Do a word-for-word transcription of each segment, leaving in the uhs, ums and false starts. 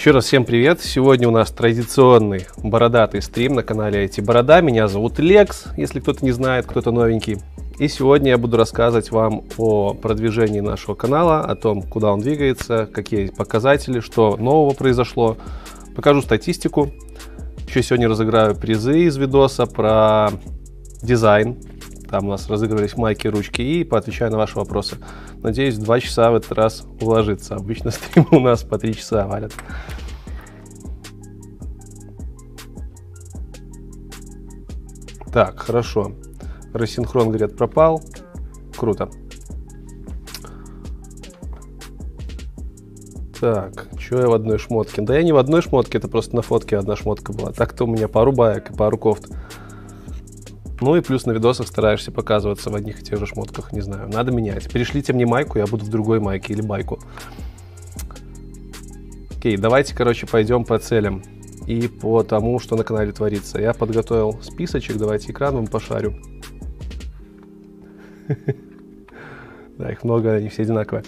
Еще раз всем привет! Сегодня у нас традиционный бородатый стрим на канале ай ти Борода. Меня зовут Лекс, если кто-то не знает, кто-то новенький. И сегодня я буду рассказывать вам о продвижении нашего канала, о том, куда он двигается, какие показатели, что нового произошло. Покажу статистику. Еще сегодня разыграю призы из видоса про дизайн. Там у нас разыгрывались майки, ручки, и поотвечаю на ваши вопросы. Надеюсь, два часа в этот раз уложится. Обычно стримы у нас по три часа валят. Так, хорошо. Рассинхрон, говорят, пропал. Круто. Так, что я в одной шмотке? Да я не в одной шмотке, это просто на фотке одна шмотка была. Так-то у меня пару баек и пару кофт. Ну и плюс на видосах стараешься показываться в одних и тех же шмотках, не знаю, надо менять. Перешлите мне майку, я буду в другой майке или байку. Окей, давайте, короче, пойдем по целям и по тому, что на канале творится. Я подготовил списочек, давайте экран вам пошарю. Да, их много, они все одинаковые.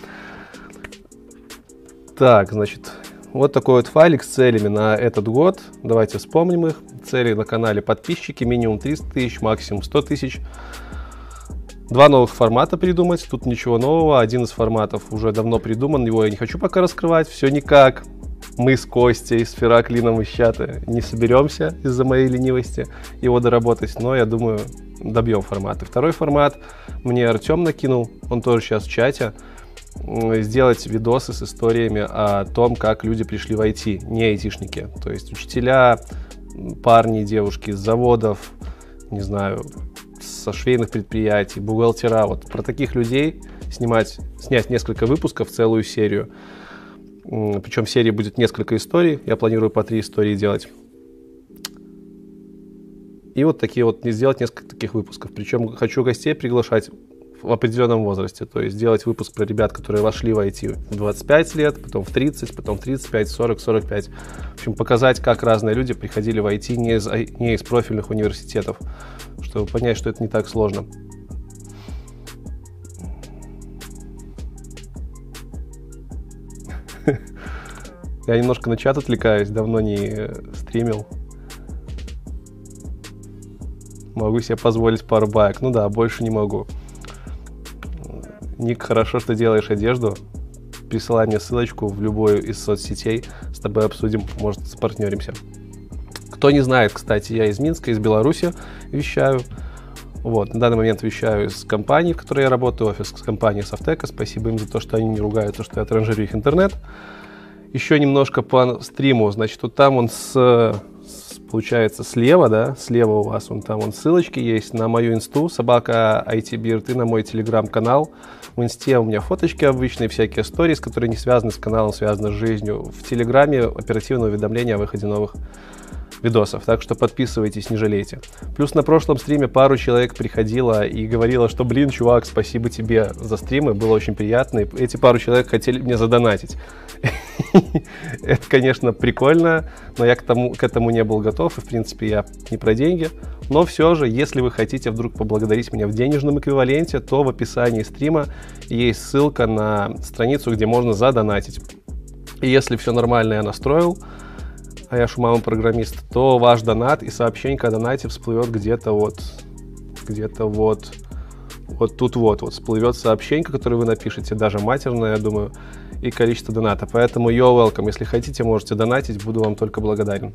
Так, значит, вот такой вот файлик с целями на этот год. Давайте вспомним их. Цели на канале: подписчики минимум триста тысяч, максимум сто тысяч. Два новых формата придумать. Тут ничего нового. Один из форматов уже давно придуман. Его я не хочу пока раскрывать. Все никак. Мы с Костей, с Фераклином из чата не соберемся из-за моей ленивости его доработать. Но я думаю, добьем формат. И второй формат мне Артем накинул. Он тоже сейчас в чате. Сделать видосы с историями о том, как люди пришли в ай ти, не айтишники. То есть учителя, парни, девушки из заводов, не знаю, со швейных предприятий, бухгалтера. Вот про таких людей снимать, снять несколько выпусков, целую серию. Причем в серии будет несколько историй. Я планирую по три истории делать. И вот такие вот, сделать несколько таких выпусков. Причем хочу гостей приглашать в определенном возрасте, то есть сделать выпуск про ребят, которые вошли в ай ти в двадцать пять лет, потом в тридцать, потом в тридцать пять, сорок, сорок пять. В общем, показать, как разные люди приходили в ай ти не из, не из профильных университетов, чтобы понять, что это не так сложно. Я немножко на чат отвлекаюсь, давно не стримил. Могу себе позволить пару баек. Ну да, больше не могу. Ник, хорошо, что делаешь одежду. Присылай мне ссылочку в любую из соцсетей. С тобой обсудим, может, спартнеримся. Кто не знает, кстати, я из Минска, из Беларуси вещаю. Вот, на данный момент вещаю из компании, в которой я работаю, офис компании Софтека. Спасибо им за то, что они не ругаются, что я транжирю их интернет. Еще немножко по стриму. Значит, вот там он с... Получается, слева, да, слева у вас, вон там вон ссылочки есть на мою инсту, собака ай ти Бирд, и на мой телеграм-канал. В инсте у меня фоточки обычные, всякие сторис, которые не связаны с каналом, связаны с жизнью. В телеграме оперативное уведомление о выходе новых видосов, так что подписывайтесь, не жалейте. Плюс на прошлом стриме пару человек приходило и говорило, что, блин, чувак, спасибо тебе за стримы, было очень приятно, и эти пару человек хотели мне задонатить. Это, конечно, прикольно, но я к тому, к этому не был готов, и, в принципе, я не про деньги. Но все же, если вы хотите вдруг поблагодарить меня в денежном эквиваленте, то в описании стрима есть ссылка на страницу, где можно задонатить. И если все нормально я настроил, а я шумама-программист, то ваш донат и сообщение о донате всплывет где-то вот, где-то вот, вот тут вот, вот всплывет сообщение, которое вы напишете, даже матерное, я думаю, и количество доната. Поэтому you're welcome. Если хотите, можете донатить, буду вам только благодарен.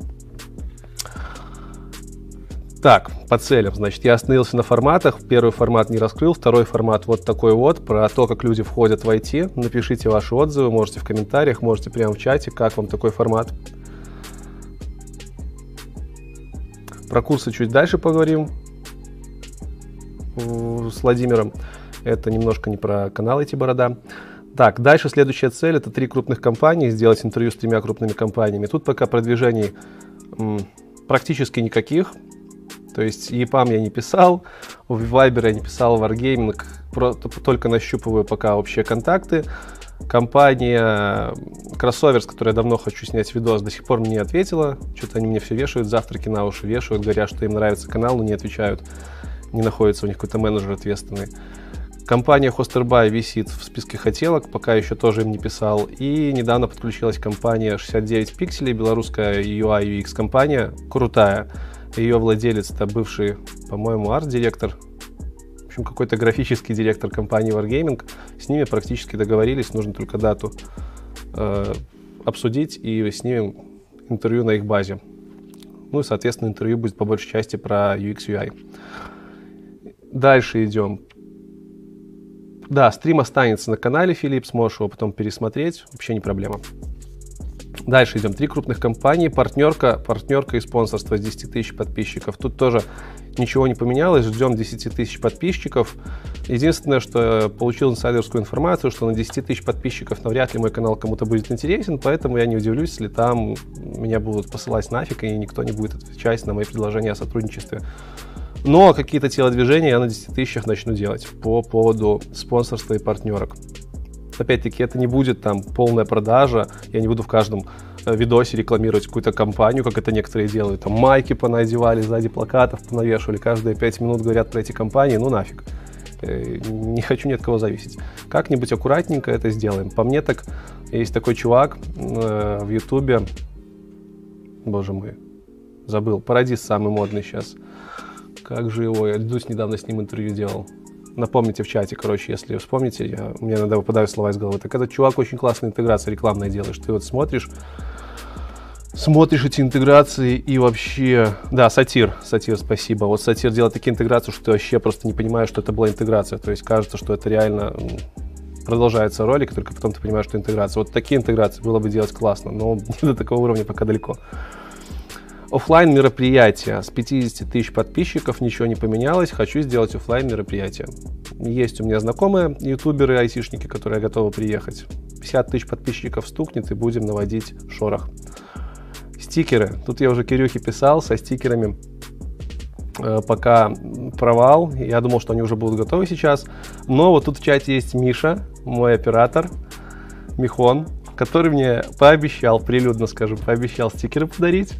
Так, по целям. Значит, я остановился на форматах. Первый формат не раскрыл, второй формат вот такой вот, про то, как люди входят в ай ти. Напишите ваши отзывы, можете в комментариях, можете прямо в чате, как вам такой формат. Про курсы чуть дальше поговорим с Владимиром. Это немножко не про канал ай ти Борода. Так, дальше следующая цель — это три крупных компании, сделать интервью с тремя крупными компаниями. Тут пока продвижений м, практически никаких. То есть и пам я не писал, в Viber я не писал, в Wargaming, только нащупываю пока общие контакты. Компания Кроссовер, с которой я давно хочу снять видос, до сих пор мне не ответила. Что-то они мне все вешают, завтраки на уши вешают, говорят, что им нравится канал, но не отвечают. Не находится у них какой-то менеджер ответственный. Компания Hosterbuy висит в списке хотелок, пока еще тоже им не писал. И недавно подключилась компания шестьдесят девять пикселей, белорусская ю ай ю экс компания, крутая. Ее владелец это бывший, по-моему, арт-директор, в общем, какой-то графический директор компании Wargaming. С ними практически договорились, нужно только дату э, обсудить и снимем интервью на их базе. Ну и, соответственно, интервью будет по большей части про ю экс ю ай. Дальше идем. Да, стрим останется на канале, Филипп, сможешь его потом пересмотреть, вообще не проблема. Дальше идем. Три крупных компании, партнерка, партнерка и спонсорство с десяти тысяч подписчиков. Тут тоже ничего не поменялось, ждем десяти тысяч подписчиков. Единственное, что получил инсайдерскую информацию, что на десяти тысяч подписчиков навряд ли мой канал кому-то будет интересен, поэтому я не удивлюсь, если там меня будут посылать нафиг, и никто не будет отвечать на мои предложения о сотрудничестве. Но какие-то телодвижения я на десяти тысячах начну делать по поводу спонсорства и партнерок. Опять-таки, это не будет там полная продажа, я не буду в каждом видосе рекламировать какую-то компанию, как это некоторые делают. Там майки понадевали, сзади плакатов понавешивали, каждые пять минут говорят про эти компании, ну нафиг. Не хочу ни от кого зависеть. Как-нибудь аккуратненько это сделаем. По мне так, есть такой чувак в ютубе, боже мой, забыл, Парадис самый модный сейчас. Как же его, я Дудь недавно с ним интервью делал. Напомните в чате, короче, если вспомните, я, мне иногда выпадают слова из головы. Так этот чувак очень классная интеграция рекламная делает, что ты вот смотришь, смотришь эти интеграции и вообще... Да, Сатир, Сатир, спасибо. Вот Сатир делает такие интеграции, что ты вообще просто не понимаешь, что это была интеграция. То есть кажется, что это реально продолжается ролик, только потом ты понимаешь, что интеграция. Вот такие интеграции было бы делать классно, но до такого уровня пока далеко. Оффлайн мероприятия. С пятидесяти тысяч подписчиков ничего не поменялось. Хочу сделать оффлайн мероприятие. Есть у меня знакомые ютуберы, айтишники, которые готовы приехать. пятьдесят тысяч подписчиков стукнет и будем наводить шорох. Стикеры. Тут я уже Кирюхе писал со стикерами. Э, пока провал. Я думал, что они уже будут готовы сейчас. Но вот тут в чате есть Миша, мой оператор, Михон, который мне пообещал, прилюдно скажу, пообещал стикеры подарить.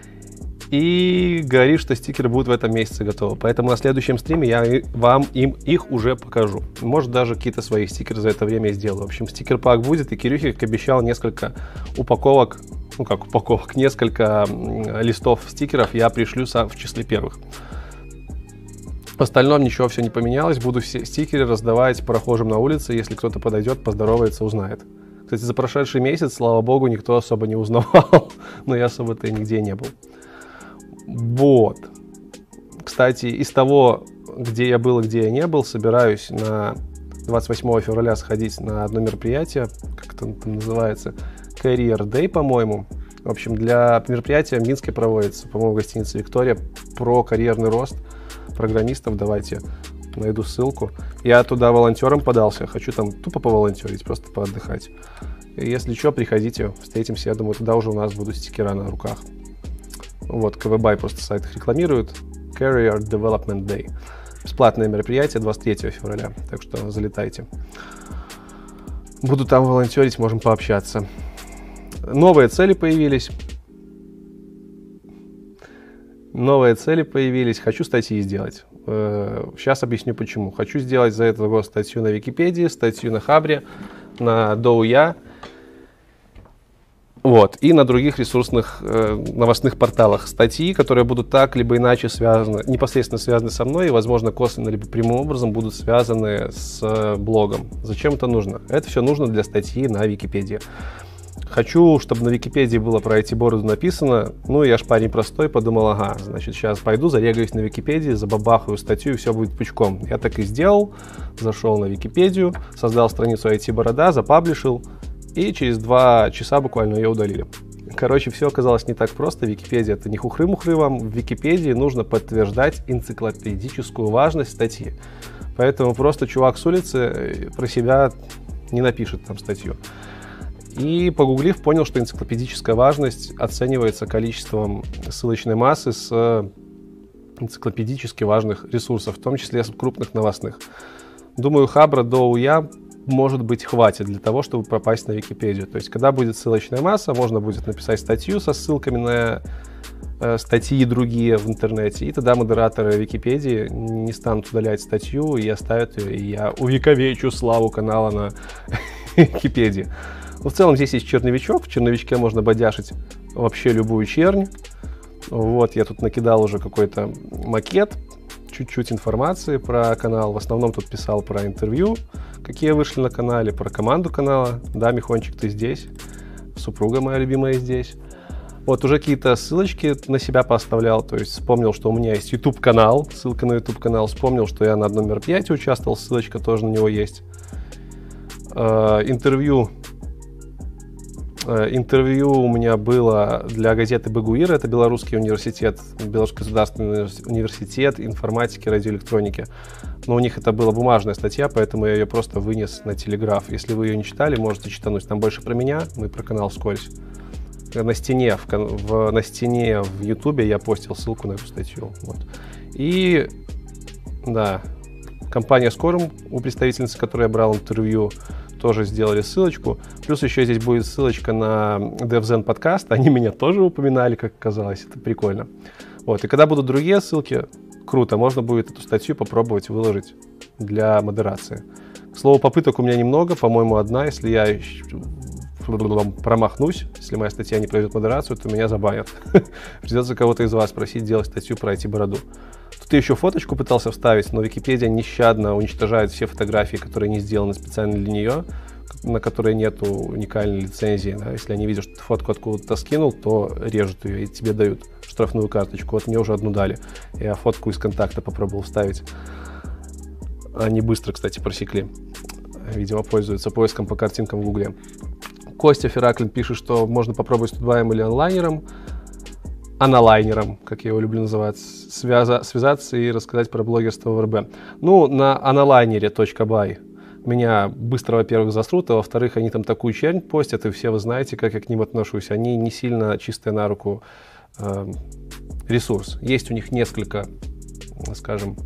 И говорит, что стикеры будут в этом месяце готовы. Поэтому на следующем стриме я вам им их уже покажу. Может, даже какие-то свои стикеры за это время сделаю. В общем, стикер-пак будет. И Кирюхе, как обещал, несколько упаковок, ну как упаковок, несколько листов стикеров я пришлю в числе первых. В остальном ничего все не поменялось. Буду все стикеры раздавать прохожим на улице. Если кто-то подойдет, поздоровается, узнает. Кстати, за прошедший месяц, слава богу, никто особо не узнавал. Но я особо-то и нигде не был. Вот. Кстати, из того, где я был и где я не был, собираюсь на двадцать восьмого февраля сходить на одно мероприятие, как это там называется, Career Day, по-моему. В общем, для мероприятия в Минске проводится, по-моему, в гостинице Виктория, про карьерный рост программистов. Давайте найду ссылку. Я туда волонтером подался, хочу там тупо поволонтерить, просто поотдыхать. И если что, приходите, встретимся. Я думаю, туда уже у нас будут стикера на руках. Вот, КВБай просто сайт их рекламирует. Career Development Day. Бесплатное мероприятие двадцать третьего февраля, так что залетайте. Буду там волонтерить, можем пообщаться. Новые цели появились. Новые цели появились. Хочу статьи сделать. Сейчас объясню почему. Хочу сделать за этот год статью на Википедии, статью на Хабре, на Доуя. Вот, и на других ресурсных э, новостных порталах статьи, которые будут так либо иначе связаны, непосредственно связаны со мной и, возможно, косвенно либо прямым образом будут связаны с э, блогом. Зачем это нужно? Это все нужно для статьи на Википедии. Хочу, чтобы на Википедии было про ай ти-бороду написано. Ну, я ж парень простой, подумал, ага, значит, сейчас пойду, зарегаюсь на Википедии, забабахаю статью, и все будет пучком. Я так и сделал, зашел на Википедию, создал страницу ай ти-борода, запаблишил, и через два часа буквально ее удалили. Короче, все оказалось не так просто. Википедия — это не хухры-мухры вам. В Википедии нужно подтверждать энциклопедическую важность статьи. Поэтому просто чувак с улицы про себя не напишет там статью. И погуглив, понял, что энциклопедическая важность оценивается количеством ссылочной массы с энциклопедически важных ресурсов, в том числе с крупных новостных. Думаю, Хабра до УЯ может быть хватит для того, чтобы попасть на Википедию. То есть, когда будет ссылочная масса, можно будет написать статью со ссылками на э, статьи другие в интернете, и тогда модераторы Википедии не станут удалять статью и оставят ее, и я увековечу славу канала на Википедии. Но в целом здесь есть черновичок, в черновичке можно бодяшить вообще любую чернь. Вот, я тут накидал уже какой-то макет, чуть-чуть информации про канал. В основном тут писал про интервью, какие вышли на канале, про команду канала. Да, Михончик, ты здесь. Супруга моя любимая здесь. Вот, уже какие-то ссылочки на себя поставлял. То есть вспомнил, что у меня есть YouTube-канал, ссылка на YouTube-канал. Вспомнил, что я на одном мероприятии участвовал, ссылочка тоже на него есть. Э, интервью. Интервью у меня было для газеты «Багуир», это Белорусский университет, Белорусский государственный университет информатики, радиоэлектроники. Но у них это была бумажная статья, поэтому я ее просто вынес на Телеграф. Если вы ее не читали, можете читануть. Там больше про меня, мы про канал вскользь. На стене в, в, на стене в Ютубе я постил ссылку на эту статью. Вот. И, да, компания «Скорм», у представительницы, которой я брал интервью, тоже сделали ссылочку. Плюс еще здесь будет ссылочка на DevZen подкаст. Они меня тоже упоминали, как оказалось. Это прикольно. Вот. И когда будут другие ссылки, круто, можно будет эту статью попробовать выложить для модерации. К слову, попыток у меня немного, по-моему, одна. Если я промахнусь, если моя статья не пройдет модерацию, то меня забанят. Придется кого-то из вас просить делать статью про ай ти-бороду. Тут я еще фоточку пытался вставить, но Википедия нещадно уничтожает все фотографии, которые не сделаны специально для нее, на которые нет уникальной лицензии. Да? Если они видят, что ты фотку откуда-то скинул, то режут ее и тебе дают штрафную карточку. Вот мне уже одну дали. Я фотку из контакта попробовал вставить. Они быстро, кстати, просекли. Видимо, пользуются поиском по картинкам в Гугле. Костя Фераклин пишет, что можно попробовать с Тутбаем или онлайнером. Аналайнером, как я его люблю называть, связа, связаться и рассказать про блогерство в эр бэ. Ну, на аналайнере точка бай меня быстро, во-первых, засрут, а во-вторых, они там такую чернь постят, и все вы знаете, как я к ним отношусь. Они не сильно чистые на руку э, ресурс. Есть у них несколько, скажем,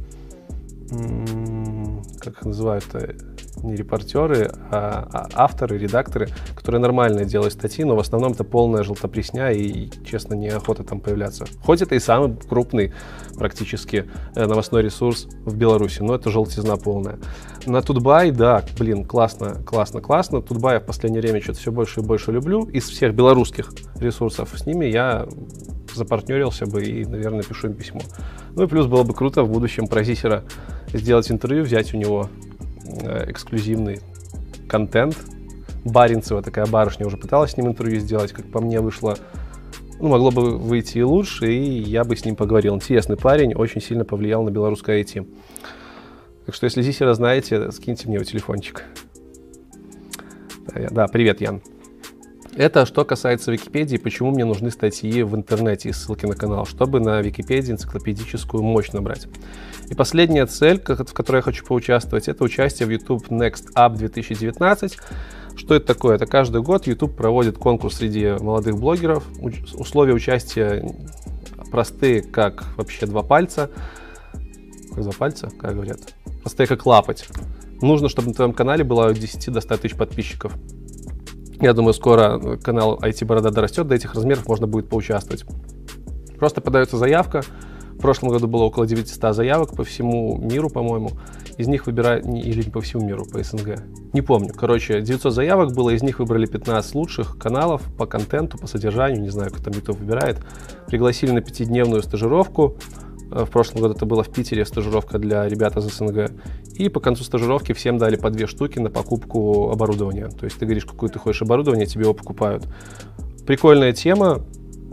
м- как их называют-то, не репортеры, а, а авторы, редакторы, которые нормально делают статьи, но в основном это полная желтопресня и, честно, неохота там появляться. Хоть это и самый крупный практически новостной ресурс в Беларуси, но это желтизна полная. На Тутбай, да, блин, классно, классно, классно. Тутбай я в последнее время что-то все больше и больше люблю. Из всех белорусских ресурсов с ними я запартнерился бы и, наверное, пишу им письмо. Ну и плюс было бы круто в будущем про Зисера сделать интервью, взять у него эксклюзивный контент. Баринцева, такая барышня, уже пыталась с ним интервью сделать, как по мне вышло, ну, могло бы выйти и лучше, и я бы с ним поговорил. Интересный парень, очень сильно повлиял на белорусское ай ти. Так что, если Зисера знаете, скиньте мне его телефончик. Да, привет, Ян. Это что касается Википедии, почему мне нужны статьи в интернете и ссылки на канал, чтобы на Википедии энциклопедическую мощь набрать. И последняя цель, в которой я хочу поучаствовать, это участие в YouTube Next Up две тысячи девятнадцать. Что это такое? Это каждый год YouTube проводит конкурс среди молодых блогеров. Условия участия простые, как вообще два пальца. Как два пальца, как говорят? Простые, как лапоть. Нужно, чтобы на твоем канале было от десяти до ста тысяч подписчиков. Я думаю, скоро канал ай ти-борода дорастет до этих размеров, можно будет поучаствовать. Просто подается заявка. В прошлом году было около девятисот заявок по всему миру, по-моему. Из них выбирают, или не по всему миру, по эс эн гэ. Не помню. Короче, девятьсот заявок было, из них выбрали пятнадцать лучших каналов по контенту, по содержанию. Не знаю, как там YouTube выбирает. Пригласили на пятидневную стажировку. В прошлом году это было в Питере, стажировка для ребят из эс эн гэ. И по концу стажировки всем дали по две штуки на покупку оборудования. То есть ты говоришь, какое ты хочешь оборудование, тебе его покупают. Прикольная тема.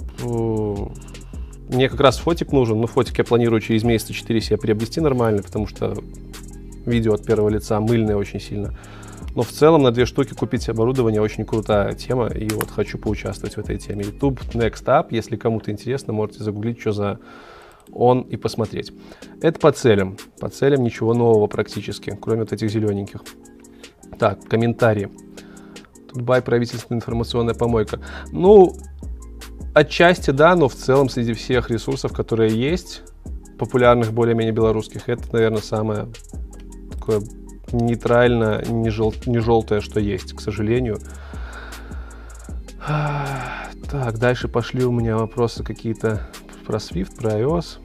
Мне как раз фотик нужен, но фотик я планирую через месяца четыре себе приобрести нормально, потому что видео от первого лица мыльное очень сильно. Но в целом на две штуки купить оборудование очень крутая тема, и вот хочу поучаствовать в этой теме. YouTube Next Up, если кому-то интересно, можете загуглить, что за он, и посмотреть. Это по целям. По целям ничего нового практически, кроме вот этих зелененьких. Так, комментарии. Тутбай, правительственная информационная помойка. Ну, отчасти да, но в целом среди всех ресурсов, которые есть, популярных более-менее белорусских, это, наверное, самое такое нейтрально, не, жел... не желтое, что есть, к сожалению. Так, дальше пошли у меня вопросы какие-то про Swift, про iOS.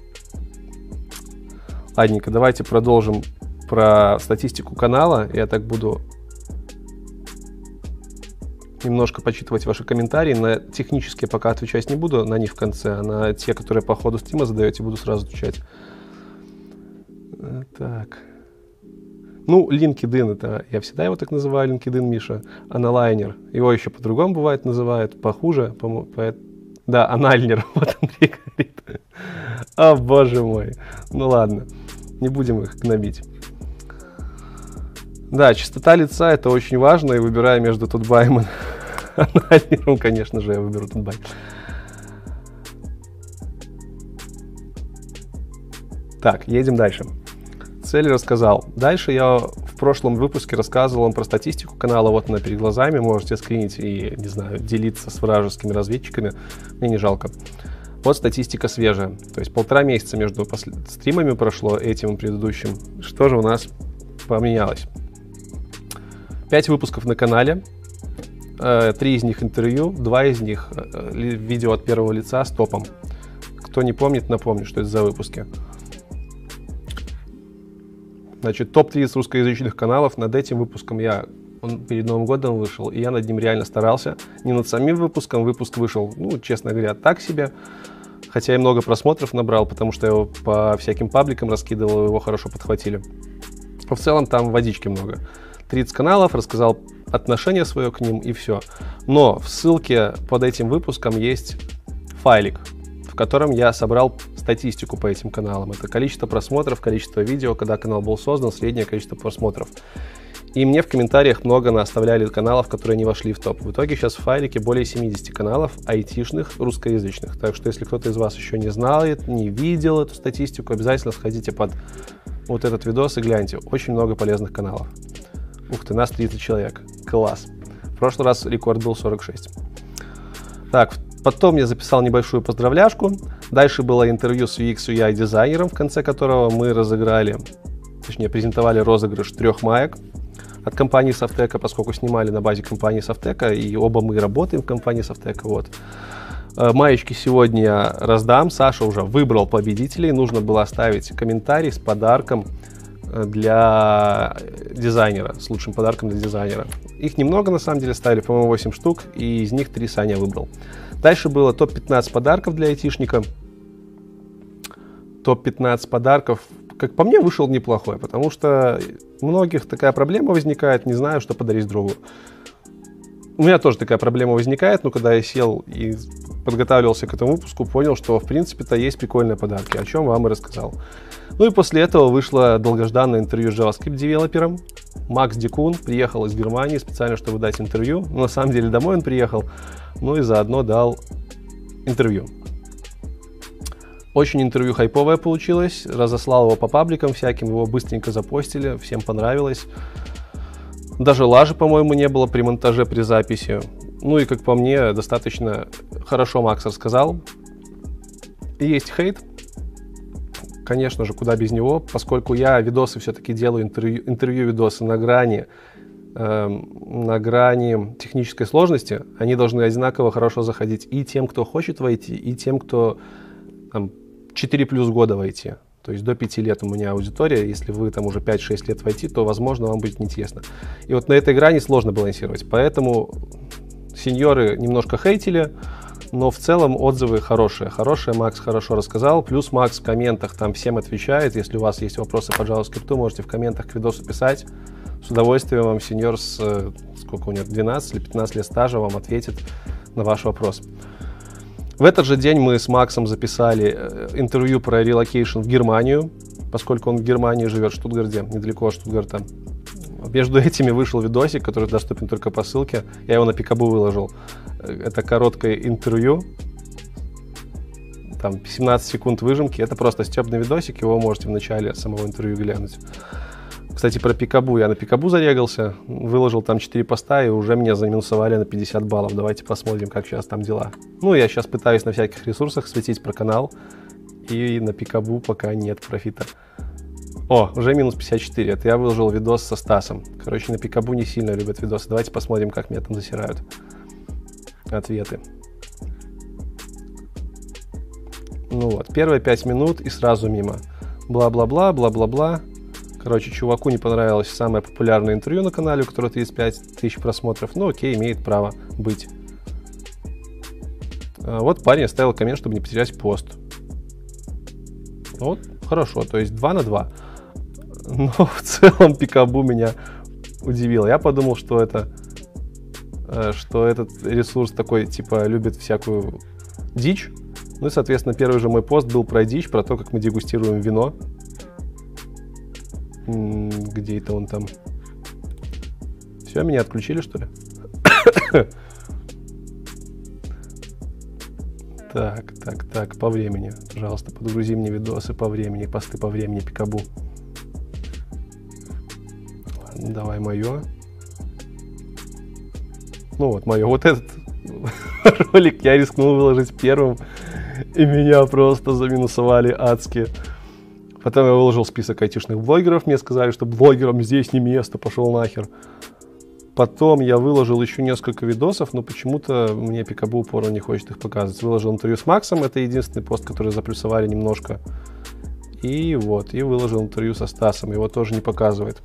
Ладненько, давайте продолжим про статистику канала. Я так буду немножко почитывать ваши комментарии. На технические пока отвечать не буду, на них в конце. А на те, которые по ходу стрима задаете, буду сразу отвечать. Так. Ну, LinkedIn, это я всегда его так называю, LinkedIn Миша. Аналайнер. Его еще по-другому бывает называют, похуже. По по да, анальнер. Вот Андрей говорит. О, боже мой. Ну ладно, не будем их гнобить. Да, чистота лица — это очень важно, и выбирая между Тутбаем и анальнером, конечно же, я выберу Тутбай. Так, едем дальше. Цель рассказал. Дальше я в прошлом выпуске рассказывал вам про статистику канала. Вот она перед глазами. Можете скринить и, не знаю, делиться с вражескими разведчиками. Мне не жалко. Вот статистика свежая. То есть полтора месяца между посл... стримами прошло, этим и предыдущим. Что же у нас поменялось? Пять выпусков на канале. Три из них интервью. Два из них видео от первого лица с топом. Кто не помнит, напомню, что это за выпуски. Значит, топ тридцать русскоязычных каналов. Над этим выпуском я, он перед Новым годом вышел, и я над ним реально старался. Не над самим выпуском, выпуск вышел, ну, честно говоря, так себе. Хотя и много просмотров набрал, потому что я его по всяким пабликам раскидывал, его хорошо подхватили. Но в целом там водички много. тридцать каналов, рассказал отношение свое к ним, и все. Но в ссылке под этим выпуском есть файлик, в котором я собрал статистику по этим каналам. Это количество просмотров, количество видео, когда канал был создан, среднее количество просмотров. И мне в комментариях много наставляли каналов, которые не вошли в топ. В итоге сейчас в файлике более семидесяти каналов айтишных, русскоязычных. Так что если кто-то из вас еще не знает, не видел эту статистику, обязательно сходите под вот этот видос и гляньте. Очень много полезных каналов. Ух ты, нас тридцать человек. Класс. В прошлый раз рекорд был сорок шесть. Так, потом я записал небольшую поздравляшку. Дальше было интервью с ю экс ю ай дизайнером, в конце которого мы разыграли, точнее презентовали розыгрыш трех маек от компании Софтека, поскольку снимали на базе компании Софтека, и оба мы работаем в компании Софтека. Вот. Маечки сегодня я раздам. Саша уже выбрал победителей. Нужно было оставить комментарий с подарком для дизайнера, с лучшим подарком для дизайнера. Их немного, на самом деле, ставили, по-моему, восемь штук, и из них три Саня выбрал. Дальше было топ пятнадцать подарков для айтишника. топ пятнадцать подарков, как по мне, вышел неплохой, потому что у многих такая проблема возникает, не знаю, что подарить другу. У меня тоже такая проблема возникает, но когда я сел и подготавливался к этому выпуску, понял, что в принципе-то есть прикольные подарки, о чем вам и рассказал. Ну и после этого вышло долгожданное интервью с JavaScript-девелопером. Макс Дикун приехал из Германии специально, чтобы дать интервью. Но на самом деле домой он приехал, ну и заодно дал интервью. Очень интервью хайповое получилось. Разослал его по пабликам всяким, его быстренько запостили, всем понравилось. Даже лажи, по-моему, не было при монтаже, при записи. Ну и, как по мне, достаточно хорошо Макс рассказал. И есть хейт. Конечно же, куда без него, поскольку я видосы все-таки делаю, интервью, интервью-видосы на грани, э, на грани технической сложности. Они должны одинаково хорошо заходить и тем, кто хочет войти, и тем, кто там, четыре плюс года войти. То есть до пяти лет у меня аудитория. Если вы там уже пять-шесть лет войти, то, возможно, вам будет неинтересно. И вот на этой грани сложно балансировать. Поэтому сеньоры немножко хейтили, но в целом отзывы хорошие. Хорошие, Макс хорошо рассказал. Плюс Макс в комментах там всем отвечает. Если у вас есть вопросы по JavaScript, можете в комментах к видосу писать. С удовольствием вам сеньор с, сколько у него, двенадцать или пятнадцать лет стажа вам ответит на ваш вопрос. В этот же день мы с Максом записали интервью про релокейшн в Германию, поскольку он в Германии живет, в Штутгарте, недалеко от Штутгарта. Между этими вышел видосик, который доступен только по ссылке. Я его на Пикабу выложил. Это короткое интервью. Там семнадцать секунд выжимки. Это просто стебный видосик. Его можете в начале самого интервью глянуть. Кстати, про Пикабу. Я на Пикабу зарегался. Выложил там четыре поста и уже меня заминусовали на пятьдесят баллов. Давайте посмотрим, как сейчас там дела. Ну, я сейчас пытаюсь на всяких ресурсах светить про канал. И на Пикабу пока нет профита. О, уже минус пятьдесят четыре. Это я выложил видос со Стасом. Короче, на Пикабу не сильно любят видосы. Давайте посмотрим, как меня там засирают. Ответы. Ну вот, первые пять минут и сразу мимо. Бла-бла-бла, бла-бла-бла. Короче, чуваку не понравилось самое популярное интервью на канале, у которого тридцать пять тысяч просмотров. Ну окей, имеет право быть. А вот парень оставил коммент, чтобы не потерять пост. Вот, хорошо, то есть два на два. Но в целом Пикабу меня удивило. Я подумал, что это, что этот ресурс такой, типа, любит всякую дичь. Ну и, соответственно, первый же мой пост был про дичь, про то, как мы дегустируем вино. Где это он там? Все, меня отключили, что ли? Так, так, так, по времени. Пожалуйста, подгрузи мне видосы по времени, посты по времени, Пикабу. Ладно, давай мое. Ну вот, мое. Вот этот ролик я рискнул выложить первым, и меня просто заминусовали адски. Потом я выложил список айтишных блогеров, мне сказали, что блогерам здесь не место, пошел нахер. Потом я выложил еще несколько видосов, но почему-то мне Пикабу упорно не хочет их показывать. Выложил интервью с Максом, это единственный пост, который заплюсовали немножко. И вот, и выложил интервью со Стасом, его тоже не показывает.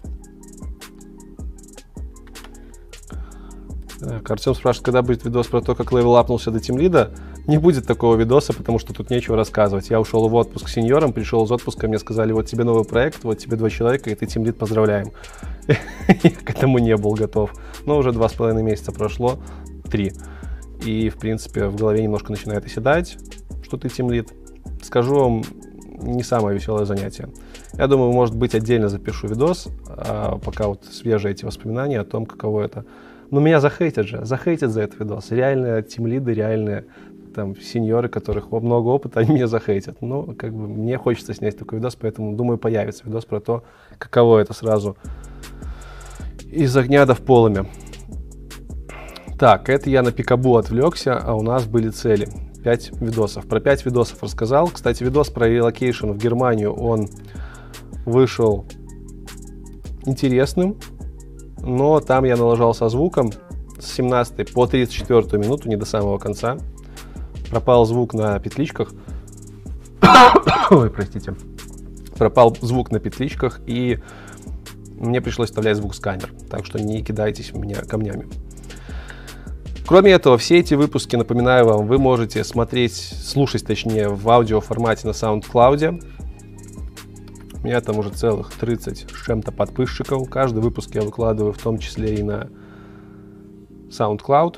Так, Артем спрашивает, когда будет видос про то, как левелапнулся до тимлида. Не будет такого видоса, потому что тут нечего рассказывать. Я ушел в отпуск с сеньором, пришел из отпуска, мне сказали, вот тебе новый проект, вот тебе два человека, и ты тимлид, поздравляем. Я к этому не был готов. Но уже два с половиной месяца прошло, три. И, в принципе, в голове немножко начинает оседать, что ты тимлид. Скажу вам, не самое веселое занятие. Я думаю, может быть, отдельно запишу видос, а пока вот свежие эти воспоминания о том, каково это. Но меня захейтят же, захейтят за этот видос. Реальные тимлиды, реальные там сеньоры, которых много опыта, они меня захейтят. Но как бы мне хочется снять такой видос, поэтому думаю, появится видос про то, каково это сразу из огня до в полымя. Так, это я на Пикабу отвлекся, а у нас были цели. пять видосов. Про пять видосов рассказал. Кстати, видос про релокейшн в Германию, он вышел интересным, но там я налажал со звуком с семнадцатой по тридцать четвёртую минуту, не до самого конца. Пропал звук на петличках. Ой, простите. Пропал звук на петличках, и мне пришлось вставлять звук с камер. Так что не кидайтесь в меня камнями. Кроме этого, все эти выпуски, напоминаю вам, вы можете смотреть, слушать точнее, в аудиоформате на SoundCloud. У меня там уже целых тридцать с чем-то подписчиков. Каждый выпуск я выкладываю в том числе и на SoundCloud.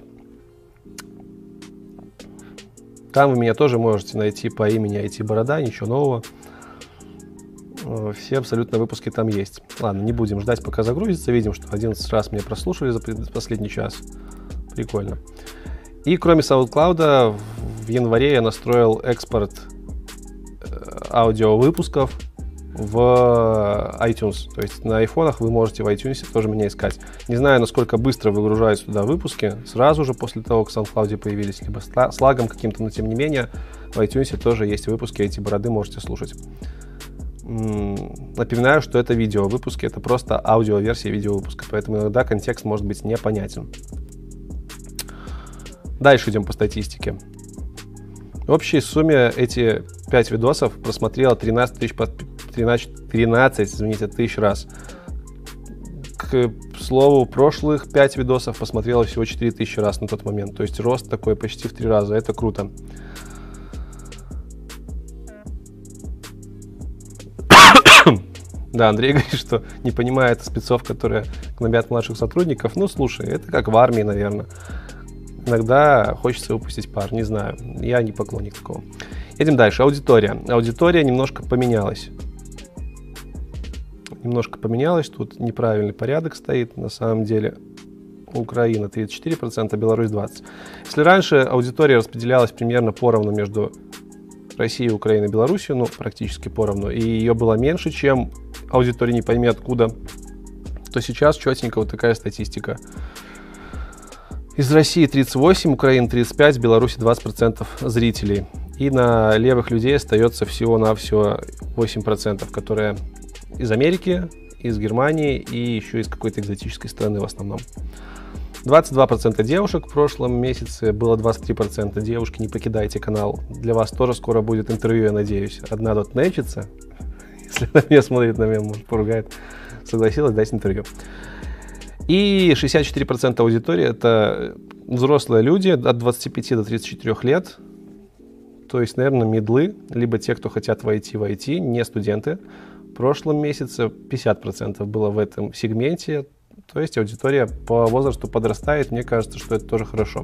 Там вы меня тоже можете найти по имени ай ти Борода, ничего нового. Все абсолютно выпуски там есть. Ладно, не будем ждать, пока загрузится. Видим, что одиннадцать раз меня прослушали за последний час. Прикольно. И кроме SoundCloud, в январе я настроил экспорт аудиовыпусков в iTunes. То есть на айфонах вы можете в iTunes тоже меня искать. Не знаю, насколько быстро выгружаются туда выпуски, сразу же после того, как в SoundCloud появились, либо с лагом каким-то, но тем не менее в iTunes тоже есть выпуски, эти бороды можете слушать. Напоминаю, что это видео выпуски, это просто аудиоверсия видеовыпуска, поэтому иногда контекст может быть непонятен. Дальше идем по статистике. В общей сумме эти пять видосов просмотрело тринадцать тысяч, тринадцать, тринадцать, извините, тысяч раз. К слову, прошлых пять видосов посмотрело всего четыре тысячи раз на тот момент. То есть рост такой почти в три раза. Это круто. Да, Андрей говорит, что не понимает спецов, которые гнобят младших сотрудников. Ну, слушай, это как в армии, наверное. Иногда хочется выпустить пар, не знаю. Я не поклонник такого. Едем дальше. Аудитория. Аудитория немножко поменялась. Немножко поменялась. Тут неправильный порядок стоит. На самом деле Украина тридцать четыре процента, Беларусь двадцать процентов. Если раньше аудитория распределялась примерно поровну между Россией, Украиной и Беларусью, ну, практически поровну, и ее было меньше, чем аудитория не пойми откуда, то сейчас четенько вот такая статистика. Из России тридцать восемь, Украины тридцать пять, Беларуси двадцать процентов зрителей. И на левых людей остается всего-навсего восемь процентов, которые из Америки, из Германии и еще из какой-то экзотической страны в основном. двадцать два процента девушек в прошлом месяце, было двадцать три процента. Девушки, не покидайте канал. Для вас тоже скоро будет интервью, я надеюсь. Одна тут нэчится. Если она меня смотрит, на меня, может, поругает. Согласилась дать интервью. И шестьдесят четыре процента аудитории — это взрослые люди от двадцати пяти до тридцати четырёх лет. То есть, наверное, мидлы, либо те, кто хотят войти в ай ти, не студенты. В прошлом месяце пятьдесят процентов было в этом сегменте. То есть аудитория по возрасту подрастает. Мне кажется, что это тоже хорошо.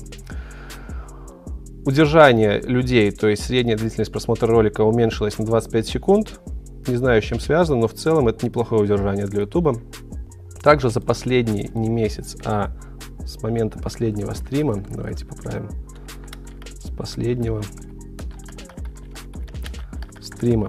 Удержание людей, то есть средняя длительность просмотра ролика уменьшилась на двадцать пять секунд. Не знаю, с чем связано, но в целом это неплохое удержание для YouTube. Также за последний не месяц, а с момента последнего стрима, давайте поправим, с последнего стрима,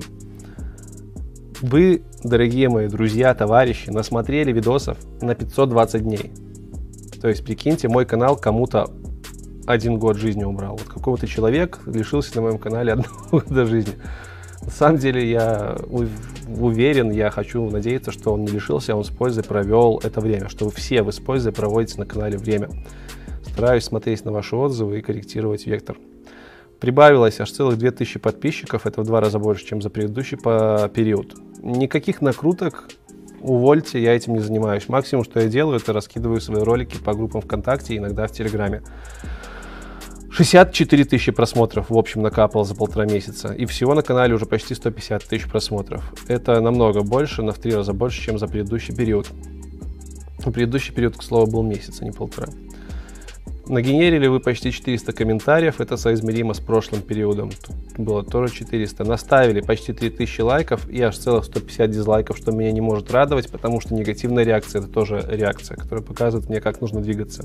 вы, дорогие мои друзья, товарищи, насмотрели видосов на пятьсот двадцать дней. То есть, прикиньте, мой канал кому-то один год жизни убрал. Вот какого-то человек лишился на моем канале одного года жизни. На самом деле, я уверен, я хочу надеяться, что он не лишился, а он с пользой провел это время, что вы все вы с пользой проводите на канале время. Стараюсь смотреть на ваши отзывы и корректировать вектор. Прибавилось аж целых две тысячи подписчиков, это в два раза больше, чем за предыдущий по период. Никаких накруток, увольте, я этим не занимаюсь. Максимум, что я делаю, это раскидываю свои ролики по группам ВКонтакте, иногда в Телеграме. шестьдесят четыре тысячи просмотров в общем накапало за полтора месяца. И всего на канале уже почти сто пятьдесят тысяч просмотров. Это намного больше, на в три раза больше, чем за предыдущий период. Предыдущий период, к слову, был месяц, а не полтора. Нагенерили вы почти четыреста комментариев, это соизмеримо с прошлым периодом. Тут было тоже четыреста. Наставили почти три тысячи лайков и аж целых сто пятьдесят дизлайков, что меня не может радовать, потому что негативная реакция — это тоже реакция, которая показывает мне, как нужно двигаться.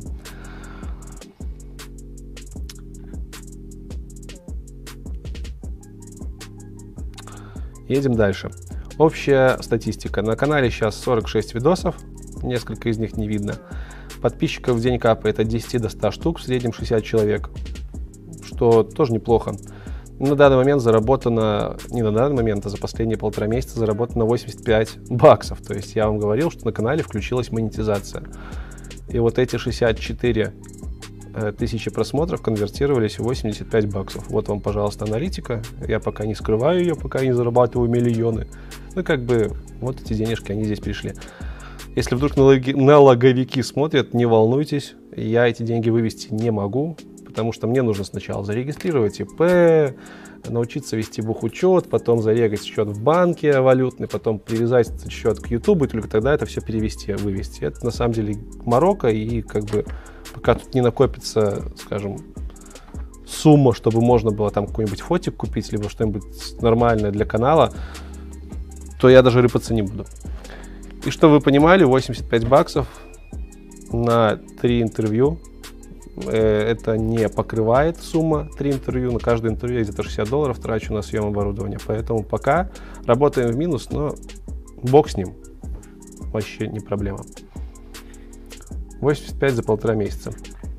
Едем дальше. Общая статистика. На канале сейчас сорок шесть видосов, несколько из них не видно. Подписчиков в день капает от десяти до ста штук, в среднем шестьдесят человек, что тоже неплохо. На данный момент заработано, не на данный момент, а за последние полтора месяца заработано восемьдесят пять баксов. То есть я вам говорил, что на канале включилась монетизация. И вот эти шестьдесят четыре тысячи просмотров конвертировались в восемьдесят пять баксов. Вот вам, пожалуйста, аналитика. Я пока не скрываю ее, пока не зарабатываю миллионы. Ну, как бы, вот эти денежки, они здесь пришли. Если вдруг налоговики смотрят, не волнуйтесь, я эти деньги вывести не могу, потому что мне нужно сначала зарегистрировать ИП, научиться вести бухучет, потом зарегать счет в банке валютный, потом привязать этот счет к YouTube, и только тогда это все перевести, вывести. Это на самом деле морока, и как бы пока тут не накопится, скажем, сумма, чтобы можно было там какой-нибудь фотик купить, либо что-нибудь нормальное для канала, то я даже рыпаться не буду. И чтобы вы понимали, восемьдесят пять баксов на три интервью, э, это не покрывает сумма три интервью. На каждое интервью я где-то шестьдесят долларов трачу на съем оборудования. Поэтому пока работаем в минус, но бог с ним. Вообще не проблема. восемьдесят пять за полтора месяца.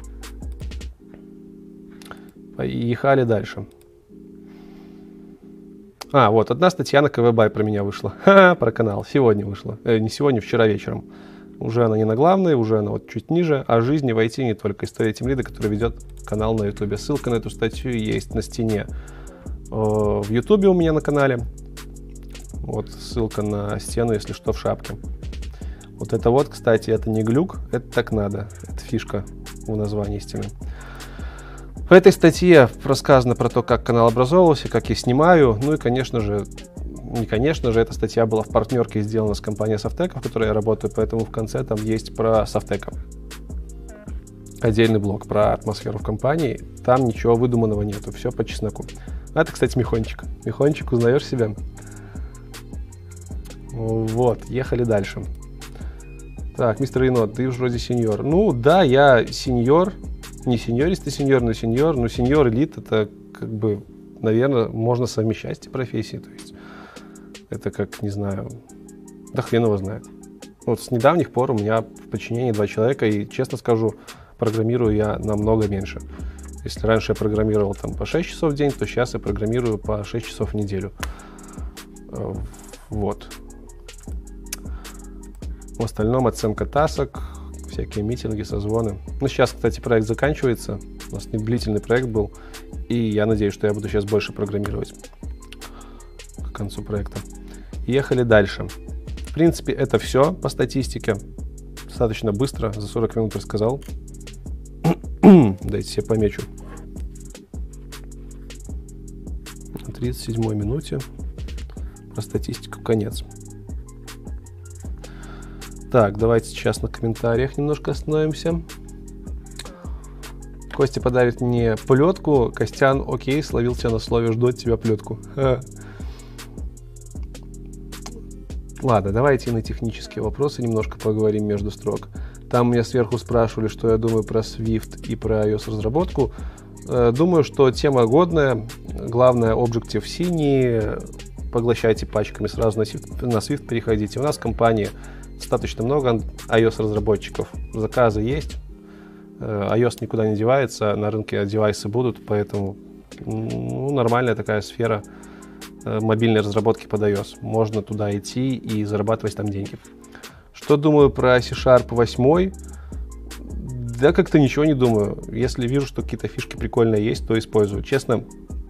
Поехали дальше. А, вот, одна статья на КВБай про меня вышла. Ха-ха, про канал. Сегодня вышла. Э, не сегодня, вчера вечером. Уже она не на главной, уже она вот чуть ниже. О жизни в ай ти не только. История тимлида, который ведет канал на Ютубе. Ссылка на эту статью есть на стене э, в Ютубе у меня на канале. Вот ссылка на стену, если что, в шапке. Вот это вот, кстати, это не глюк, это так надо. Это фишка в названии стены. В этой статье рассказано про то, как канал образовывался, как я снимаю. Ну и, конечно же, не конечно же, эта статья была в партнерке сделана с компанией Софтек, в которой я работаю, поэтому в конце там есть про Софтек. Отдельный блог про атмосферу в компании. Там ничего выдуманного нету, все по чесноку. А это, кстати, Михончик. Михончик, узнаешь себя? Вот, ехали дальше. Так, мистер Енот, ты уж вроде сеньор. Ну да, я сеньор. Не сеньористый сеньор, но сеньор. Но сеньор, элит, это как бы, наверное, можно совмещать эти профессии. То есть это как, не знаю, да хрен его знает. Вот с недавних пор у меня в подчинении два человека, и, честно скажу, программирую я намного меньше. Если раньше я программировал там по шесть часов в день, то сейчас я программирую по шесть часов в неделю. Вот. В остальном оценка тасок, всякие митинги, созвоны. Ну, сейчас, кстати, проект заканчивается. У нас длительный проект был. И я надеюсь, что я буду сейчас больше программировать к концу проекта. Ехали дальше. В принципе, это все по статистике. Достаточно быстро, за сорок минут рассказал. Дайте себе помечу. На тридцать седьмой минуте про статистику конец. Так, давайте сейчас на комментариях немножко остановимся. Костя подарит мне плетку. Костян, окей, словил тебя на слове, жду от тебя плетку. Ха. Ладно, давайте на технические вопросы немножко поговорим между строк. Там меня сверху спрашивали, что я думаю про Swift и про iOS-разработку. Думаю, что тема годная. Главное, Objective-C не поглощайте пачками, сразу на Swift, на Swift переходите. У нас в компании достаточно много iOS-разработчиков. Заказы есть. iOS никуда не девается, на рынке девайсы будут, поэтому ну, нормальная такая сфера мобильной разработки под iOS. Можно туда идти и зарабатывать там деньги. Что думаю про C-Sharp восемь? Да как-то ничего не думаю. Если вижу, что какие-то фишки прикольные есть, то использую. Честно,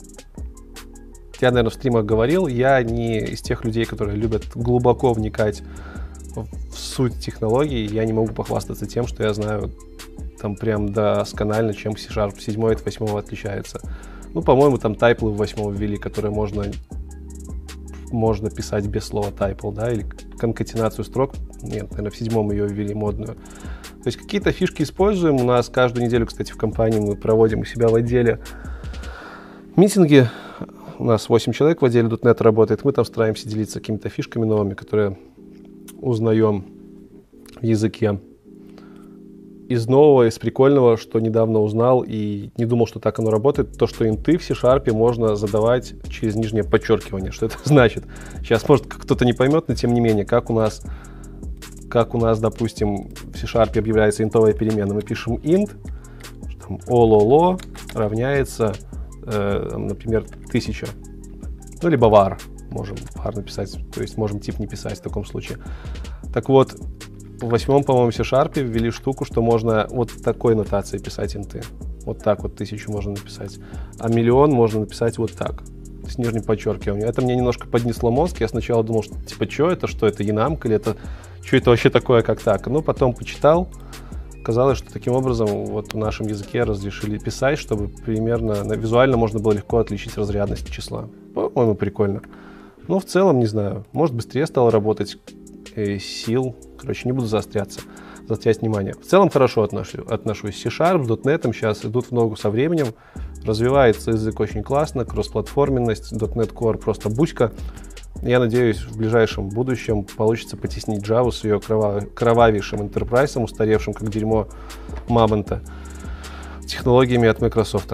я, наверное, в стримах говорил, я не из тех людей, которые любят глубоко вникать в суть технологий. Я не могу похвастаться тем, что я знаю там прям досконально, чем C-Sharp семь от восьмого отличается. Ну, по-моему, там тайплы в восьмом ввели, которые можно, можно писать без слова тайпл, да, или конкатенацию строк. Нет, наверное, в седьмом ее ввели модную. То есть какие-то фишки используем. У нас каждую неделю, кстати, в компании мы проводим у себя в отделе митинги. У нас восемь человек в отделе .дот нет работает. Мы там стараемся делиться какими-то фишками новыми, которые узнаем в языке. Из нового, из прикольного, что недавно узнал и не думал, что так оно работает, то, что инты в C-Sharp можно задавать через нижнее подчеркивание. Что это значит? Сейчас, может, кто-то не поймет, но тем не менее, как у нас, как у нас, допустим, в C-Sharp объявляется интовая переменная. Мы пишем int, там, ололо равняется, э, например, тысяча. Ну, либо var. Можем var написать, то есть можем тип не писать в таком случае. Так вот, в восьмом, по-моему, C-Sharp ввели штуку, что можно вот такой нотацией писать инты. Вот так вот тысячу можно написать. А миллион можно написать вот так, с нижним подчеркиванием. Это мне немножко поднесло мозг. Я сначала думал, что типа, что это, что это, Янамк, или это, что это вообще такое, как так. Но потом почитал. Оказалось, что таким образом вот в нашем языке разрешили писать, чтобы примерно визуально можно было легко отличить разрядность числа. По-моему, прикольно. Но в целом, не знаю, может быстрее стало работать, э, сил. Короче, не буду заостряться, заострять внимание. В целом хорошо отношусь. отношусь. C-Sharp, .дот нет сейчас идут в ногу со временем. Развивается язык очень классно, кроссплатформенность, .дот нет Core просто буська. Я надеюсь, в ближайшем будущем получится потеснить Java с ее кровав... кровавейшим интерпрайсом, устаревшим как дерьмо Мамонта, технологиями от Microsoft.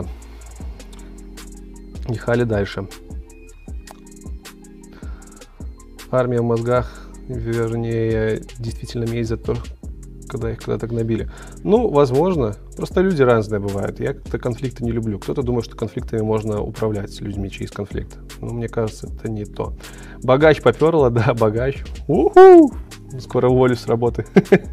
Ехали дальше. Армия в мозгах, вернее, действительно месть за то, когда их когда-то гнобили. Ну, возможно. Просто люди разные бывают. Я как-то конфликты не люблю. Кто-то думает, что конфликтами можно управлять с людьми через конфликт. Но мне кажется, это не то. Богач поперло, да, богач. У-ху! Скоро уволюсь с работы.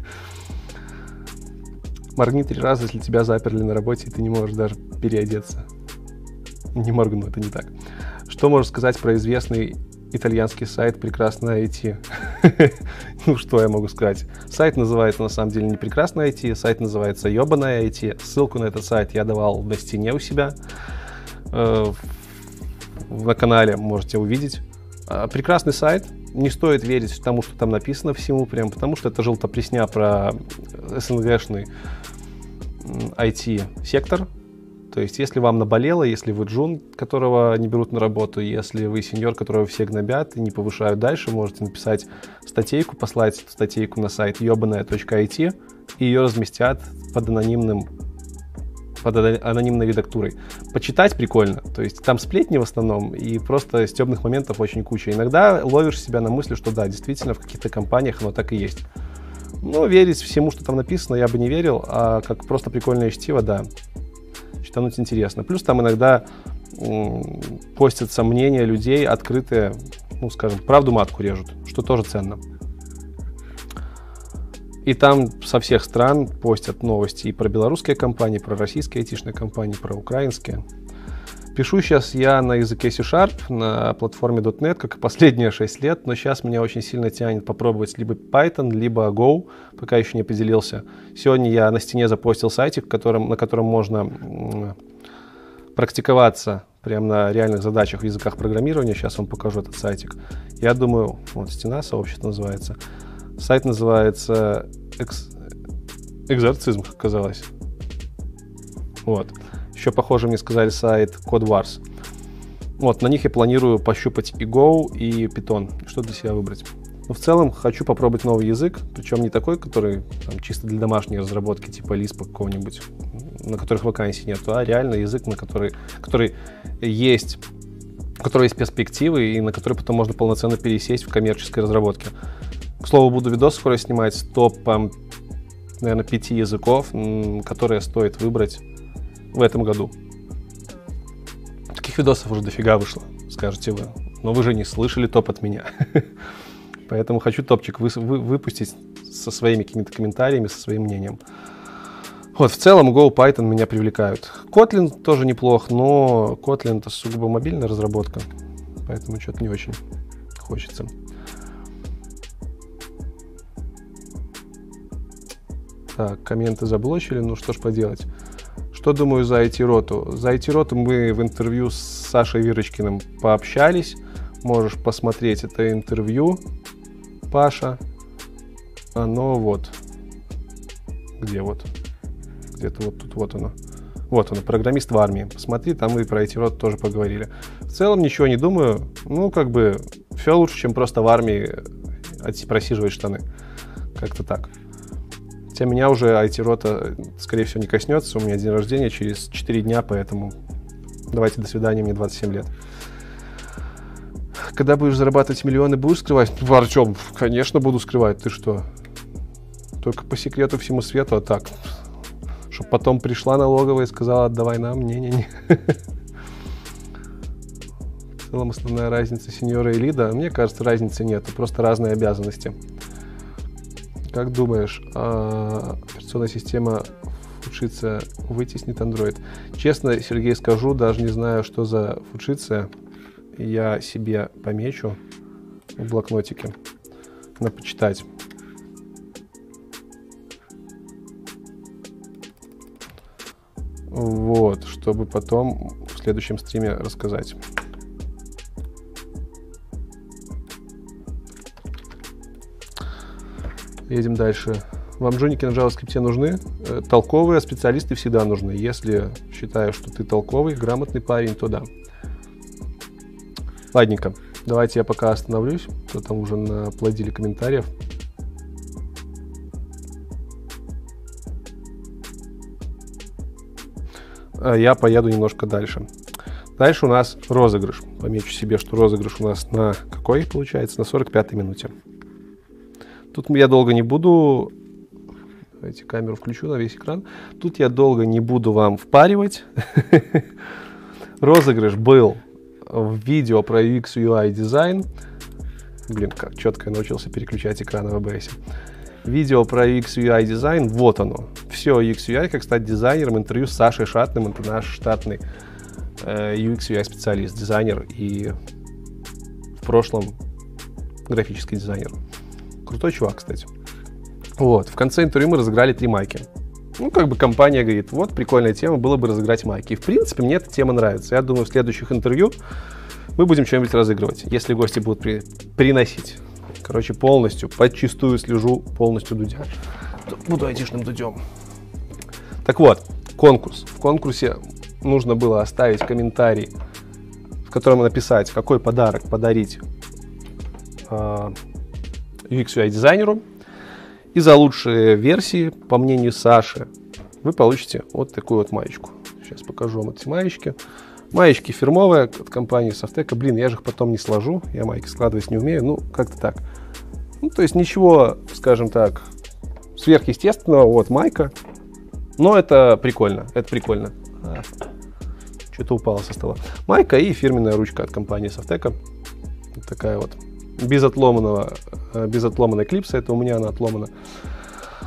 Моргни три раза, если тебя заперли на работе, и ты не можешь даже переодеться. Не моргну, это не так. Что можешь сказать про известный итальянский сайт «Прекрасное ай ти»? Ну, что я могу сказать? Сайт называется, на самом деле, не «Прекрасное ай ти», сайт называется «Ёбаное ай ти». Ссылку на этот сайт я давал на стене у себя. Э, на канале можете увидеть. Прекрасный сайт. Не стоит верить тому, что там написано всему, прям потому что это желтопресня про эс эн гэшный ай ти-сектор. То есть, если вам наболело, если вы джун, которого не берут на работу, если вы сеньор, которого все гнобят и не повышают дальше, можете написать статейку, послать эту статейку на сайт ёбаная точка ай ти, и ее разместят под анонимным, под анонимной редактурой. Почитать прикольно, то есть там сплетни в основном, и просто стебных моментов очень куча. Иногда ловишь себя на мысли, что да, действительно, в каких-то компаниях оно так и есть. Но верить всему, что там написано, я бы не верил, а как просто прикольное чтиво, да. Читануть интересно. Плюс там иногда м, постятся мнения людей открытые, ну, скажем, правду матку режут, что тоже ценно. И там со всевсех стран постят новости и про белорусские компании, про российские айтишные компании, про украинские. Пишу сейчас я на языке C-Sharp, на платформе .дот нет, как и последние шесть лет, но сейчас меня очень сильно тянет попробовать либо Python, либо Go, пока еще не определился. Сегодня я на стене запостил сайтик, которым, на котором можно практиковаться прямо на реальных задачах в языках программирования. Сейчас вам покажу этот сайтик. Я думаю, вот стена, сообщество называется. Сайт называется Экс... Экзорцизм, как казалось. Вот. Еще похоже, мне сказали, сайт CodeWars. Вот, на них я планирую пощупать и Go, и Python. Что для себя выбрать. Но в целом хочу попробовать новый язык, причем не такой, который там, чисто для домашней разработки, типа Lisp какого-нибудь, на которых вакансий нет, а реально язык, на который, который есть, у которого есть перспективы и на который потом можно полноценно пересесть в коммерческой разработке. К слову, буду видос скоро снимать с топом, наверное, пяти языков, которые стоит выбрать в этом году. Таких видосов уже дофига вышло, скажете вы. Но вы же не слышали топ от меня. Поэтому хочу топчик вы, вы, выпустить со своими какими-то комментариями, со своим мнением. Вот, в целом Go, Python меня привлекают. Kotlin тоже неплох, но Kotlin это сугубо мобильная разработка. Поэтому что-то не очень хочется. Так, комменты заблочили, ну что ж поделать. Что думаю за ай ти-роту? За ай ти-роту мы в интервью с Сашей Вирочкиным пообщались. Можешь посмотреть это интервью, Паша. Оно вот. Где вот? Где-то вот тут вот оно. Вот оно, программист в армии. Посмотри, там мы про ай ти-роту тоже поговорили. В целом ничего не думаю. Ну, как бы, все лучше, чем просто в армии просиживать штаны. Как-то так. Хотя меня уже ай ти-рота, скорее всего, не коснется. У меня день рождения через четыре дня, поэтому давайте до свидания, мне двадцать семь лет. Когда будешь зарабатывать миллионы, будешь скрывать? Ну, Артем, конечно, буду скрывать. Ты что? Только по секрету всему свету, а так. Чтоб потом пришла налоговая и сказала, отдавай нам. Не-не-не. В целом основная разница сеньора и лида. Мне кажется, разницы нет. Просто разные обязанности. Как думаешь, а операционная система Фудшица вытеснит Android? Честно, Сергей, скажу, даже не знаю, что за Фудшица. Я себе помечу в блокнотике. Надо почитать. Вот, чтобы потом в следующем стриме рассказать. Едем дальше. Вам джуники на JavaScript нужны? Толковые специалисты всегда нужны. Если считаю, что ты толковый, грамотный парень, то да. Ладненько. Давайте я пока остановлюсь. То там уже наплодили комментариев. А я поеду немножко дальше. Дальше у нас розыгрыш. Помечу себе, что розыгрыш у нас на какой получается? На сорок пятой минуте. Тут я долго не буду, давайте камеру включу на весь экран. Тут я долго не буду вам впаривать. Розыгрыш был в видео про ю экс ю ай дизайн. Блин, как четко я научился переключать экраны в эй би эс. Видео про ю экс ю ай дизайн, вот оно. Все ю экс ю ай, как стать дизайнером. Интервью с Сашей Шатным, это наш штатный э, ю экс ю ай специалист, дизайнер и в прошлом графический дизайнер. Крутой чувак, кстати. Вот, в конце интервью мы разыграли три майки. Ну, как бы компания говорит, вот, прикольная тема, было бы разыграть майки. И, в принципе, мне эта тема нравится. Я думаю, в следующих интервью мы будем что-нибудь разыгрывать, если гости будут при... приносить. Короче, полностью, подчистую слежу, полностью дудя. Буду айтишным дудем. Так вот, конкурс. В конкурсе нужно было оставить комментарий, в котором написать, какой подарок подарить э, ю экс ю ай дизайнеру. И за лучшие версии, по мнению Саши, вы получите вот такую вот маечку. Сейчас покажу вам эти маечки. Маечки фирмовые от компании Софтека. Блин, я же их потом не сложу. Я майки складывать не умею. Ну, как-то так. Ну, то есть ничего, скажем так, сверхъестественного. Вот майка. Но это прикольно. Это прикольно. А, что-то упало со стола. Майка и фирменная ручка от компании Софтека. Вот такая вот. Без отломанного, без отломанной клипса. Это у меня она отломана.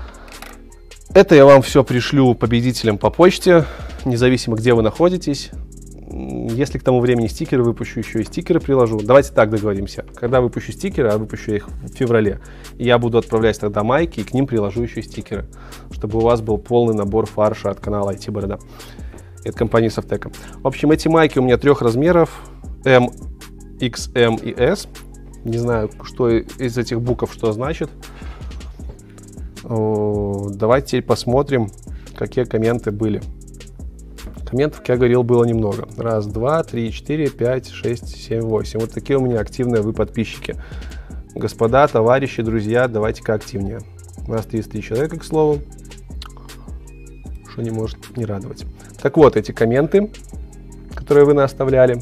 Это я вам все пришлю победителям по почте, независимо, где вы находитесь. Если к тому времени стикеры выпущу, еще и стикеры приложу. Давайте так договоримся. Когда выпущу стикеры, а выпущу я их в феврале, я буду отправлять тогда майки, и к ним приложу еще и стикеры, чтобы у вас был полный набор фарша от канала ай ти-Борода. Это компания Софтека. В общем, эти майки у меня трех размеров: М, Икс Эм и С. Не знаю, что из этих букв что значит. О, давайте теперь посмотрим, какие комменты были. Комментов, как я говорил, было немного. Раз, два, три, четыре, пять, шесть, семь, восемь. Вот такие у меня активные вы подписчики. Господа, товарищи, друзья, давайте-ка активнее. У нас тридцать три человека, к слову, что не может не радовать. Так вот, эти комменты, которые вы наоставляли.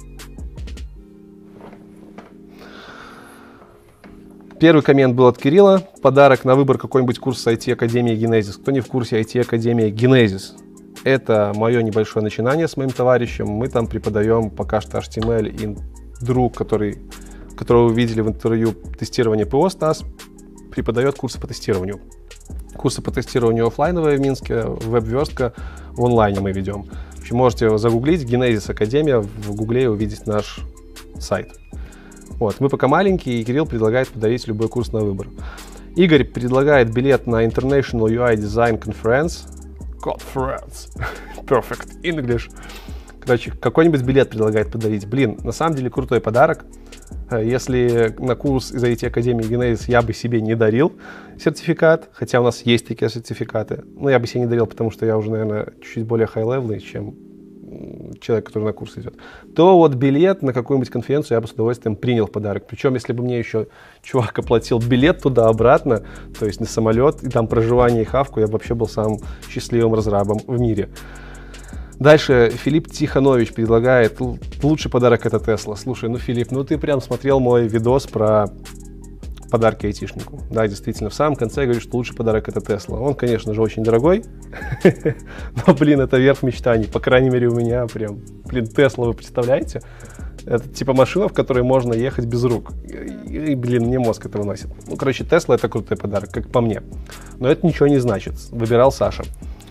Первый коммент был от Кирилла. Подарок на выбор какой-нибудь курс ай ти-академии Genesis. Кто не в курсе, ай ти-академия Genesis — это мое небольшое начинание с моим товарищем. Мы там преподаем пока что эйч ти эм эль, и друг, который, которого вы видели в интервью тестирования ПО, Стас, преподает курсы по тестированию. Курсы по тестированию офлайновые в Минске, веб-верстка в онлайне мы ведем. В общем, можете загуглить Genesis Академия, в гугле увидеть наш сайт. Вот, мы пока маленькие, и Кирилл предлагает подарить любой курс на выбор. Игорь предлагает билет на International ю ай Design Conference. Conference. Perfect English. Короче, какой-нибудь билет предлагает подарить. Блин, на самом деле крутой подарок. Если на курс из ай ти-академии Genesis я бы себе не дарил сертификат, хотя у нас есть такие сертификаты, но я бы себе не дарил, потому что я уже, наверное, чуть более хай-левелый, чем человек, который на курс идет, то вот билет на какую-нибудь конференцию я бы с удовольствием принял в подарок. Причем, если бы мне еще чувак оплатил билет туда-обратно, то есть на самолет, и там проживание и хавку, я бы вообще был самым счастливым разрабом в мире. Дальше Филипп Тиханович предлагает: лучший подарок — это Тесла. Слушай, ну, Филипп, ну ты прям смотрел мой видос про подарки айтишнику. Да, действительно, в самом конце я говорю, что лучший подарок — это Тесла. Он, конечно же, очень дорогой, но, блин, это верх мечтаний. По крайней мере, у меня прям, блин, Тесла, вы представляете? Это типа машина, в которой можно ехать без рук. И, блин, мне мозг это выносит. Ну, короче, Тесла — это крутой подарок, как по мне. Но это ничего не значит. Выбирал Саша.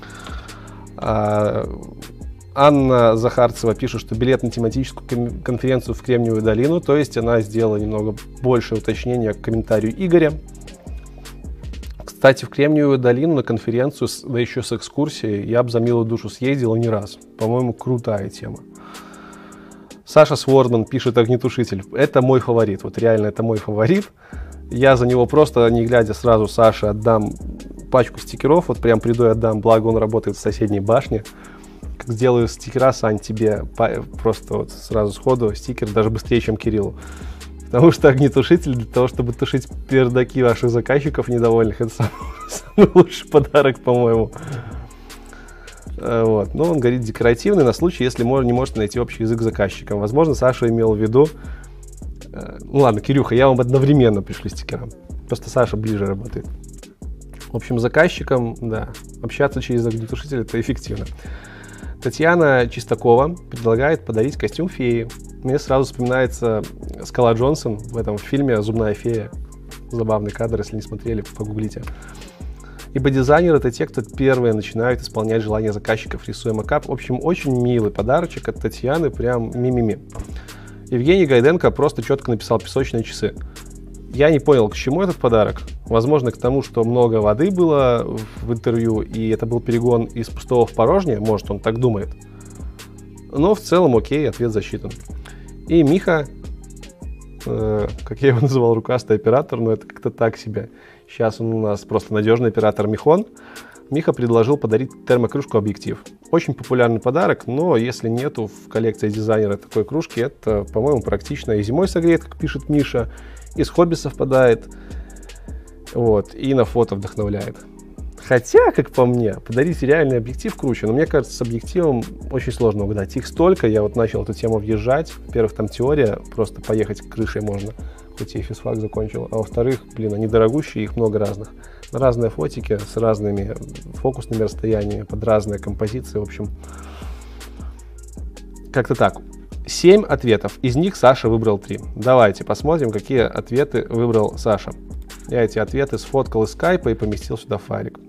А, Анна Захарцева пишет, что билет на тематическую конференцию в Кремниевую долину, то есть она сделала немного больше уточнения к комментарию Игоря. Кстати, в Кремниевую долину на конференцию, да еще с экскурсией, я бы за милую душу съездил не раз. По-моему, крутая тема. Саша Свордман пишет: огнетушитель. Это мой фаворит, вот реально это мой фаворит. Я за него просто, не глядя, сразу Саше отдам пачку стикеров, вот прям приду и отдам, благо он работает в соседней башне. Как сделаю стикера, Сань, тебе просто вот сразу сходу стикер даже быстрее, чем Кириллу. Потому что огнетушитель для того, чтобы тушить пердаки ваших заказчиков недовольных, это самый, самый лучший подарок, по-моему. Вот. Но он говорит декоративный на случай, если не можете найти общий язык с заказчиком. Возможно, Саша имел в виду... Ну ладно, Кирюха, я вам одновременно пришлю стикера. Просто Саша ближе работает. В общем, с заказчиком, да, общаться через огнетушитель — это эффективно. Татьяна Чистакова предлагает подарить костюм феи. Мне сразу вспоминается Скала Джонсон в этом фильме «Зубная фея». Забавный кадр, если не смотрели, погуглите. Ибо дизайнеры — это те, кто первые начинают исполнять желания заказчиков, рисуя макап. В общем, очень милый подарочек от Татьяны, прям ми-ми-ми. Евгений Гайденко просто четко написал «песочные часы». Я не понял, к чему этот подарок. Возможно, к тому, что много воды было в интервью, и это был перегон из пустого в порожнее. Может, он так думает. Но в целом, окей, ответ засчитан. И Миха, э, как я его называл, рукастый оператор, но это как-то так себе. Сейчас он у нас просто надежный оператор Михон. Миха предложил подарить термокружку-объектив. Очень популярный подарок, но если нету в коллекции дизайнера такой кружки, это, по-моему, практично. И зимой согреет, как пишет Миша, и с хобби совпадает, вот, и на фото вдохновляет. Хотя, как по мне, подарить реальный объектив круче, но мне кажется, с объективом очень сложно угадать. Их столько, я вот начал эту тему въезжать. Во-первых, там теория, просто поехать крышей можно, хоть и физфак закончил. А во-вторых, блин, они дорогущие, их много разных. Разные фотики с разными фокусными расстояниями, под разные композиции, в общем. Как-то так. Семь ответов. Из них Саша выбрал три. Давайте посмотрим, какие ответы выбрал Саша. Я эти ответы сфоткал из скайпа и поместил сюда в файлик.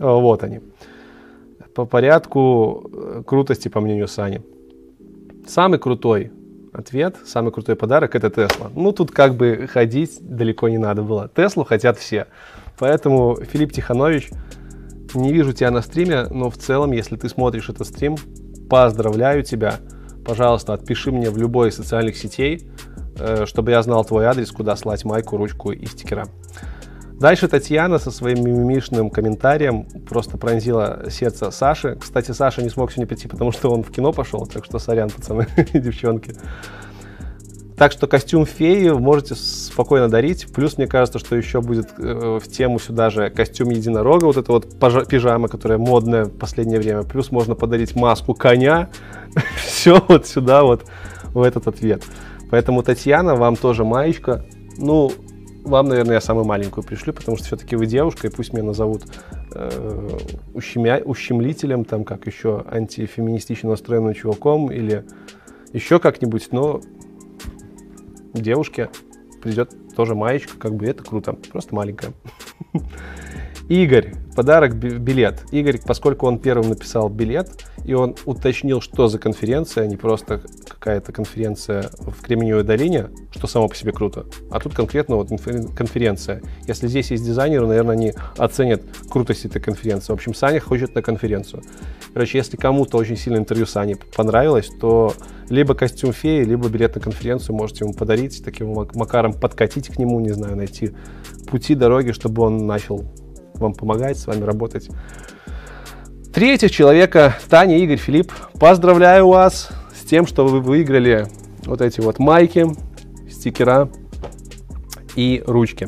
Вот они. По порядку крутости, по мнению Сани. Самый крутой ответ, самый крутой подарок — это Тесла. Ну, тут как бы ходить далеко не надо было. Теслу хотят все. Поэтому, Филипп Тиханович, не вижу тебя на стриме, но в целом, если ты смотришь этот стрим, поздравляю тебя. Пожалуйста, отпиши мне в любой из социальных сетей, чтобы я знал твой адрес, куда слать майку, ручку и стикера. Дальше Татьяна со своим мимимишным комментарием просто пронзила сердце Саши. Кстати, Саша не смог сегодня прийти, потому что он в кино пошел, так что сорян, пацаны и девчонки. Так что костюм феи можете спокойно дарить. Плюс, мне кажется, что еще будет э, в тему сюда же костюм единорога, вот эта вот пижама, которая модная в последнее время. Плюс можно подарить маску коня. Все вот сюда вот, в этот ответ. Поэтому, Татьяна, вам тоже маечка. Ну, вам, наверное, я самую маленькую пришлю, потому что все-таки вы девушка, и пусть меня назовут э, ущемя, ущемлителем, там, как еще антифеминистично настроенным чуваком или еще как-нибудь, но девушке придет тоже маечка, как бы это круто, просто маленькая. Игорь, подарок, билет. Игорь, поскольку он первым написал билет, и он уточнил, что за конференция, а не просто какая-то конференция в Кремниевой долине, что само по себе круто, а тут конкретно вот конференция. Если здесь есть дизайнеры, наверное, они оценят крутость этой конференции. В общем, Саня хочет на конференцию. Короче, если кому-то очень сильно интервью Сани понравилось, то либо костюм феи, либо билет на конференцию можете ему подарить, таким макаром подкатить к нему, не знаю, найти пути, дороги, чтобы он начал вам помогать, с вами работать. Третьих человека, Таня, Игорь, Филипп, поздравляю вас с тем, что вы выиграли вот эти вот майки, стикера и ручки.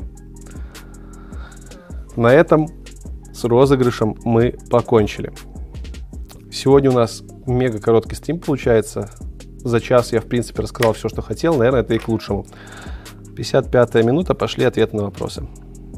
На этом с розыгрышем мы покончили. Сегодня у нас мега короткий стрим получается. За час я, в принципе, рассказал все, что хотел. Наверное, это и к лучшему. пятьдесят пятая минута, пошли ответы на вопросы.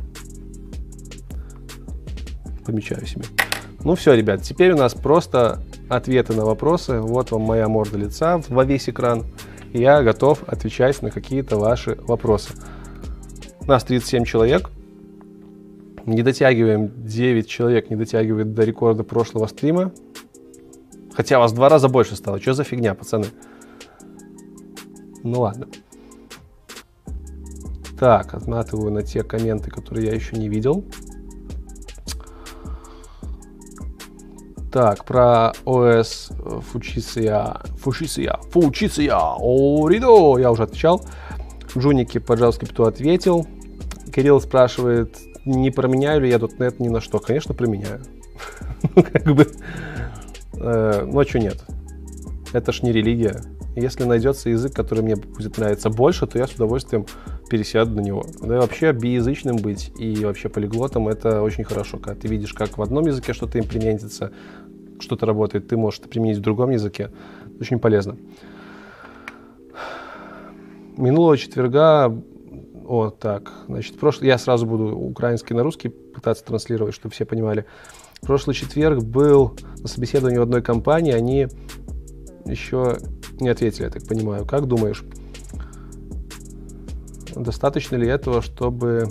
Помечаю себе. Ну все, ребят, теперь у нас просто ответы на вопросы. Вот вам моя морда лица во весь экран. И я готов отвечать на какие-то ваши вопросы. У нас тридцать семь человек. Не дотягиваем, девять человек не дотягивает до рекорда прошлого стрима. Хотя вас в два раза больше стало. Что за фигня, пацаны? Ну ладно. Так, отматываю на те комменты, которые я еще не видел. Так, про ОС Фучисия, Фучисия, Фучисия, Оридо, я уже отвечал. Джуники по JavaScript ответил. Кирилл спрашивает, не променяю ли я .дот нет ни на что. Конечно, променяю. Как бы, ну а что нет? Это ж не религия. Если найдется язык, который мне будет нравиться больше, то я с удовольствием пересяду на него. Да и вообще биязычным быть и вообще полиглотом — это очень хорошо. Когда ты видишь, как в одном языке что-то имплементится, что-то работает, ты можешь это применить в другом языке. Очень полезно. Минулого четверга... О, так, значит, прошлый... я сразу буду украинский на русский пытаться транслировать, чтобы все понимали. Прошлый четверг был на собеседовании в одной компании, они еще не ответили, я так понимаю. Как думаешь, достаточно ли этого, чтобы...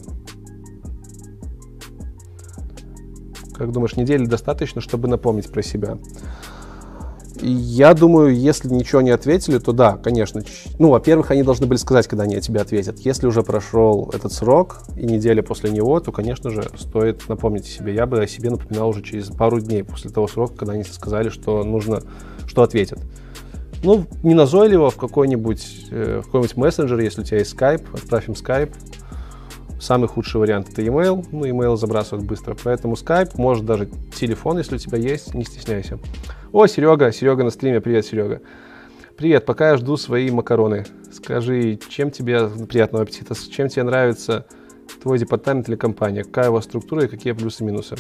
Как думаешь, недели достаточно, чтобы напомнить про себя? И я думаю, если ничего не ответили, то да, конечно. Ну, во-первых, они должны были сказать, когда они тебе ответят. Если уже прошел этот срок и неделя после него, то, конечно же, стоит напомнить о себе. Я бы о себе напоминал уже через пару дней после того срока, когда они сказали, что нужно, что ответят. Ну, не назойливо, в какой-нибудь, э, в какой-нибудь мессенджер, если у тебя есть Skype, отправь им Skype. Самый худший вариант — это email. Ну, email забрасывают быстро. Поэтому Skype, может даже телефон, если у тебя есть, не стесняйся. О, Серега, Серега на стриме. Привет, Серега. Привет, пока я жду свои макароны. Скажи, чем тебе, приятного аппетита, чем тебе нравится твой департамент или компания? Какая у вас структура и какие плюсы и минусы?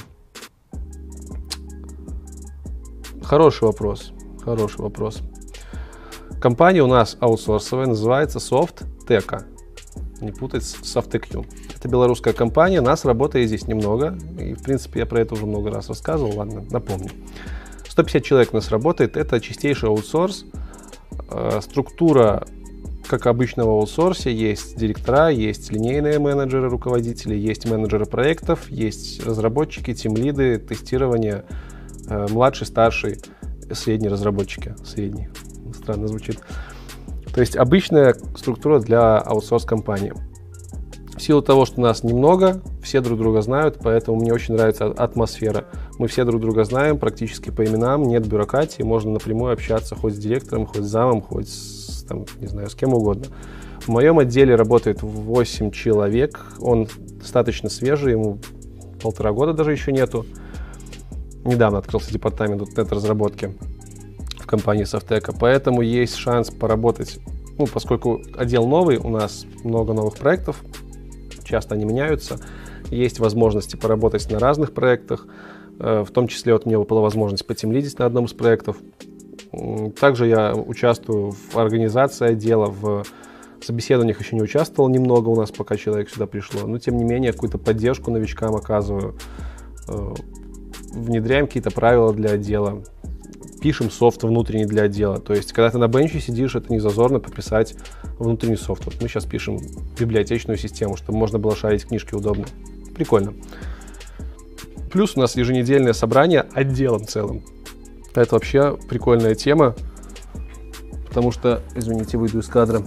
Хороший вопрос. Хороший вопрос. Компания у нас аутсорсовая, называется Softeq. Не путать с Softeq. Это белорусская компания, нас работает здесь немного. И, в принципе, я про это уже много раз рассказывал. Ладно, напомню. сто пятьдесят человек у нас работает. Это чистейший аутсорс. Структура как обычно в аутсорсе, есть директора, есть линейные менеджеры, руководители, есть менеджеры проектов, есть разработчики, тимлиды, тестирование, младший, старший, средние разработчики. Средний. Странно звучит. То есть обычная структура для аутсорс-компании. В силу того, что нас немного, все друг друга знают, поэтому мне очень нравится атмосфера. Мы все друг друга знаем практически по именам, нет бюрократии, можно напрямую общаться хоть с директором, хоть с замом, хоть с, там, не знаю, с кем угодно. В моем отделе работает восемь человек, он достаточно свежий, ему полтора года даже еще нету. Недавно открылся департамент .дот нет разработки в компании Софтека, поэтому есть шанс поработать, ну, поскольку отдел новый, у нас много новых проектов, часто они меняются, есть возможности поработать на разных проектах, в том числе вот у меня была возможность потимлидить на одном из проектов. Также я участвую в организации отдела, в собеседованиях еще не участвовал немного у нас, пока человек сюда пришло, но тем не менее какую-то поддержку новичкам оказываю, внедряем какие-то правила для отдела, пишем софт внутренний для отдела. То есть, когда ты на бенче сидишь, это не зазорно пописать внутренний софт. Вот мы сейчас пишем библиотечную систему, чтобы можно было шарить книжки удобно. Прикольно. Плюс у нас еженедельное собрание отделом целым. Это вообще прикольная тема, потому что, извините, выйду из кадра.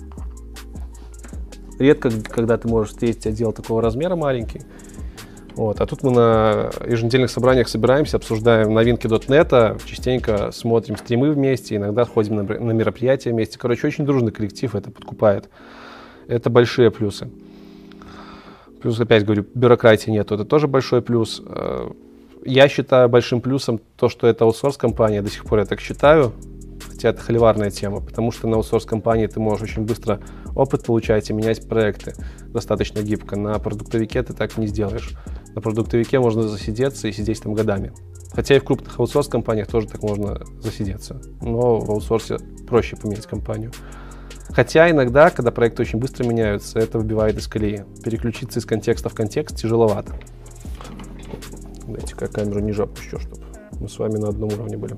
Редко, когда ты можешь встретить отдел такого размера маленький. Вот. А тут мы на еженедельных собраниях собираемся, обсуждаем новинки .дот нет, частенько смотрим стримы вместе, иногда ходим на, на мероприятия вместе. Короче, очень дружный коллектив, это подкупает. Это большие плюсы. Плюс, опять говорю, бюрократии нету, это тоже большой плюс. Я считаю большим плюсом то, что это аутсорс-компания, до сих пор я так считаю, хотя это холиварная тема, потому что на аутсорс-компании ты можешь очень быстро опыт получать и менять проекты достаточно гибко. На продуктовике ты так не сделаешь. На продуктовике можно засидеться и сидеть там годами. Хотя и в крупных аутсорс-компаниях тоже так можно засидеться. Но в аутсорсе проще поменять компанию. Хотя иногда, когда проекты очень быстро меняются, это выбивает из колеи. Переключиться из контекста в контекст тяжеловато. Дайте-ка камеру ниже опущу, чтобы мы с вами на одном уровне были.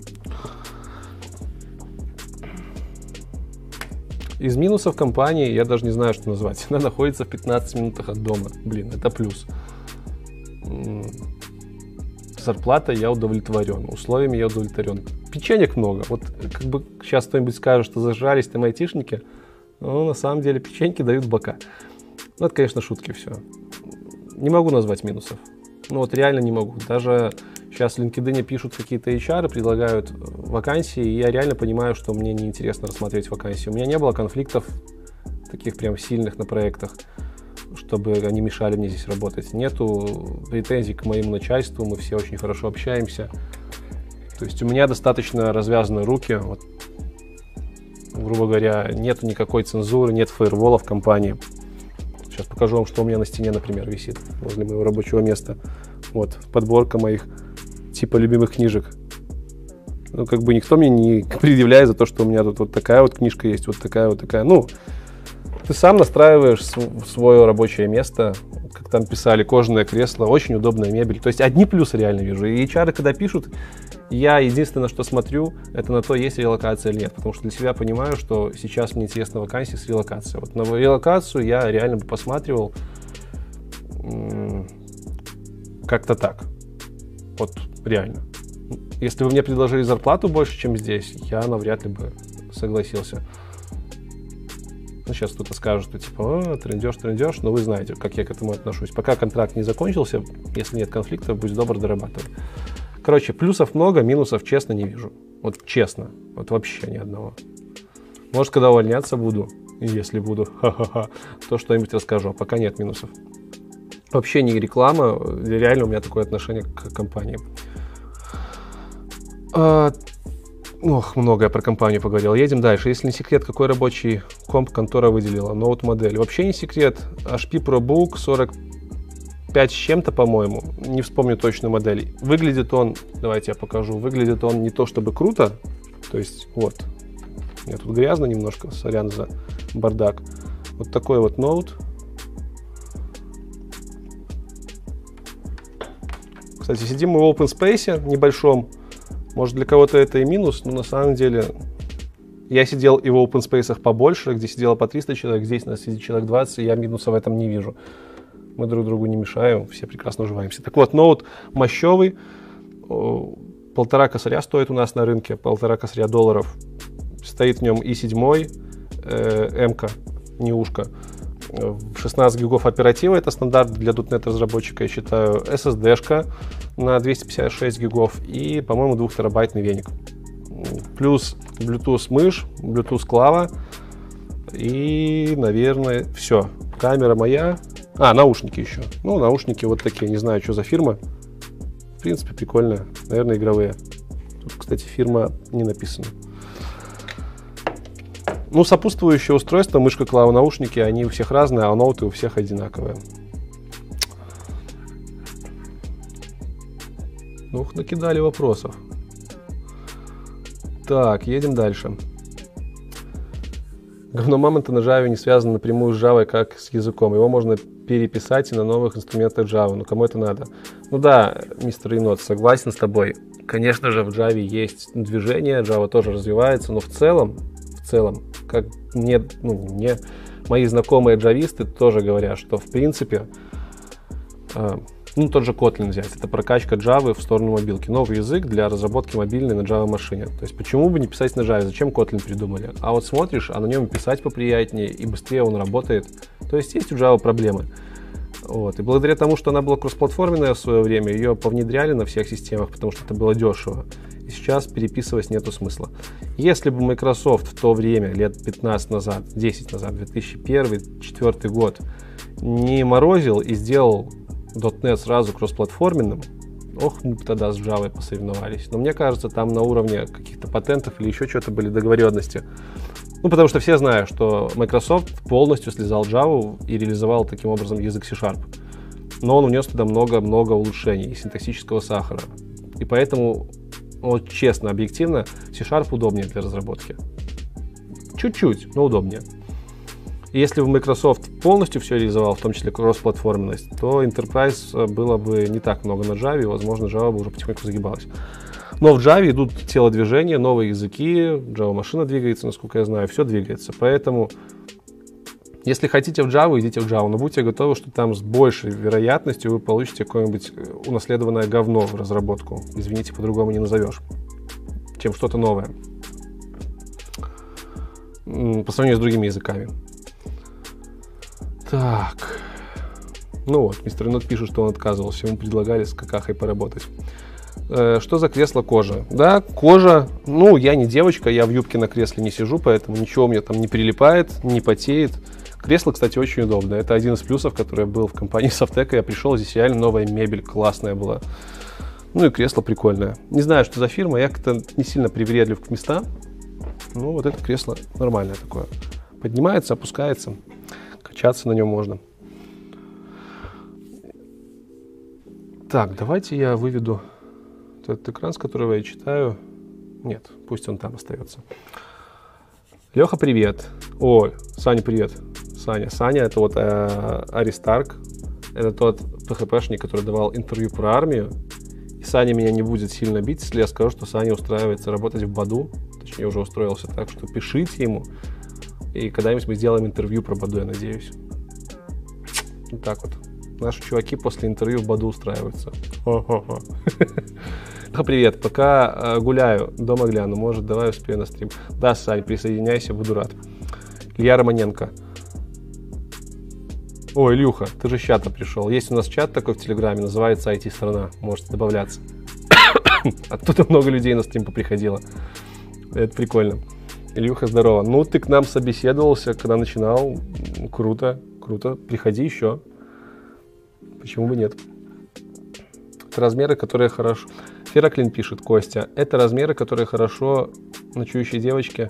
Из минусов компании я даже не знаю, что назвать. Она находится в пятнадцати минутах от дома. Блин, это плюс. Зарплатой я удовлетворен, условиями я удовлетворен. Печенек много. Вот как бы сейчас кто-нибудь скажет, что зажрались там айтишники, но на самом деле печеньки дают бока. Ну, это, конечно, шутки все. Не могу назвать минусов. Ну вот реально не могу. Даже сейчас в LinkedIn пишут какие-то эйч ар, предлагают вакансии, и я реально понимаю, что мне неинтересно рассматривать вакансии. У меня не было конфликтов таких прям сильных на проектах, чтобы они мешали мне здесь работать. Нету претензий к моему начальству, мы все очень хорошо общаемся. То есть у меня достаточно развязаны руки. Вот, грубо говоря, нету никакой цензуры, нет фаервола в компании. Сейчас покажу вам, что у меня на стене, например, висит возле моего рабочего места. Вот, подборка моих типа любимых книжек. Ну, как бы никто мне не предъявляет за то, что у меня тут вот такая вот книжка есть, вот такая вот такая. Ну, ты сам настраиваешь свое рабочее место, как там писали, кожаное кресло, очень удобная мебель. То есть одни плюсы реально вижу. И эйч ар, когда пишут, я единственное, что смотрю, это на то, есть релокация или нет. Потому что для себя понимаю, что сейчас мне интересна вакансия с релокацией. Вот на релокацию я реально бы посматривал как-то так. Вот реально. Если бы мне предложили зарплату больше, чем здесь, я навряд ли бы согласился. Ну, сейчас кто-то скажет, что типа, трындеж, трындеж, но вы знаете, как я к этому отношусь. Пока контракт не закончился, если нет конфликта, будь добр, дорабатывай. Короче, плюсов много, минусов, честно, не вижу. Вот честно, вот вообще ни одного. Может, когда увольняться буду, если буду, ха-ха-ха, то что-нибудь расскажу, а пока нет минусов. Вообще не реклама, реально у меня такое отношение к компании. А, ох, много я про компанию поговорил. Едем дальше. Если не секрет, какой рабочий комп контора выделила? Ноут-модель. Вообще не секрет. эйч пи ProBook сорок пять с чем-то, по-моему. Не вспомню точную модель. Выглядит он, давайте я покажу, выглядит он не то чтобы круто. То есть, вот. У меня тут грязно немножко, сорян за бардак. Вот такой вот ноут. Кстати, сидим мы в open space небольшом. Может, для кого-то это и минус, но на самом деле Я сидел и в open space побольше, где сидело по триста человек, здесь нас сидит человек двадцать, и я минуса в этом не вижу. Мы друг другу не мешаем, все прекрасно уживаемся. Так вот, ноут мощевый, полтора косаря стоит у нас на рынке, полтора косаря долларов. Стоит в нем и седьмой, э, М-ка, не ушка. шестнадцать гигов оператива, это стандарт для .дот нет разработчика, я считаю. эс эс ди-шка на двести пятьдесят шесть гигов и, по-моему, двухтерабайтный веник. Плюс Bluetooth мышь, Bluetooth клава и, наверное, все. Камера моя. А, наушники еще. Ну, наушники вот такие, не знаю, что за фирма. В принципе, прикольная. Наверное, игровые. Тут, кстати, фирма не написана. Ну, сопутствующее устройство, мышка, клава, наушники, они у всех разные, а ноуты у всех одинаковые. Ну, накидали вопросов. Так, едем дальше. Говно Мамонта на Java не связано напрямую с Java, как с языком. Его можно переписать и на новых инструментах Java. Ну, кому это надо? Ну да, мистер Енот, согласен с тобой. Конечно же, в Java есть движение, Java тоже развивается, но в целом, в целом, как мне, ну, мне мои знакомые джависты тоже говорят, что в принципе, э, ну, тот же Kotlin взять, это прокачка Java в сторону мобилки. Новый язык для разработки мобильной на Java машине. То есть почему бы не писать на Java? Зачем Kotlin придумали? А вот смотришь, а на нем писать поприятнее и быстрее он работает. То есть есть у Java проблемы. Вот. И благодаря тому, что она была кроссплатформенная в свое время, ее повнедряли на всех системах, потому что это было дешево. И сейчас переписывать нету смысла. Если бы Microsoft в то время, лет пятнадцать назад, десять назад, две тысячи первый — две тысячи четвёртый год, не морозил и сделал .дот нет сразу кроссплатформенным, ох, мы бы тогда с Java посоревновались. Но мне кажется, там на уровне каких-то патентов или еще что-то были договоренности. Ну, потому что все знают, что Microsoft полностью слезал Java и реализовал таким образом язык C-Sharp. Но он внес туда много-много улучшений и синтаксического сахара. И поэтому, вот честно, объективно, C-Sharp удобнее для разработки. Чуть-чуть, но удобнее. И если бы Microsoft полностью все реализовал, в том числе кроссплатформенность, то Enterprise было бы не так много на Java, и, возможно, Java бы уже потихоньку загибалась. Но в Java идут телодвижения, новые языки, Java-машина двигается, насколько я знаю, все двигается. Поэтому, если хотите в Java, идите в Java, но будьте готовы, что там с большей вероятностью вы получите какое-нибудь унаследованное говно в разработку. Извините, по-другому не назовешь, чем что-то новое. По сравнению с другими языками. Так. Ну вот, мистер Нот пишет, что он отказывался. Ему предлагали с какахой поработать. Э, что за кресло кожа? Да, кожа. Ну, я не девочка, я в юбке на кресле не сижу, поэтому ничего мне там не прилипает, не потеет. Кресло, кстати, очень удобно. Это один из плюсов, который был в компании Softtek. Я пришел, здесь реально новая мебель, классная была. Ну и кресло прикольное. Не знаю, что за фирма, я как-то не сильно привередлив к местам. Ну, вот это кресло нормальное такое. Поднимается, опускается. Качаться на нем можно. Так, давайте я выведу этот экран, с которого я читаю. Нет, пусть он там остается. Леха, привет. Ой, Саня, привет. Саня. Саня, это вот э, Аристарк. Это тот пэ хэ пэ-шник, который давал интервью про армию. И Саня меня не будет сильно бить, если я скажу, что Саня устраивается работать в Баду. Точнее, уже устроился, так что пишите ему. И когда-нибудь мы сделаем интервью про Баду, я надеюсь. Вот так вот. Наши чуваки после интервью в Баду устраиваются. Хо-хо-хо. Привет, пока гуляю, дома гляну. Может, давай успею на стрим. Да, Сань, присоединяйся, буду рад. Илья Романенко. Ой, Илюха, ты же с чата пришел. Есть у нас чат такой в Телеграме, называется ай ти-страна. Можете добавляться. Оттуда много людей на стрим поприходило. Это прикольно. Илюха, здорово. Ну, ты к нам собеседовался, когда начинал. Круто, круто. Приходи еще. Почему бы нет? Это размеры, которые хорошо... Фераклин пишет, Костя. Это размеры, которые хорошо ночующей девочке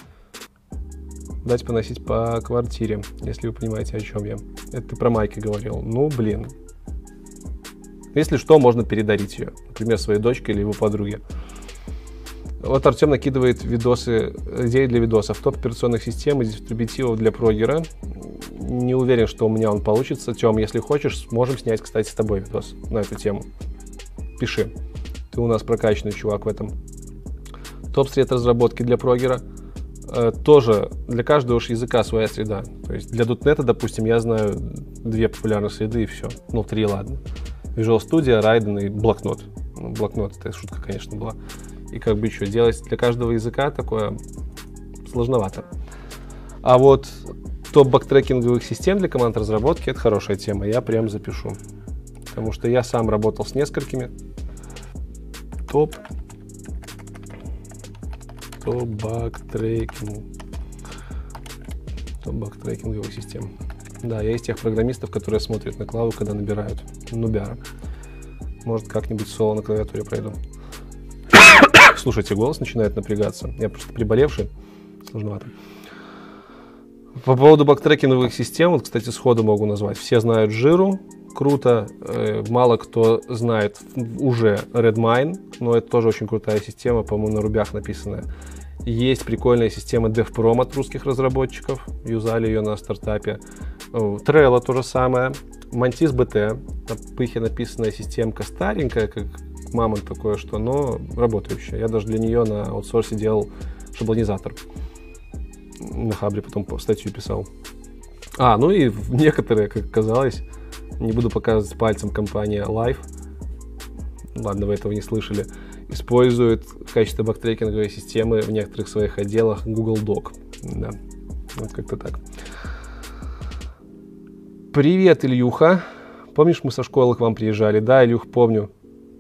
дать поносить по квартире, если вы понимаете, о чем я. Это ты про майки говорил. Ну, блин. Если что, можно передарить ее. Например, своей дочке или его подруге. Вот Артем накидывает видосы, идеи для видосов. Топ операционных систем и дистрибутивов для прогера. Не уверен, что у меня он получится. Тем, если хочешь, сможем снять, кстати, с тобой видос на эту тему. Пиши. Ты у нас прокачанный чувак в этом. Топ сред разработки для прогера. э, тоже для каждого уж языка своя среда. То есть для .дот нет, допустим, я знаю две популярных среды и все. Ну, три, ладно. Visual Studio, Raiden и блокнот. Ну, блокнот, это шутка, конечно, была. И как бы что, делать для каждого языка такое сложновато. А вот топ бэктрекинговых систем для команд разработки — это хорошая тема, я прям запишу. Потому что я сам работал с несколькими. Топ топ бэктрекинг топ бэктрекинговых систем. Да, я из тех программистов, которые смотрят на клаву, когда набирают нубяра. Может, как-нибудь соло на клавиатуре пройду. Слушайте, голос начинает напрягаться. Я просто приболевший. Сложновато. По поводу бэктрекинговых систем, вот, кстати, сходу могу назвать. Все знают Jira, круто. Э, мало кто знает уже Redmine, но это тоже очень крутая система, по-моему, на рубях написанная. Есть прикольная система DevProm от русских разработчиков. Юзали ее на стартапе. Trello то же самое. Mantis би ти. На пыхе написанная системка старенькая, как мамонт такое что, но работающая. Я даже для нее на аутсорсе делал шаблонизатор. На Хабре потом статью писал. А, ну и некоторые, как оказалось, не буду показывать пальцем, компания Live, ладно, вы этого не слышали, использует в качестве бэктрекинговой системы в некоторых своих отделах Google Doc. Да, вот как-то так. Привет, Ильюха. Помнишь, мы со школы к вам приезжали? Да, Илюх, помню.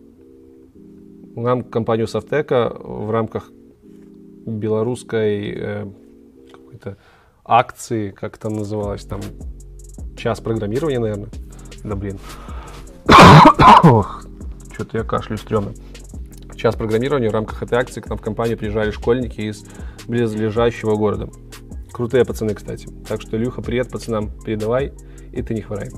Нам компанию Софтека в рамках белорусской э, какой-то акции, как там называлось, там час программирования, наверное. Да блин. Ох, что-то я кашлю стрёмно. Час программирования в рамках этой акции к нам в компанию приезжали школьники из близлежащего города. Крутые пацаны, кстати. Так что, Илюха, привет пацанам, передавай, и ты не хворай.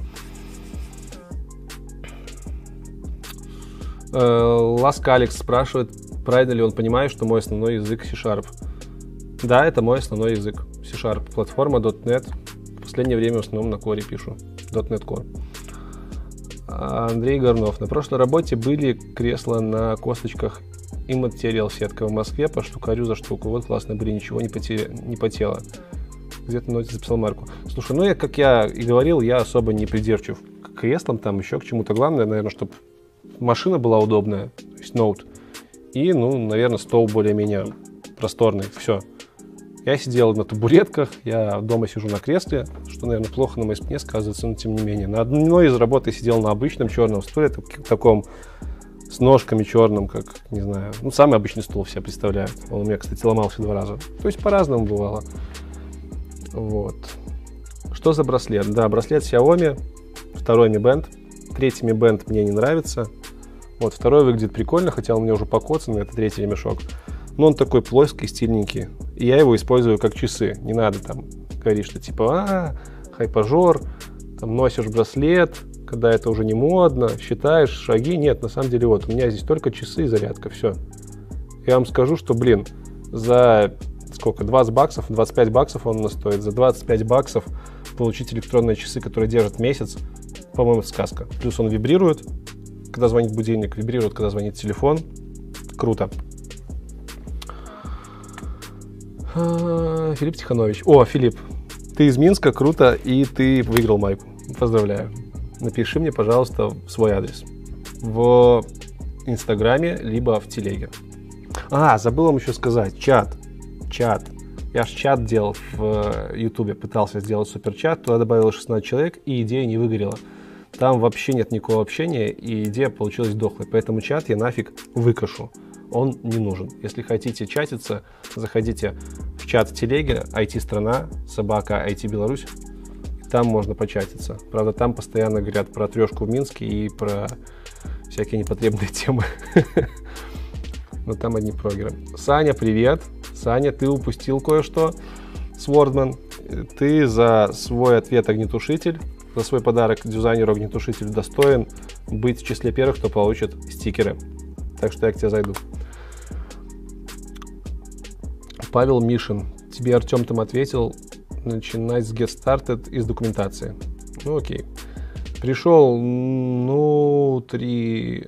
Ласка Алекс спрашивает, правильно ли он понимает, что мой основной язык C-Sharp. Да, это мой основной язык. C-Sharp. Платформа .дот нет. В последнее время в основном на коре пишу. .дот нет Core. Андрей Горнов. На прошлой работе были кресла на косточках и материал сетка в Москве по штукарю за штуку. Вот классно были, ничего не, поте... не потело. Где-то на ноте записал марку. Слушай, ну я, как я и говорил, я особо не придирчив к креслам, там еще к чему-то. Главное, наверное, чтобы машина была удобная, то есть ноут. И, ну, наверное, стол более-менее просторный. Все. Я сидел на табуретках, я дома сижу на кресле, что, наверное, плохо на моей спине сказывается, но тем не менее. На одной из работ я сидел на обычном черном стуле, таком с ножками черным, как, не знаю, ну, самый обычный стул все представляют. Он у меня, кстати, ломался два раза. То есть по-разному бывало. Вот. Что за браслет? Да, браслет Xiaomi, второй Mi Band. Третий Mi Band мне не нравится. Вот, второй выглядит прикольно, хотя он у меня уже покоцанный, это третий ремешок. Но он такой плоский, стильненький. И я его использую как часы. Не надо там говорить, что типа, а, хайпажор, там носишь браслет, когда это уже не модно, считаешь шаги. Нет, на самом деле вот, у меня здесь только часы и зарядка, все. Я вам скажу, что, блин, за сколько, двадцать баксов, двадцать пять баксов он у нас стоит. За двадцать пять баксов получить электронные часы, которые держат месяц, по-моему, сказка. Плюс он вибрирует, когда звонит будильник, вибрирует, когда звонит телефон. Круто. Филипп Тиханович. О, Филипп, ты из Минска, круто, и ты выиграл майку. Поздравляю. Напиши мне, пожалуйста, свой адрес в Инстаграме, либо в Телеге. А, забыл вам еще сказать, чат. Чат. Я же чат делал в Ютубе, пытался сделать суперчат, туда добавил шестнадцать человек, и идея не выгорела. Там вообще нет никакого общения, и идея получилась дохлой. Поэтому чат я нафиг выкашу. Он не нужен. Если хотите чатиться, заходите в чат телеги ай ти-страна, собака ай ти Беларусь. Там можно початиться. Правда, там постоянно говорят про трешку в Минске и про всякие непотребные темы. Но там одни прогеры. Саня, привет. Саня, ты упустил кое-что. Swordman, ты за свой ответ огнетушитель, за свой подарок дизайнеру огнетушитель достоин быть в числе первых, кто получит стикеры. Так что я к тебе зайду. Павел Мишин. Тебе Артем там ответил, начинать с get started из документации. Ну окей. Пришел, ну, три...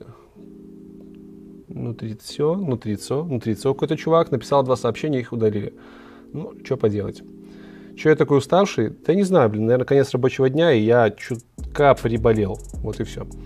Ну, тридцать, ну, тридцать, ну, тридцать какой-то чувак, написал два сообщения, их удалили. Ну, что поделать. Че я такой уставший? Да не знаю, блин, наверное, конец рабочего дня, и я чутка приболел. Вот и все.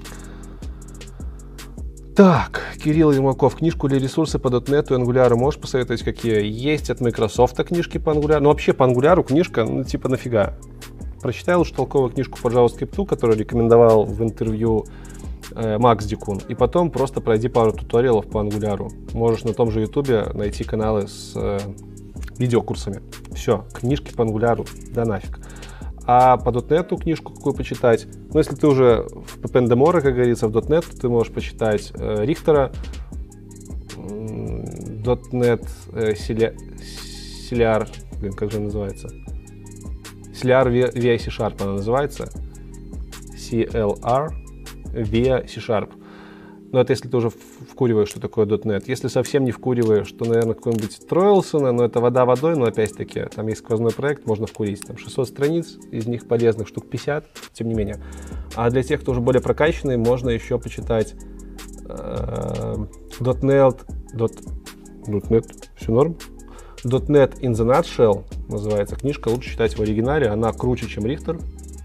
Так, Кирилл Ермаков, книжку или ресурсы по .дот нет и Angular можешь посоветовать, какие? Есть от Microsoft книжки по Angular. Ну, вообще по Angular книжка, ну, типа нафига. Прочитай лучше толковую книжку по JavaScript, которую рекомендовал в интервью э, Макс Дикун. И потом просто пройди пару туториалов по Angular. Можешь на том же YouTube найти каналы с э, видеокурсами. Все, книжки по Angular, да нафиг. А по .дот нет книжку какую почитать? Ну, если ты уже в Пепендеморе, как говорится, в .дот нет, ты можешь почитать э, Рихтера, .дот нет э, Ciliar, блин, как же называется? Ciliar via C-Sharp она называется. си эл ар via C-Sharp. Но это если ты уже вкуриваешь, что такое .дот нет. Если совсем не вкуриваешь, то, наверное, какой-нибудь Троилсона, но это вода водой, но опять-таки, там есть сквозной проект, можно вкурить. Там шестьсот страниц, из них полезных штук пятьдесят, тем не менее. А для тех, кто уже более прокачанный, можно еще почитать э, .дот нет, .дот нет, все норм? .дот нет in the nutshell называется книжка, лучше читать в оригинале, она круче, чем Рихтер.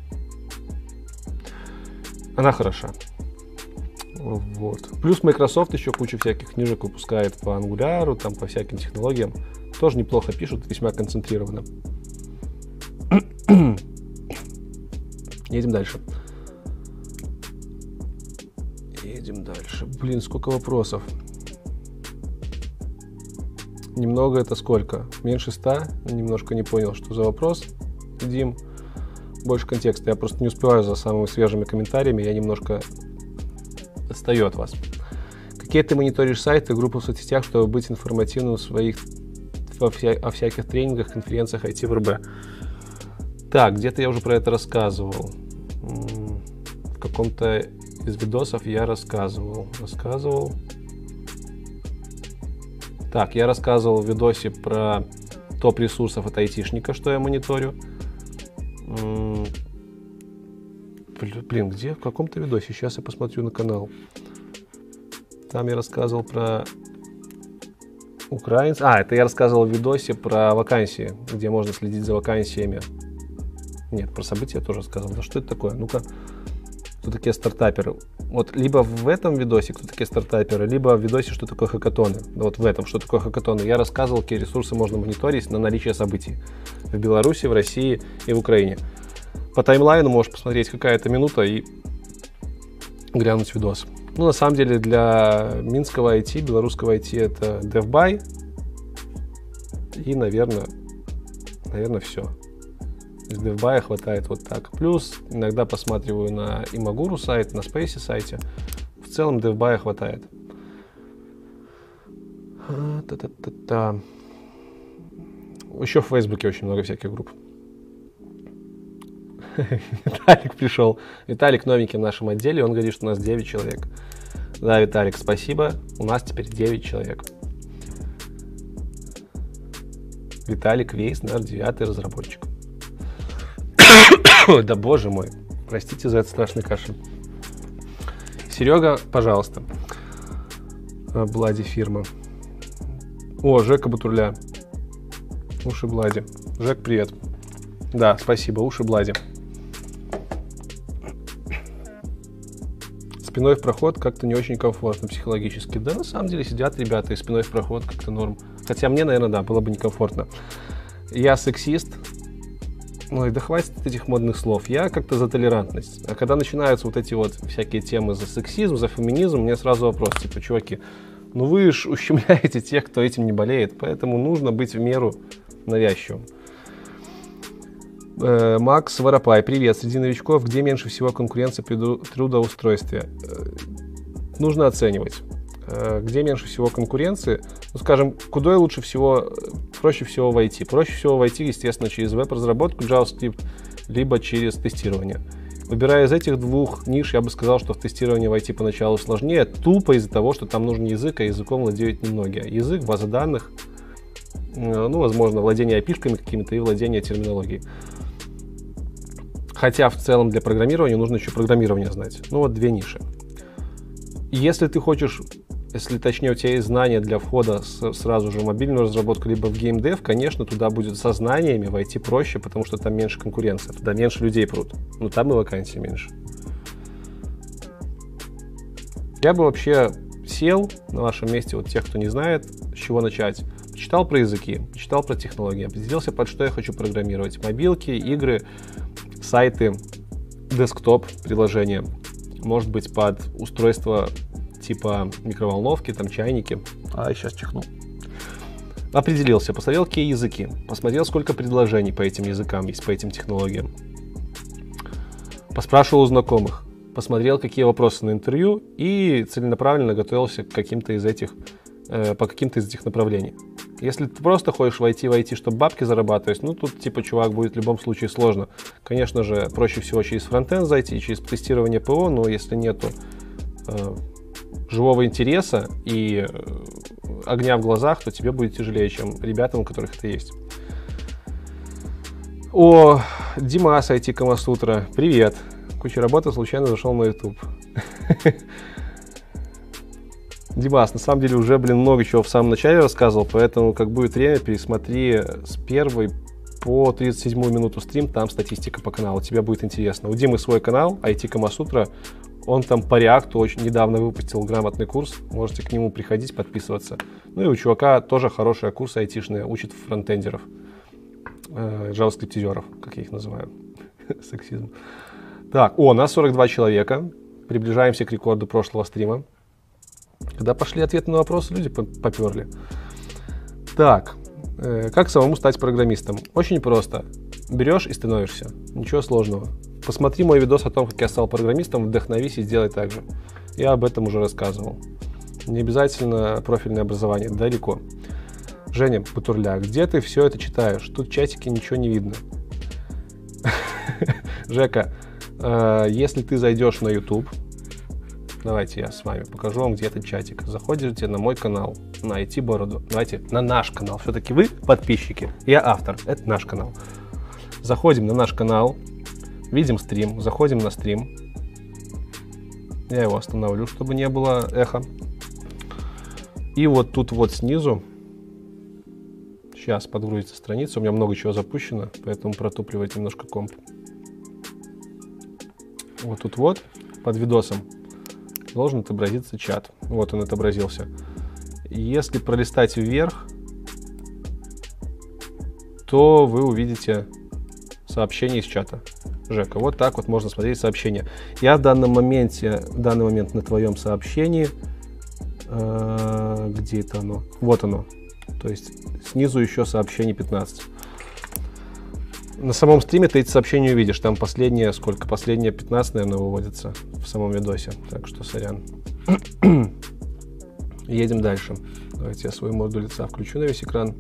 Она хороша. Вот. Плюс Microsoft еще кучу всяких книжек выпускает по Angular, там по всяким технологиям. Тоже неплохо пишут, весьма концентрированно. Едем дальше. Едем дальше. Блин, сколько вопросов. Немного это сколько? Меньше ста? Немножко не понял, что за вопрос. Дим, больше контекста. Я просто не успеваю за самыми свежими комментариями. Я немножко отстаю от вас. Какие ты мониторишь сайты, группы в соцсетях, чтобы быть информативным в своих, во вся, о всяких тренингах, конференциях ай ти в эр бэ? Так, где-то я уже про это рассказывал. В каком-то из видосов я рассказывал. Рассказывал. Так, я рассказывал в видосе про топ ресурсов от айтишника, что я мониторю. Блин, где? В каком-то видосе. Сейчас я посмотрю на канал. Там я рассказывал про украинцев. А, это я рассказывал в видосе про вакансии, где можно следить за вакансиями. Нет, про события я тоже рассказывал. Да что это такое? Ну-ка, кто такие стартаперы? Вот либо в этом видосе, кто такие стартаперы, либо в видосе, что такое хакатоны. Да вот в этом, что такое хакатоны. Я рассказывал, какие ресурсы можно мониторить на наличие событий в Беларуси, в России и в Украине. По таймлайну можешь посмотреть какая-то минута и глянуть видос. Ну, на самом деле, для минского ай ти, белорусского ай ти это DevBuy. И, наверное, наверное, все. Из DevBuy хватает вот так. Плюс иногда посматриваю на Imaguru сайт, на Space сайте. В целом DevBuy хватает. Та-та-та-та. Еще в Фейсбуке очень много всяких групп. Виталик пришел. Виталик новенький в нашем отделе. Он говорит, что у нас девять человек. Да, Виталик, спасибо. У нас теперь девять человек. Виталик Вейс, наш девятый разработчик. Да боже мой. Простите за этот страшный кашель. Серега, пожалуйста. Блади фирма. О, Жека Батурля. Уши Блади. Жек, привет. Да, спасибо, уши Блади. Спиной в проход как-то не очень комфортно психологически. Да, на самом деле сидят ребята и спиной в проход как-то норм. Хотя мне, наверное, да, было бы некомфортно. Я сексист. Ой, да хватит этих модных слов. Я как-то за толерантность. А когда начинаются вот эти вот всякие темы за сексизм, за феминизм, мне сразу вопрос, типа, чуваки, ну вы ж ущемляете тех, кто этим не болеет, поэтому нужно быть в меру навязчивым. Э, Макс Воропай, привет. Среди новичков где меньше всего конкуренции при трудоустройстве? Э, нужно оценивать. Э, где меньше всего конкуренции? Ну, скажем, куда лучше всего, проще всего войти? Проще всего войти, естественно, через веб-разработку JavaScript, либо через тестирование. Выбирая из этих двух ниш, я бы сказал, что в тестирование войти поначалу сложнее, тупо из-за того, что там нужен язык, а языком владеют немногие. Язык, база данных, ну, возможно, владение ай пи-шками какими-то и владение терминологией. Хотя в целом для программирования нужно еще программирование знать. Ну вот две ниши. Если ты хочешь если точнее у тебя есть знания для входа с, сразу же в мобильную разработку, либо в геймдев, конечно, туда будет со знаниями войти проще, потому что там меньше конкуренции, туда меньше людей прут, но там и вакансий меньше. Я бы вообще сел на вашем месте, вот тех, кто не знает, с чего начать. Читал про языки, читал про технологии, определился, под что я хочу программировать. Мобилки, игры, сайты, десктоп, приложения. Может быть, под устройство типа микроволновки, там чайники. А, я сейчас чихну. Определился, посмотрел, какие языки. Посмотрел, сколько предложений по этим языкам есть, по этим технологиям. Поспрашивал у знакомых. Посмотрел, какие вопросы на интервью, и целенаправленно готовился к каким-то из этих, э, по каким-то из этих направлений. Если ты просто хочешь войти в ай ти, чтобы бабки зарабатывать, ну тут типа чувак будет в любом случае сложно. Конечно же, проще всего через фронтенд зайти, через тестирование ПО, но если нету э, живого интереса и э, огня в глазах, то тебе будет тяжелее, чем ребятам, у которых это есть. О, Димас, ай ти Камасутра, привет. Куча работы, случайно зашел на YouTube. Димас, на самом деле уже, блин, много чего в самом начале рассказывал, поэтому, как будет время, пересмотри с первой по тридцать седьмую минуту стрим, там статистика по каналу, тебе будет интересно. У Димы свой канал, ай ти Камасутра, он там по реакту очень недавно выпустил грамотный курс, можете к нему приходить, подписываться. Ну и у чувака тоже хороший курс айтишный, учит фронтендеров, э, джаваскриптизеров, как я их называю, сексизм. Так, о, нас сорок два человека, приближаемся к рекорду прошлого стрима. Когда пошли ответы на вопросы, люди поперли. Так, э, как самому стать программистом? Очень просто. Берешь и становишься. Ничего сложного. Посмотри мой видос о том, как я стал программистом, вдохновись и сделай так же. Я об этом уже рассказывал. Не обязательно профильное образование, далеко. Женя Бутурля, где ты все это читаешь? Тут в чатике ничего не видно. Жека, если ты зайдешь на YouTube, давайте я с вами покажу вам, где этот чатик. Заходите на мой канал, на ай ти Бороду. Давайте на наш канал. Все-таки вы подписчики, я автор. Это наш канал. Заходим на наш канал, видим стрим, заходим на стрим. Я его остановлю, чтобы не было эхо. И вот тут вот снизу, сейчас подгрузится страница, у меня много чего запущено, поэтому протупливает немножко комп. Вот тут вот, под видосом, должен отобразиться чат. Вот он отобразился. Если пролистать вверх, то вы увидите сообщение из чата. Жека, вот так вот можно смотреть сообщения. Я в данном моменте, в данный момент на твоем сообщении, э, где это оно? Вот оно. То есть снизу еще сообщение пятнадцать. На самом стриме ты эти сообщения увидишь. Там последнее, сколько? Последнее пятнадцать, наверное, выводится в самом видосе. Так что сорян. Едем дальше. Давайте я свою морду лица включу на весь экран.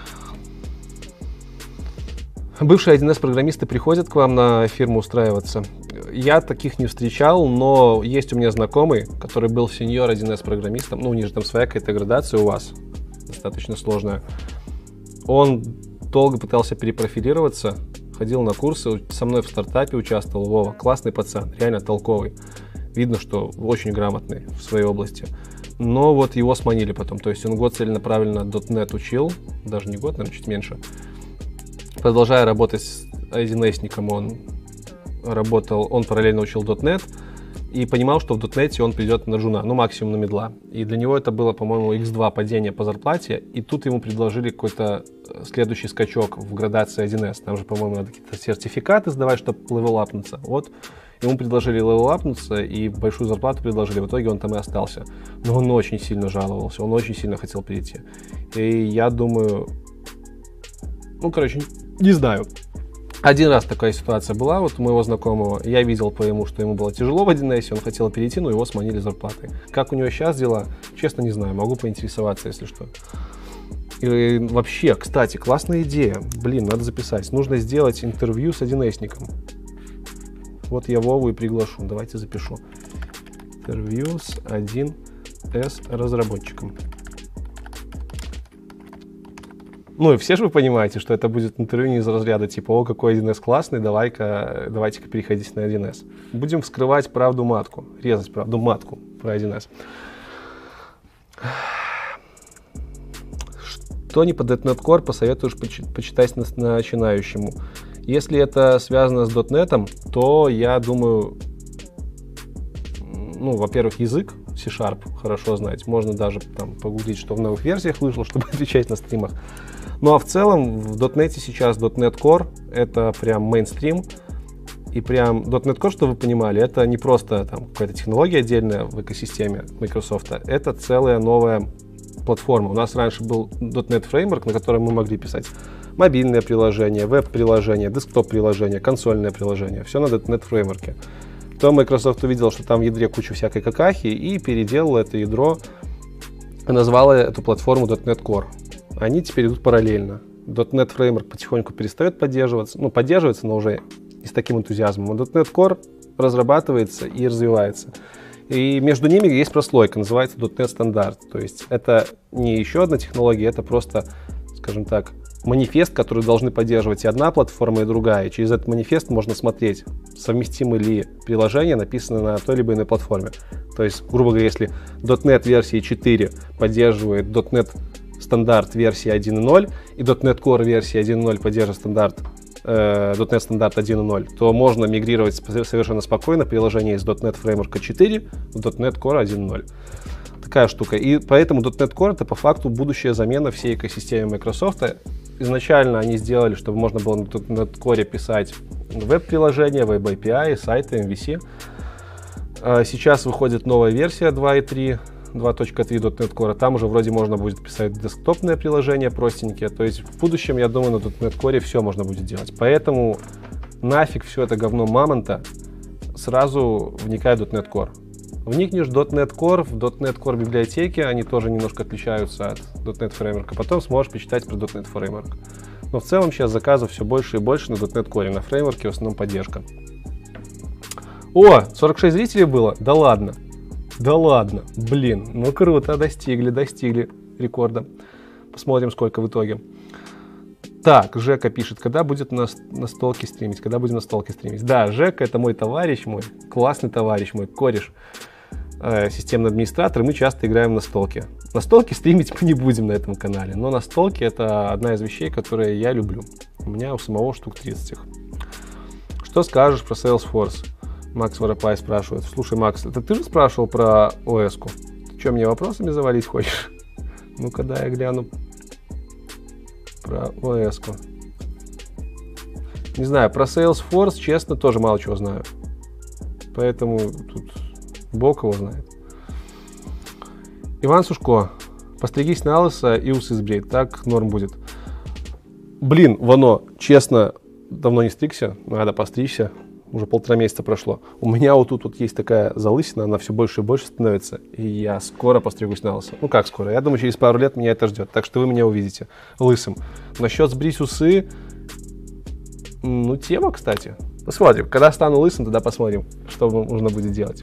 Бывшие один эс программисты приходят к вам на фирму устраиваться. Я таких не встречал, но есть у меня знакомый, который был сеньор один эс программистом. Ну, у них же там своя какая-то градация у вас. Достаточно сложная. Он долго пытался перепрофилироваться, ходил на курсы, со мной в стартапе участвовал. Вова, классный пацан, реально толковый. Видно, что очень грамотный в своей области. Но вот его сманили потом. То есть он год целенаправленно .дот нет учил, даже не год, наверное, чуть меньше. Продолжая работать с один эсником, он работал, он параллельно учил .дот нет и понимал, что в .дот нет он придет на джуна, ну максимум на мидла. И для него это было, по-моему, икс два падение по зарплате, и тут ему предложили какой-то следующий скачок в градации один эс. Там же, по-моему, надо какие-то сертификаты сдавать, чтобы левелапнуться. Вот. Ему предложили левелапнуться и большую зарплату предложили. В итоге он там и остался. Но он очень сильно жаловался, он очень сильно хотел перейти. И я думаю... Ну, короче, не знаю. Один раз такая ситуация была вот у моего знакомого. Я видел по ему, что ему было тяжело в один эс, он хотел перейти, но его сманили зарплатой. Как у него сейчас дела, честно не знаю. Могу поинтересоваться, если что. И вообще, кстати, классная идея. Блин, надо записать. Нужно сделать интервью с один эсником. Вот я Вову и приглашу. Давайте запишу. Интервью с один эс разработчиком. Ну и все же вы понимаете, что это будет интервью не из разряда типа «О, какой один эс классный, давай-ка, давайте-ка переходите на один эс». Будем вскрывать правду матку, резать правду матку про один эс. Что не по .дот нет Core посоветуешь почитать начинающему? Если это связано с .дот нет, то я думаю, ну, во-первых, язык C-Sharp хорошо знать. Можно даже там погуглить, что в новых версиях вышло, чтобы отвечать на стримах. Ну а в целом в .дот нет сейчас .дот нет Core это прям мейнстрим. И прям .дот нет Core, чтобы вы понимали, это не просто там какая-то технология отдельная в экосистеме Microsoft, это целая новая платформа. У нас раньше был .дот нет Framework, на котором мы могли писать мобильное приложение, веб-приложение, десктоп-приложение, консольное приложение. Все на .дот нет Framework. Потом Microsoft увидел, что там в ядре куча всякой какахи, и переделал это ядро, назвала эту платформу .дот нет Core. Они теперь идут параллельно. .дот нет Framework потихоньку перестает поддерживаться, ну, поддерживается, но уже не с таким энтузиазмом. А .дот нет Core разрабатывается и развивается. И между ними есть прослойка, называется .дот нет стандарт. То есть это не еще одна технология, это просто, скажем так, манифест, который должны поддерживать и одна платформа, и другая. И через этот манифест можно смотреть, совместимы ли приложения, написанные на той либо иной платформе. То есть, грубо говоря, если .дот нет версии четыре поддерживает .дот нет стандарт версии один ноль и .дот нет Core версии один ноль поддерживает стандарт .дот нет стандарт один ноль, то можно мигрировать совершенно спокойно приложение из .дот нет Framework четыре в .дот нет Core один ноль. Такая штука. И поэтому .дот нет Core это по факту будущая замена всей экосистеме Microsoft. Изначально они сделали, чтобы можно было на .дот нет Core писать веб-приложения, веб-эй пи ай, сайты, эм ви си. Сейчас выходит новая версия два и три. два точка три .дот нет Core, там уже вроде можно будет писать десктопное приложение простенькие, то есть в будущем, я думаю, на .дот нет Core все можно будет делать, поэтому нафиг все это говно мамонта, сразу вникай в .дот нет Core. Вникнешь в .дот нет Core, в .дот нет Core библиотеки, они тоже немножко отличаются от .дот нет Framework, а потом сможешь почитать про .дот нет Framework. Но в целом сейчас заказов все больше и больше на .дот нет Core, на Framework в основном поддержка. О, сорок шесть зрителей было? Да ладно. Да ладно, блин, ну круто, достигли, достигли рекорда. Посмотрим, сколько в итоге. Так, Жека пишет, когда будет на, на столке стримить, когда будем на столке стримить. Да, Жека это мой товарищ, мой классный товарищ, мой кореш, э, системный администратор, мы часто играем на столке. На столке стримить мы не будем на этом канале, но на столке это одна из вещей, которые я люблю. У меня у самого штук тридцать их. Что скажешь про Salesforce? Макс Воропай спрашивает. Слушай, Макс, это ты же спрашивал про о эс-ку? Ты что, мне вопросами завалить хочешь? Ну-ка, дай я гляну про о эс-ку. Не знаю, про Salesforce, честно, тоже мало чего знаю. Поэтому тут бог его знает. Иван Сушко. Постригись на лысо и усы сбрей. Так норм будет. Блин, Вано, честно, давно не стригся. Надо постричься. Уже полтора месяца прошло. У меня вот тут вот есть такая залысина, она все больше и больше становится, и я скоро постригусь на лысо. Ну как скоро? Я думаю, через пару лет меня это ждет, так что вы меня увидите лысым. Насчет сбрить усы, ну тема, кстати. Посмотрим. Когда стану лысым, тогда посмотрим, что нужно будет делать.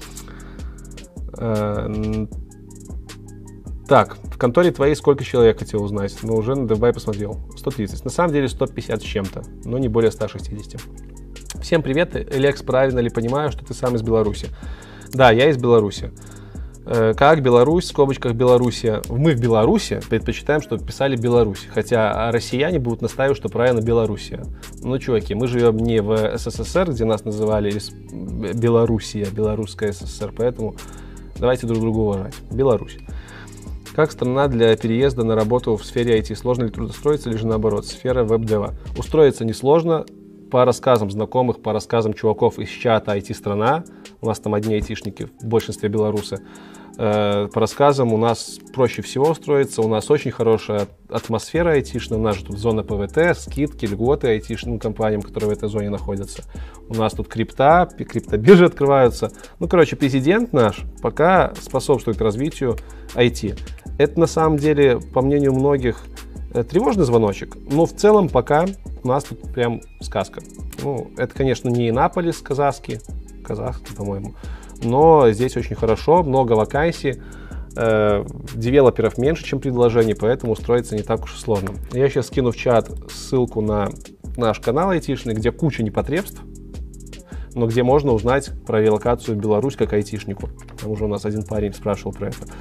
Так, в конторе твоей сколько человек хотел узнать? Но уже на DevBuy посмотрел. сто тридцать. На самом деле сто пятьдесят с чем-то, но не более ста шестидесяти. Всем привет, Элекс, правильно ли понимаю, что ты сам из Беларуси? Да, я из Беларуси. Э, как Беларусь, в скобочках Белоруссия? Мы в Беларуси предпочитаем, чтобы писали Беларусь, хотя россияне будут настаивать, что правильно Белоруссия. Ну, чуваки, мы живем не в эс эс эс эр, где нас называли Белоруссия, Белорусская эс эс эс эр, поэтому давайте друг друга уважать. Беларусь. Как страна для переезда на работу в сфере ай ти? Сложно ли трудоустроиться или же наоборот, сфера веб-дева? Устроиться несложно. По рассказам знакомых, по рассказам чуваков из чата ай ти-страна, у нас там одни айтишники, в большинстве белорусы, э, по рассказам у нас проще всего устроиться, у нас очень хорошая атмосфера айтишная, у нас же тут зона пэ вэ тэ, скидки, льготы айтишным компаниям, которые в этой зоне находятся. У нас тут крипта, криптобиржи открываются. Ну, короче, президент наш пока способствует развитию ай ти. Это на самом деле, по мнению многих, тревожный звоночек, но в целом пока у нас тут прям сказка. Ну, это, конечно, не Иннополис казахский, казахский, по-моему, но здесь очень хорошо, много вакансий, э, девелоперов меньше, чем предложений, поэтому устроиться не так уж и сложно. Я сейчас скину в чат ссылку на наш канал айтишный, где куча непотребств, но где можно узнать про релокацию в Беларусь как айтишнику. Там уже у нас один парень спрашивал про это.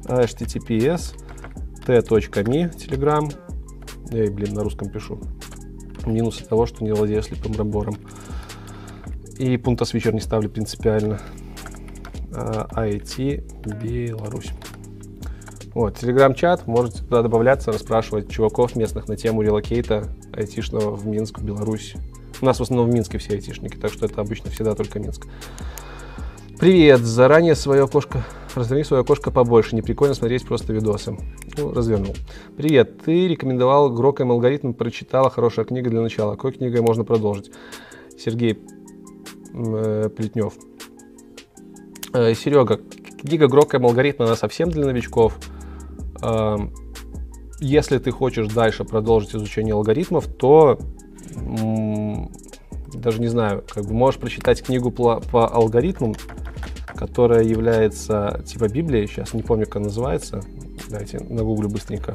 эйч ти ти пи эс t.me Telegram. Эй, блин, на русском пишу. Минусы того, что не владею слепым пробором. И пункта свитчер не ставлю принципиально. ай ти Беларусь. Вот, телеграм-чат, можете туда добавляться, расспрашивать чуваков местных на тему релокейта айтишного в Минск, в Беларусь. У нас в основном в Минске все айтишники, так что это обычно всегда только Минск. Привет, заранее свое окошко, разверни свое окошко побольше, не прикольно смотреть просто видосы. Ну, развернул. Привет, ты рекомендовал Гроком алгоритм, прочитала, хорошая книга для начала. Какой книгой можно продолжить? Сергей э, Плетнев. Э, Серега, книга Гроком алгоритм, она совсем для новичков. Э, если ты хочешь дальше продолжить изучение алгоритмов, то м- даже не знаю, как бы можешь прочитать книгу по, по алгоритмам, которая является типа Библией, сейчас не помню, как она называется. Давайте нагуглю быстренько.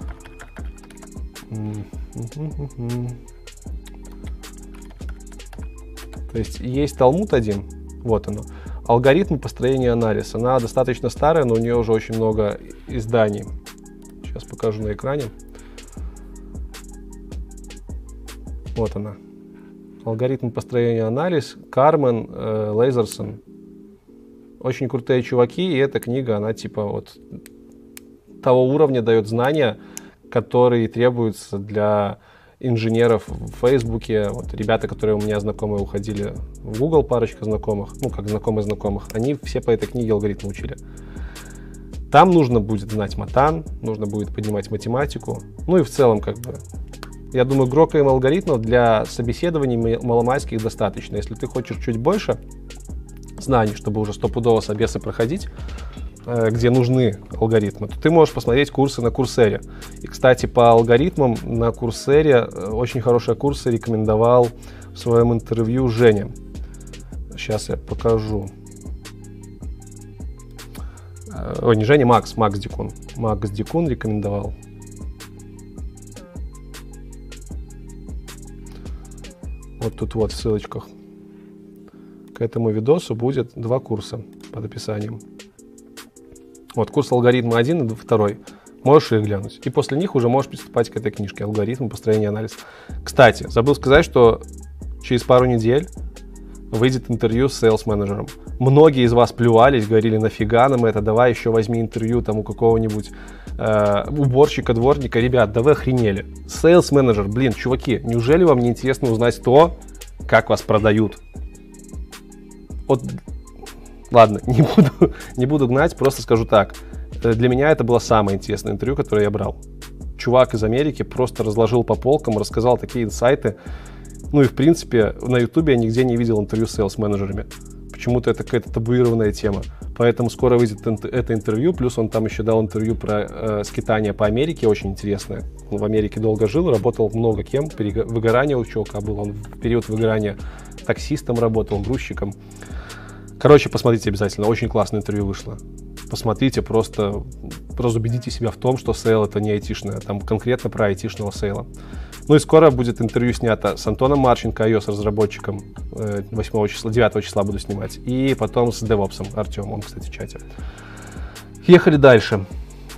То есть есть Талмуд один, вот оно. Алгоритм построения анализа. Она достаточно старая, но у нее уже очень много изданий. Сейчас покажу на экране. Вот она. Алгоритм построения анализ. Кармен, э, Лейзерсон. Очень крутые чуваки, и эта книга, она типа вот того уровня дает знания, которые требуются для инженеров в Фейсбуке. Вот ребята, которые у меня знакомые уходили в Google, парочка знакомых, ну как знакомые знакомых, они все по этой книге алгоритмы учили. Там нужно будет знать матан, нужно будет поднимать математику, ну и в целом как бы. Я думаю, Гроком алгоритмов для собеседований маломальских достаточно. Если ты хочешь чуть больше знаний, чтобы уже стопудово собесы проходить, где нужны алгоритмы, то ты можешь посмотреть курсы на Курсере. И, кстати, по алгоритмам на Курсере очень хорошие курсы рекомендовал в своем интервью Женя. Сейчас я покажу. Ой, не Женя, Макс, Макс Дикун. Макс Дикун рекомендовал. Вот тут вот в ссылочках к этому видосу будет два курса под описанием. Вот курс алгоритма один и второй. Можешь их глянуть. И после них уже можешь приступать к этой книжке «Алгоритм построения анализа». Кстати, забыл сказать, что через пару недель выйдет интервью с сейлс-менеджером. Многие из вас плювались, говорили, нафига нам это, давай еще возьми интервью там у какого-нибудь э, уборщика, дворника. Ребят, да вы охренели. Сейлс-менеджер, блин, чуваки, неужели вам не интересно узнать то, как вас продают? Вот, ладно, не буду, не буду гнать, просто скажу так. Для меня это было самое интересное интервью, которое я брал. Чувак из Америки просто разложил по полкам, рассказал такие инсайты. Ну и в принципе на Ютубе я нигде не видел интервью с сейлс-менеджерами. Почему-то это какая-то табуированная тема. Поэтому скоро выйдет это интервью. Плюс он там еще дал интервью про э, скитание по Америке, очень интересное. Он в Америке долго жил, работал много кем. Выгорание у чувака было. Он в период выгорания таксистом работал, грузчиком. Короче, посмотрите обязательно. Очень классное интервью вышло. Посмотрите, просто разубедите себя в том, что сейл это не айтишное. Там конкретно про айтишного сейла. Ну и скоро будет интервью снято с Антоном Марченко, iOS-разработчиком. восьмого числа, девятого числа буду снимать. И потом с девопсом Артем, он, кстати, в чате. Ехали дальше.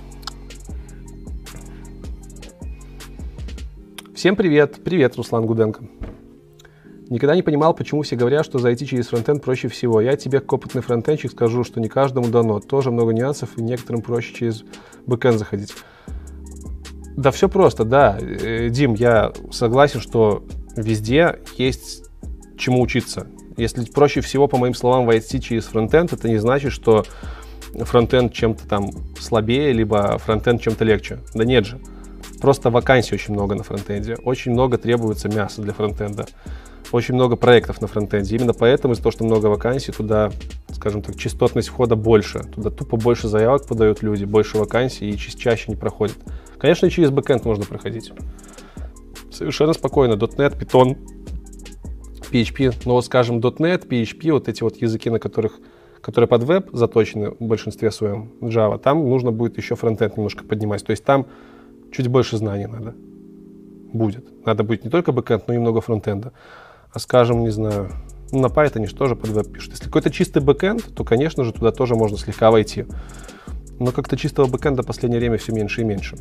Всем привет. Привет, Руслан Гуденко. Никогда не понимал, почему все говорят, что зайти через фронтенд проще всего. Я тебе, как опытный фронтендчик, скажу, что не каждому дано. Тоже много нюансов, и некоторым проще через бэкэнд заходить. Да все просто, да. Дим, я согласен, что везде есть чему учиться. Если проще всего, по моим словам, войти через фронтенд, это не значит, что фронтенд чем-то там слабее, либо фронтенд чем-то легче. Да нет же. Просто вакансий очень много на фронтенде. Очень много требуется мяса для фронтенда. Очень много проектов на фронтенде. Именно поэтому из-за того, что много вакансий, туда, скажем так, частотность входа больше. Туда тупо больше заявок подают люди, больше вакансий и чаще не проходят. Конечно, и через бэкэнд можно проходить. Совершенно спокойно. .дот нет, Python, пи эйч пи. Но вот, скажем, .дот нет, пи эйч пи, вот эти вот языки, на которых, которые под веб заточены в большинстве своем, Java, там нужно будет еще фронтенд немножко поднимать. То есть там чуть больше знаний надо. Будет. Надо будет не только бэкэнд, но и много фронтенда. А скажем, не знаю, ну, на Python же тоже под веб пишут. Если какой-то чистый бэкэнд, то, конечно же, туда тоже можно слегка войти. Но как-то чистого бэкэнда в последнее время все меньше и меньше.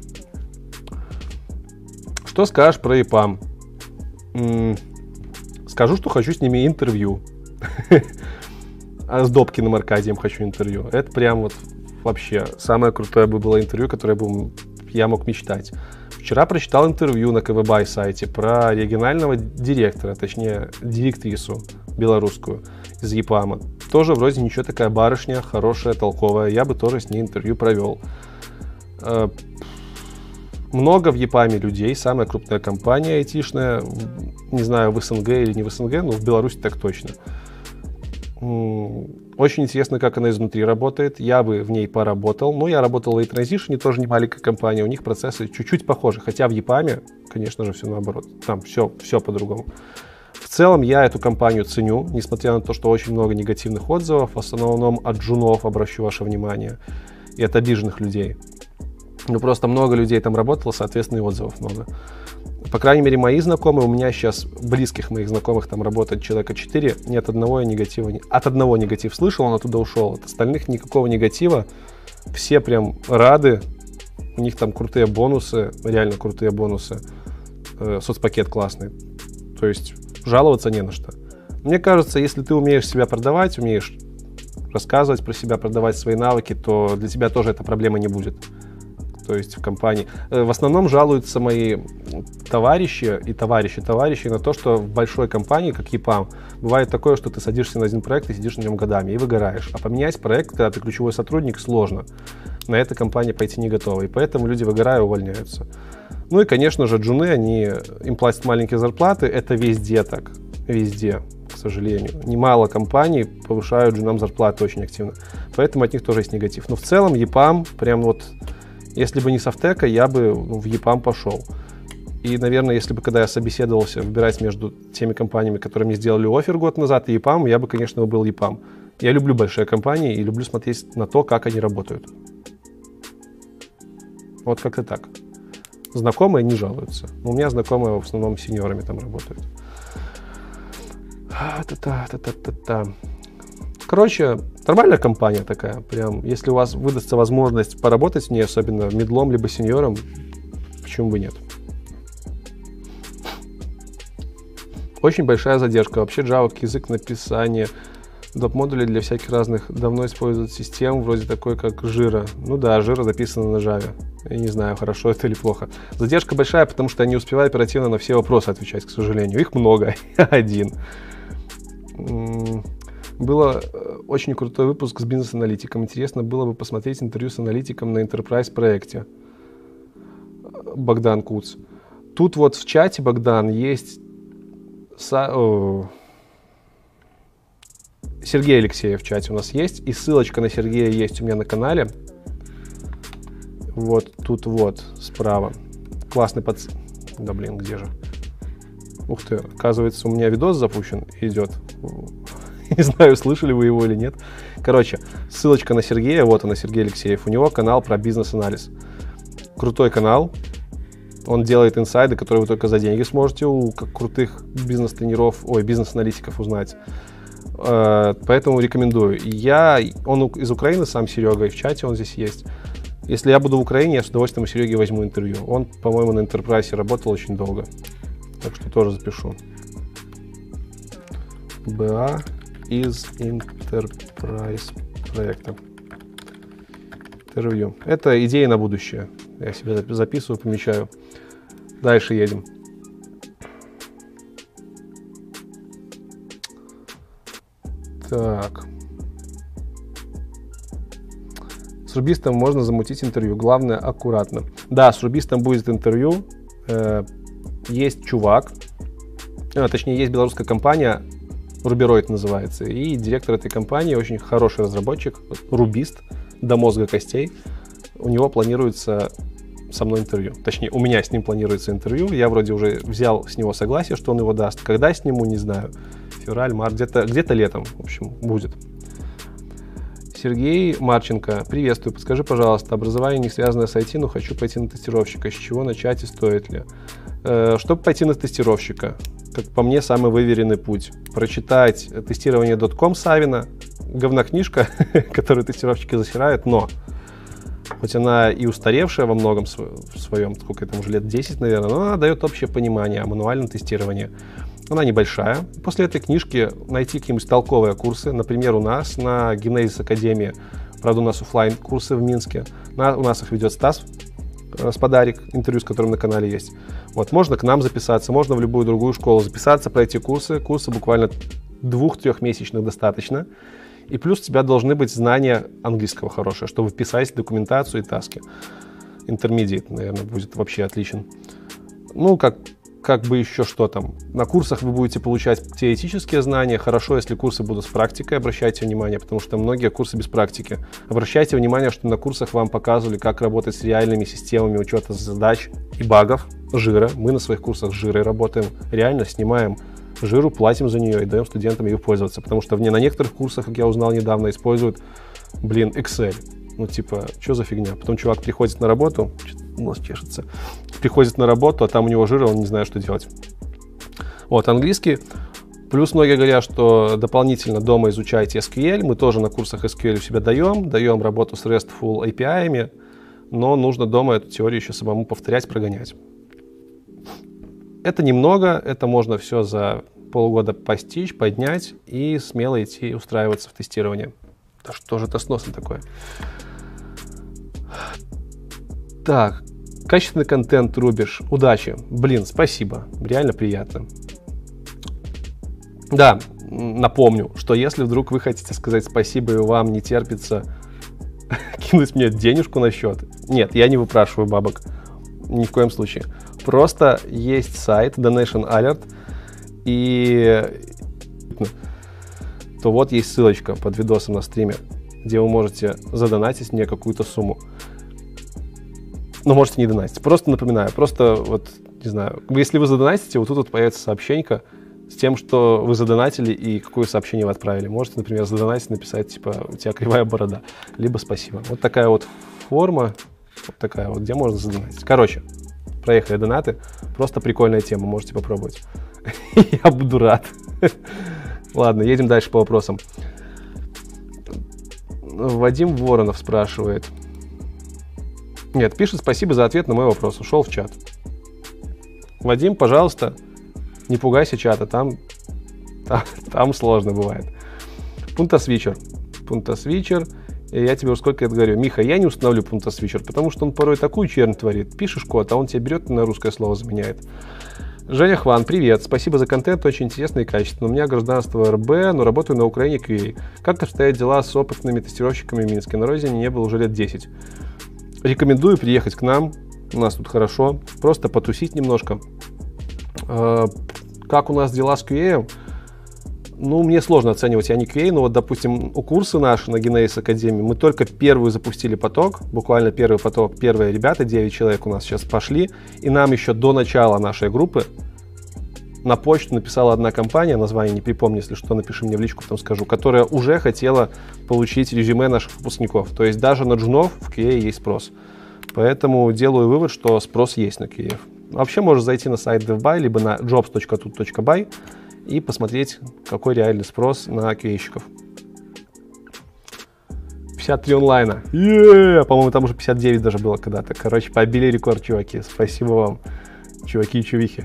Что скажешь про ИПАМ? М-м- скажу, что хочу с ними интервью. А с Добкиным Аркадием хочу интервью. Это прям вот вообще самое крутое бы было интервью, которое бы я мог мечтать. Вчера прочитал интервью на КВБай сайте про регионального директора, точнее директрису белорусскую из ЕПАМа. Тоже вроде ничего, такая барышня, хорошая, толковая. Я бы тоже с ней интервью провел. Много в ЕПАМе людей, самая крупная компания айтишная, не знаю, в СНГ или не в СНГ, но в Беларуси так точно. Очень интересно, как она изнутри работает. Я бы в ней поработал. Но я работал в A-Transition, тоже не маленькая компания. У них процессы чуть-чуть похожи. Хотя в ЕПАМе, конечно же, все наоборот. Там все, все по-другому. В целом я эту компанию ценю, несмотря на то, что очень много негативных отзывов. В основном от джунов, обращу ваше внимание. И от обиженных людей. Ну, просто много людей там работало, соответственно, и отзывов много. По крайней мере, мои знакомые, у меня сейчас близких моих знакомых там работает человека четыре, ни от одного я негатива, не... от одного негатив слышал, он оттуда ушел, от остальных никакого негатива, все прям рады, у них там крутые бонусы, реально крутые бонусы, э, соцпакет классный, то есть жаловаться не на что. Мне кажется, если ты умеешь себя продавать, умеешь рассказывать про себя, продавать свои навыки, то для тебя тоже эта проблема не будет. То есть в компании. В основном жалуются мои товарищи и товарищи товарищи на то, что в большой компании, как ЕПАМ, бывает такое, что ты садишься на один проект и сидишь на нем годами и выгораешь. А поменять проект, когда ты ключевой сотрудник, сложно. На это компания пойти не готова. И поэтому люди, выгорая, увольняются. Ну и, конечно же, джуны, они, им платят маленькие зарплаты. Это везде так. Везде, к сожалению. Немало компаний повышают джунам зарплаты очень активно. Поэтому от них тоже есть негатив. Но в целом ЕПАМ прям вот... Если бы не Софтека, я бы ну, в ЕПАМ пошел. И, наверное, если бы, когда я собеседовался, выбирать между теми компаниями, которые мне сделали оффер год назад, и ЕПАМ, я бы, конечно, выбрал ЕПАМ. Я люблю большие компании и люблю смотреть на то, как они работают. Вот как-то так. Знакомые не жалуются. У меня знакомые в основном сеньорами там работают. Та-та-та-та-та-та. Короче, нормальная компания такая. Прям, если у вас выдастся возможность поработать в ней, особенно мидлом либо сеньором, почему бы нет? Очень большая задержка. Вообще Java как язык написания доп-модулей для всяких разных давно используют систем, вроде такой, как Jira. Ну да, Jira записана на Java. Я не знаю, хорошо это или плохо. Задержка большая, потому что я не успеваю оперативно на все вопросы отвечать, к сожалению. Их много, я один. Было очень крутой выпуск с бизнес-аналитиком. Интересно было бы посмотреть интервью с аналитиком на Enterprise проекте. Богдан Куц. Тут вот в чате, Богдан, есть Са... О... Сергей Алексеев в чате у нас есть. И ссылочка на Сергея есть у меня на канале. Вот тут вот, справа. Классный пац... Да блин, где же? Ух ты, оказывается, у меня видос запущен, идет. Не знаю, слышали вы его или нет. Короче, ссылочка на Сергея, вот она, Сергей Алексеев. У него канал про бизнес-анализ. Крутой канал. Он делает инсайды, которые вы только за деньги сможете у крутых бизнес-тренеров, ой, бизнес-аналитиков узнать. Поэтому рекомендую. Я, он из Украины, сам Серега, и в чате он здесь есть. Если я буду в Украине, я с удовольствием у Сереги возьму интервью. Он, по-моему, на Enterprise работал очень долго. Так что тоже запишу. БА из Enterprise проекта. Интервью. Это идея на будущее. Я себе записываю, помечаю. Дальше едем. Так. С рубистом можно замутить интервью. Главное, аккуратно. Да, с рубистом будет интервью. Э, есть чувак. А, точнее, есть белорусская компания. Рубероид называется. И директор этой компании очень хороший разработчик. Рубист. До мозга костей. У него планируется со мной интервью. Точнее, у меня с ним планируется интервью. Я вроде уже взял с него согласие, что он его даст. Когда сниму, не знаю. Февраль, март, где-то, где-то летом, в общем, будет. Сергей Марченко. Приветствую. Подскажи, пожалуйста, образование не связанное с ай ти, но хочу пойти на тестировщика. С чего начать и стоит ли? Э, чтобы пойти на тестировщика, как по мне, самый выверенный путь. Прочитать тестирование точка ком Савина. Говнокнижка, которую тестировщики засирают, но Хоть она и устаревшая во многом в своем, сколько это уже лет десять, наверное, но она дает общее понимание о мануальном тестировании. Она небольшая. После этой книжки найти какие-нибудь толковые курсы. Например, у нас на Genesis Академии, правда, у нас офлайн курсы в Минске. На, у нас их ведет Стас Сподарик, интервью с которым на канале есть. Вот, можно к нам записаться, можно в любую другую школу записаться, пройти курсы. Курсы буквально двух-трехмесячных достаточно. И плюс у тебя должны быть знания английского хорошие, чтобы вписать документацию и таски. Intermediate, наверное, будет вообще отличен. Ну, как, как бы еще что там. На курсах вы будете получать теоретические знания. Хорошо, если курсы будут с практикой, обращайте внимание, потому что многие курсы без практики. Обращайте внимание, что на курсах вам показывали, как работать с реальными системами учета задач и багов, жира. Мы на своих курсах с жирой работаем. Реально снимаем жиру, платим за нее и даем студентам ее пользоваться. Потому что на некоторых курсах, как я узнал недавно, используют, блин, Excel. Ну, типа, что за фигня? Потом чувак приходит на работу, нос чешется, приходит на работу, а там у него жира, он не знает, что делать. Вот, английский. Плюс многие говорят, что дополнительно дома изучайте эс кью эль. Мы тоже на курсах эс кью эль у себя даем. Даем работу с RESTful эй пи ай-ами. Но нужно дома эту теорию еще самому повторять, прогонять. Это немного, это можно все за полгода постичь, поднять и смело идти устраиваться в тестирование. Да что же это с носом такое? Так, качественный контент рубишь. Удачи. Блин, спасибо. Реально приятно. Да, напомню, что если вдруг вы хотите сказать спасибо и вам не терпится кинуть мне денежку на счет, нет, я не выпрашиваю бабок. Ни в коем случае. Просто есть сайт Donation Alert, и то вот есть ссылочка под видосом на стриме, где вы можете задонатить мне какую-то сумму. Но можете не донатить. Просто напоминаю, просто вот, не знаю, если вы задонатите, вот тут вот появится сообщенька с тем, что вы задонатили и какое сообщение вы отправили. Можете, например, задонатить, написать, типа, у тебя кривая борода, либо спасибо. Вот такая вот форма. Вот такая вот, где можно задонатить. Короче, проехали донаты. Просто прикольная тема, можете попробовать. Я буду рад. Ладно, едем дальше по вопросам. Вадим Воронов спрашивает. Нет, пишет спасибо за ответ на мой вопрос. Ушел в чат. Вадим, пожалуйста, не пугайся чата, там, там, там сложно бывает. Пунктосвитчер. Пунктосвитчер. И я тебе уже сколько это говорю. Миха, я не установлю пунктосвитчер, потому что он порой такую чернь творит. Пишешь код, а он тебе берет и на русское слово заменяет. Женя Хван, привет. Спасибо за контент, очень интересный и качественный. У меня гражданство эр бэ, но работаю на Украине кью эй. Как обстоят дела с опытными тестировщиками в Минске? На родине не было уже лет десять. Рекомендую приехать к нам. У нас тут хорошо. Просто потусить немножко. Как у нас дела с кью эй? Ну, мне сложно оценивать, я не кью эй, но вот, допустим, у курсы наши на Genesis Академии мы только первую запустили поток, буквально первый поток, первые ребята, девять человек у нас сейчас пошли, и нам еще до начала нашей группы на почту написала одна компания, название не припомню, если что, напиши мне в личку, потом скажу, которая уже хотела получить резюме наших выпускников. То есть даже на джунов в кью эй есть спрос. Поэтому делаю вывод, что спрос есть на кью эй. Вообще можешь зайти на сайт DevBuy, либо на jobs точка tut точка by и посмотреть, какой реальный спрос на кью эй-щиков. пятьдесят три онлайна. Yeah! По-моему, там уже пятьдесят девять даже было когда-то. Короче, побили рекорд, чуваки. Спасибо вам, чуваки и чувихи.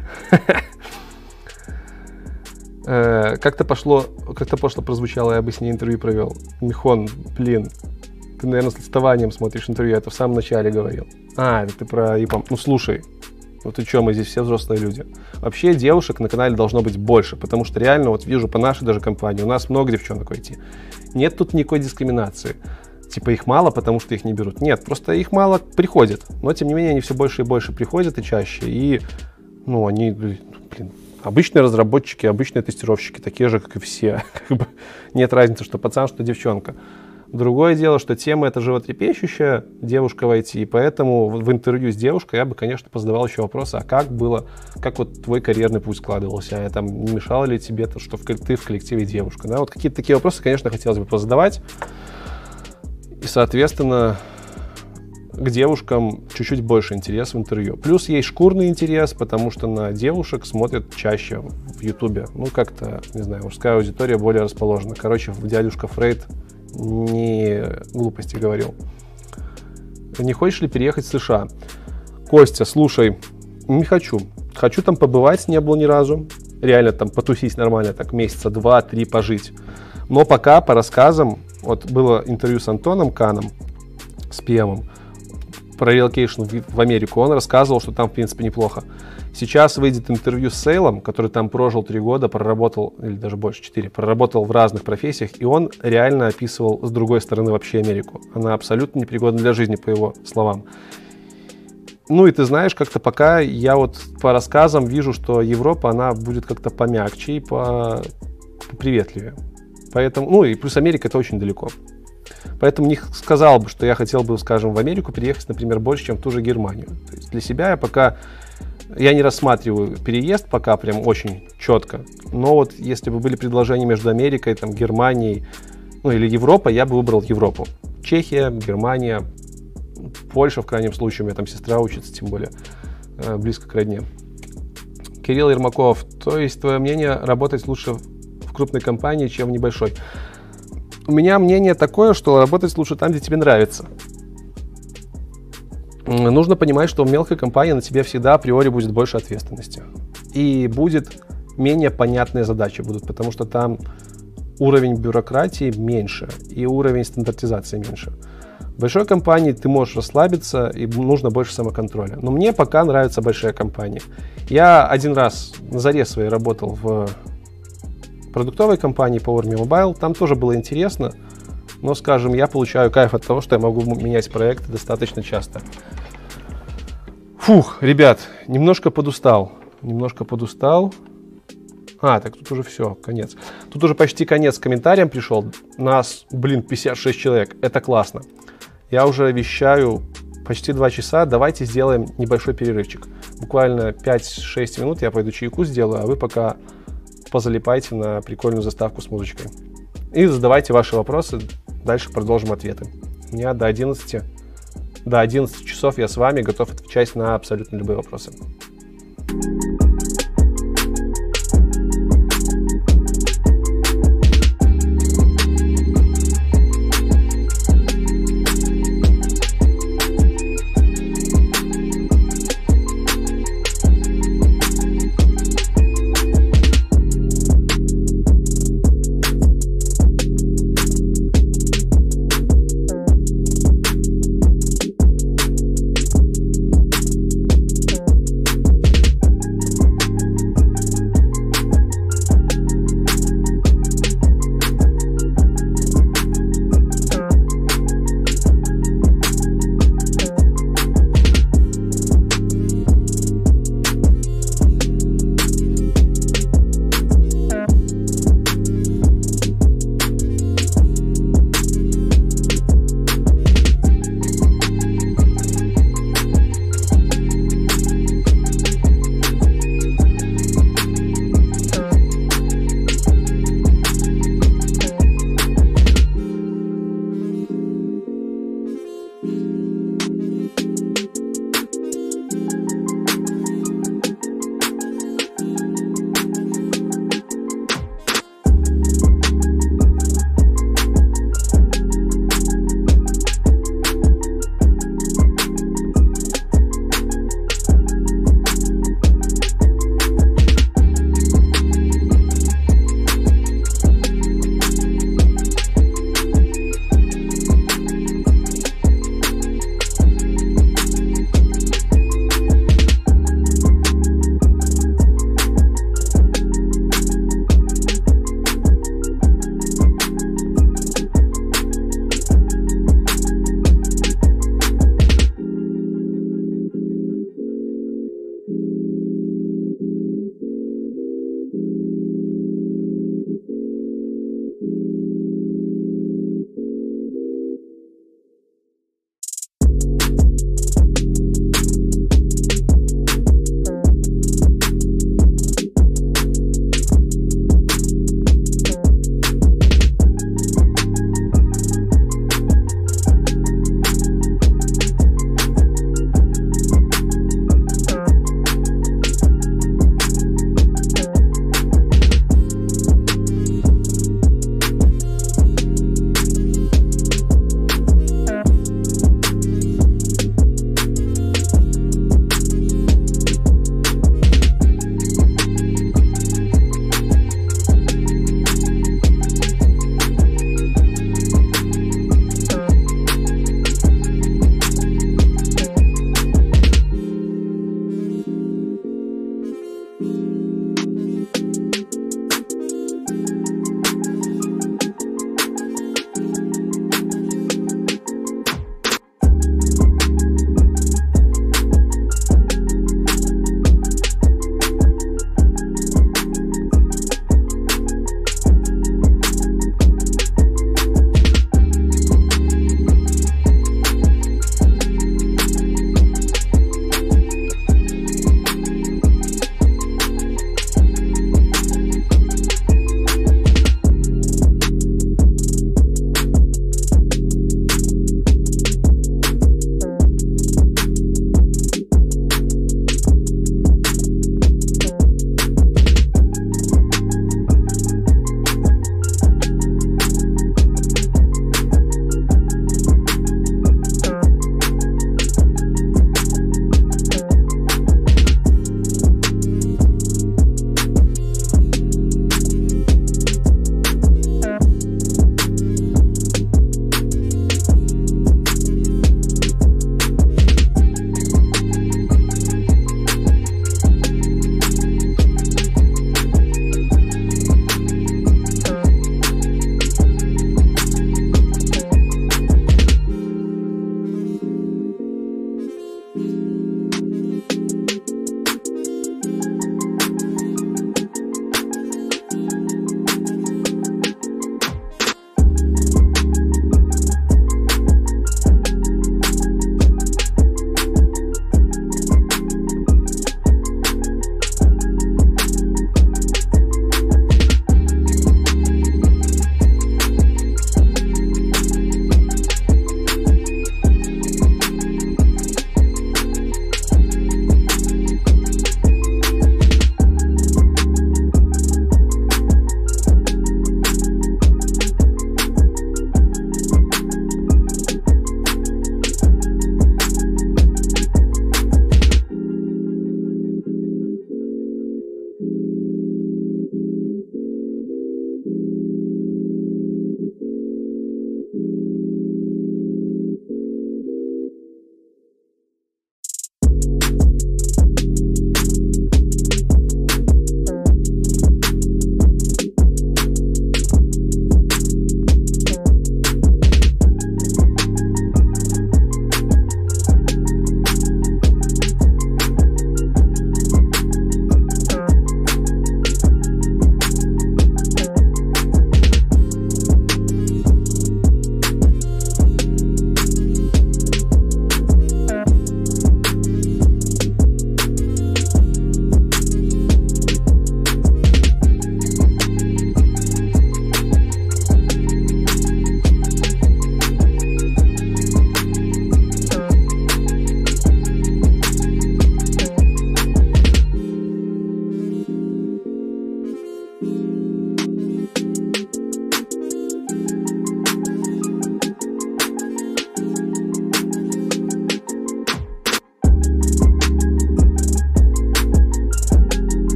Как-то пошло, как-то пошло прозвучало, я бы с ней интервью провел. Михон, блин, ты, наверное, с отставанием смотришь интервью, я это в самом начале говорил. А, это ты про Япон. Ну, слушай, ну ты чё, мы здесь все взрослые люди. Вообще девушек на канале должно быть больше, потому что реально, вот вижу по нашей даже компании, у нас много девчонок в ай ти. Нет тут никакой дискриминации. Типа их мало, потому что их не берут. Нет, просто их мало приходит. Но, тем не менее, они все больше и больше приходят и чаще. И, ну, они, блин, обычные разработчики, обычные тестировщики, такие же, как и все. Как бы нет разницы, что пацан, что девчонка. Другое дело, что тема эта животрепещущая, девушка в ай ти, и поэтому в интервью с девушкой я бы, конечно, позадавал еще вопросы, а как было, как вот твой карьерный путь складывался, а там не мешало ли тебе то, что ты в коллективе девушка, да, вот какие-то такие вопросы, конечно, хотелось бы позадавать, и, соответственно, к девушкам чуть-чуть больше интерес в интервью. Плюс есть шкурный интерес, потому что на девушек смотрят чаще в Ютубе, ну, как-то, не знаю, мужская аудитория более расположена. Короче, дядюшка Фрейд не глупости говорил. Не хочешь ли переехать в США? Костя, слушай, не хочу. Хочу там побывать, не было ни разу. Реально там потусить нормально, так месяца два-три пожить. Но пока по рассказам, вот было интервью с Антоном Каном, с пи эм, про релокейшн в, в Америку, он рассказывал, что там в принципе неплохо. Сейчас выйдет интервью с Сейлом, который там прожил три года, проработал, или даже больше, четыре, проработал в разных профессиях, и он реально описывал с другой стороны вообще Америку. Она абсолютно непригодна для жизни, по его словам. Ну и ты знаешь, как-то пока я вот по рассказам вижу, что Европа, она будет как-то помягче и по... поприветливее. Поэтому, ну и плюс Америка это очень далеко. Поэтому не сказал бы, что я хотел бы, скажем, в Америку переехать, например, больше, чем в ту же Германию. То есть для себя я пока... Я не рассматриваю переезд пока прям очень четко. Но вот если бы были предложения между Америкой, там, Германией, ну или Европой, я бы выбрал Европу. Чехия, Германия, Польша, в крайнем случае, у меня там сестра учится, тем более э, близко к родне. Кирилл Ермаков, то есть твое мнение, работать лучше в крупной компании, чем в небольшой? У меня мнение такое, что работать лучше там, где тебе нравится. Нужно понимать, что в мелкой компании на тебе всегда априори будет больше ответственности. И будет менее понятные задачи будут, потому что там уровень бюрократии меньше и уровень стандартизации меньше. В большой компании ты можешь расслабиться и нужно больше самоконтроля. Но мне пока нравятся большие компании. Я один раз на заре своей работал в продуктовой компании Power Me Mobile. Там тоже было интересно. Но, скажем, я получаю кайф от того, что я могу менять проекты достаточно часто. Фух, ребят, немножко подустал. Немножко подустал. А, так тут уже все, конец. Тут уже почти конец к комментариям пришел. Нас, блин, пятьдесят шесть человек. Это классно. Я уже вещаю почти два часа. Давайте сделаем небольшой перерывчик. Буквально пять-шесть минут я пойду чайку сделаю, а вы пока позалипайте на прикольную заставку с музычкой. И задавайте ваши вопросы. Дальше продолжим ответы. У меня до одиннадцати, до одиннадцати часов я с вами готов отвечать на абсолютно любые вопросы.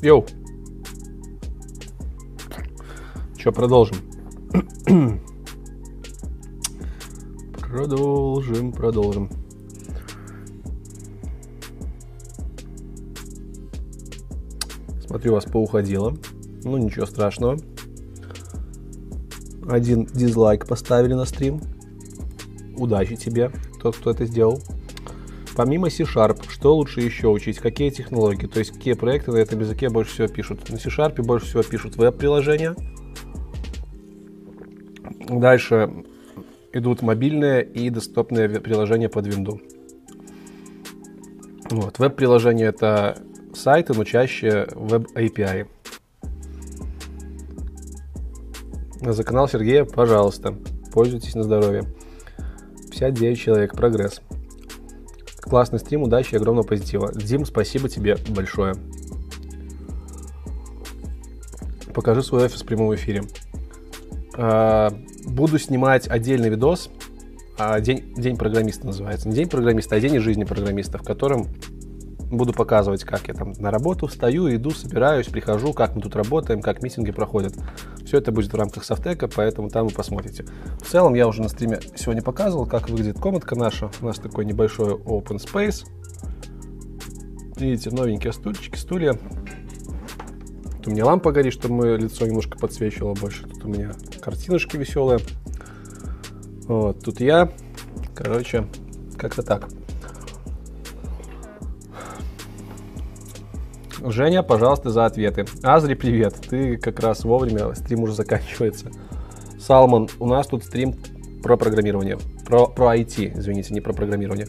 Йоу. Че, продолжим? Продолжим, продолжим. Смотрю, у вас поуходило. Ну, ничего страшного. Один дизлайк поставили на стрим. Удачи тебе, тот, кто это сделал. Помимо C-Sharp, что лучше еще учить? Какие технологии? То есть, какие проекты на этом языке больше всего пишут? На C-Sharp больше всего пишут веб-приложения. Дальше идут мобильные и десктопные приложения под Windows. Вот. Веб-приложения — это сайты, но чаще веб-эй пи ай. За канал Сергея, пожалуйста, пользуйтесь на здоровье. пятьдесят девять человек, прогресс. Классный стрим, удачи и огромного позитива. Дим, спасибо тебе большое. Покажи свой офис в прямом эфире. Буду снимать отдельный видос. День, день программиста называется. Не день программиста, а день из жизни программиста, в котором буду показывать, как я там на работу встаю, иду, собираюсь, прихожу, как мы тут работаем, как митинги проходят. Все это будет в рамках Софтека, поэтому там вы посмотрите. В целом, я уже на стриме сегодня показывал, как выглядит комнатка наша. У нас такой небольшой open space. Видите, новенькие стульчики, стулья. Тут у меня лампа горит, чтобы мое лицо немножко подсвечивало больше. Тут у меня картиночки веселые. Вот, тут я. Короче, как-то так. Женя, пожалуйста, за ответы. Азри, привет. Ты как раз вовремя, стрим уже заканчивается. Салман, у нас тут стрим про программирование. Про, про ай ти, извините, не про программирование.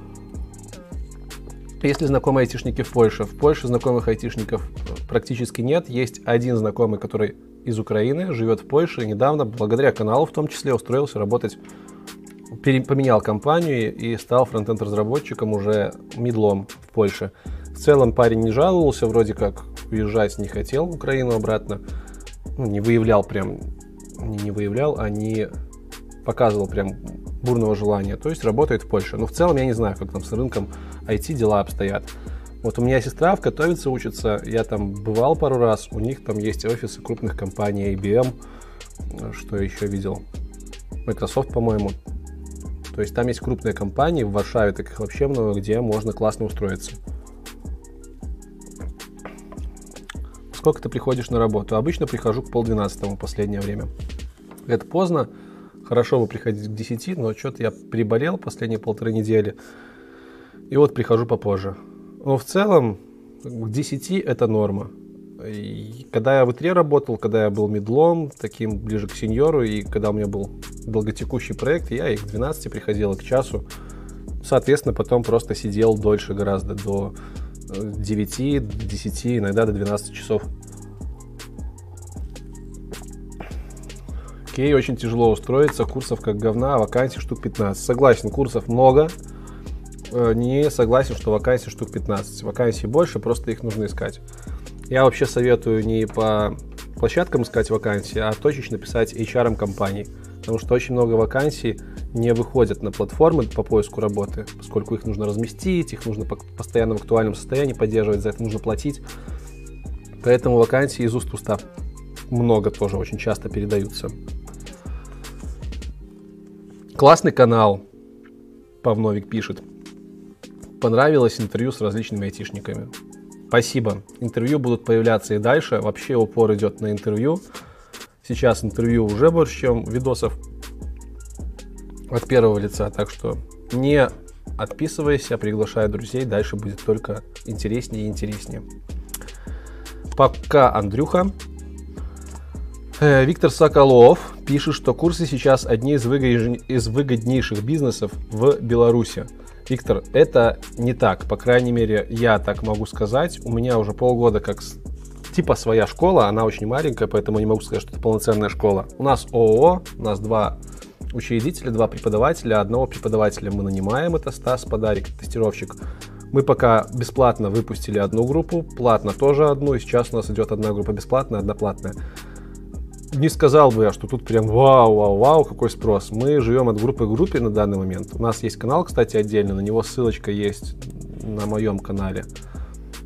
Есть ли знакомые айтишники в Польше? В Польше знакомых айтишников практически нет. Есть один знакомый, который из Украины, живет в Польше. Недавно, благодаря каналу в том числе, устроился работать, поменял компанию и стал фронтенд-разработчиком уже мидлом в Польше. В целом парень не жаловался, вроде как уезжать не хотел в Украину обратно. Ну, не выявлял прям, не, не выявлял, а не показывал прям бурного желания. То есть работает в Польше. Но в целом я не знаю, как там с рынком ай ти дела обстоят. Вот у меня сестра в Катовице учится, я там бывал пару раз, у них там есть офисы крупных компаний, ай би эм, что я еще видел, Microsoft, по-моему. То есть там есть крупные компании, в Варшаве таких вообще много, где можно классно устроиться. Сколько ты приходишь на работу? Обычно прихожу к полдвенадцатому в последнее время. Это поздно, хорошо бы приходить к десяти, но что-то я приболел последние полторы недели. И вот прихожу попозже. Но в целом к десяти это норма. И когда я в ИТРе работал, когда я был мидлом, таким ближе к сеньору, и когда у меня был долготекущий проект, я и к двенадцати приходил, и к часу. Соответственно, потом просто сидел дольше гораздо, до девяти, десяти, иногда до двенадцати часов. Окей, очень тяжело устроиться, курсов как говна, а вакансий штук пятнадцать. Согласен, курсов много, не согласен, что вакансий штук пятнадцать. Вакансий больше, просто их нужно искать. Я вообще советую не по площадкам искать вакансии, а точечно писать эйч ар компаний, потому что очень много вакансий не выходят на платформы по поиску работы, поскольку их нужно разместить, их нужно постоянно в актуальном состоянии поддерживать, за это нужно платить. Поэтому вакансии из уст в уста много тоже очень часто передаются. Классный канал, Павновик пишет. Понравилось интервью с различными айтишниками. Спасибо. Интервью будут появляться и дальше. Вообще упор идет на интервью. Сейчас интервью уже больше, чем видосов от первого лица. Так что не отписывайся, приглашай друзей. Дальше будет только интереснее и интереснее. Пока, Андрюха. Виктор Соколов пишет, что курсы сейчас одни из, выгоднейших, из выгоднейших бизнесов в Беларуси. Виктор, это не так. По крайней мере, я так могу сказать. У меня уже полгода как типа своя школа. Она очень маленькая, поэтому не могу сказать, что это полноценная школа. У нас ООО, у нас два учредителя, два преподавателя. Одного преподавателя мы нанимаем, это Стас Подарик, тестировщик. Мы пока бесплатно выпустили одну группу, платно тоже одну. И сейчас у нас идет одна группа бесплатная, одна платная. Не сказал бы я, что тут прям вау, вау, вау, какой спрос. Мы живем от группы к группе на данный момент. У нас есть канал, кстати, отдельно, на него ссылочка есть на моем канале.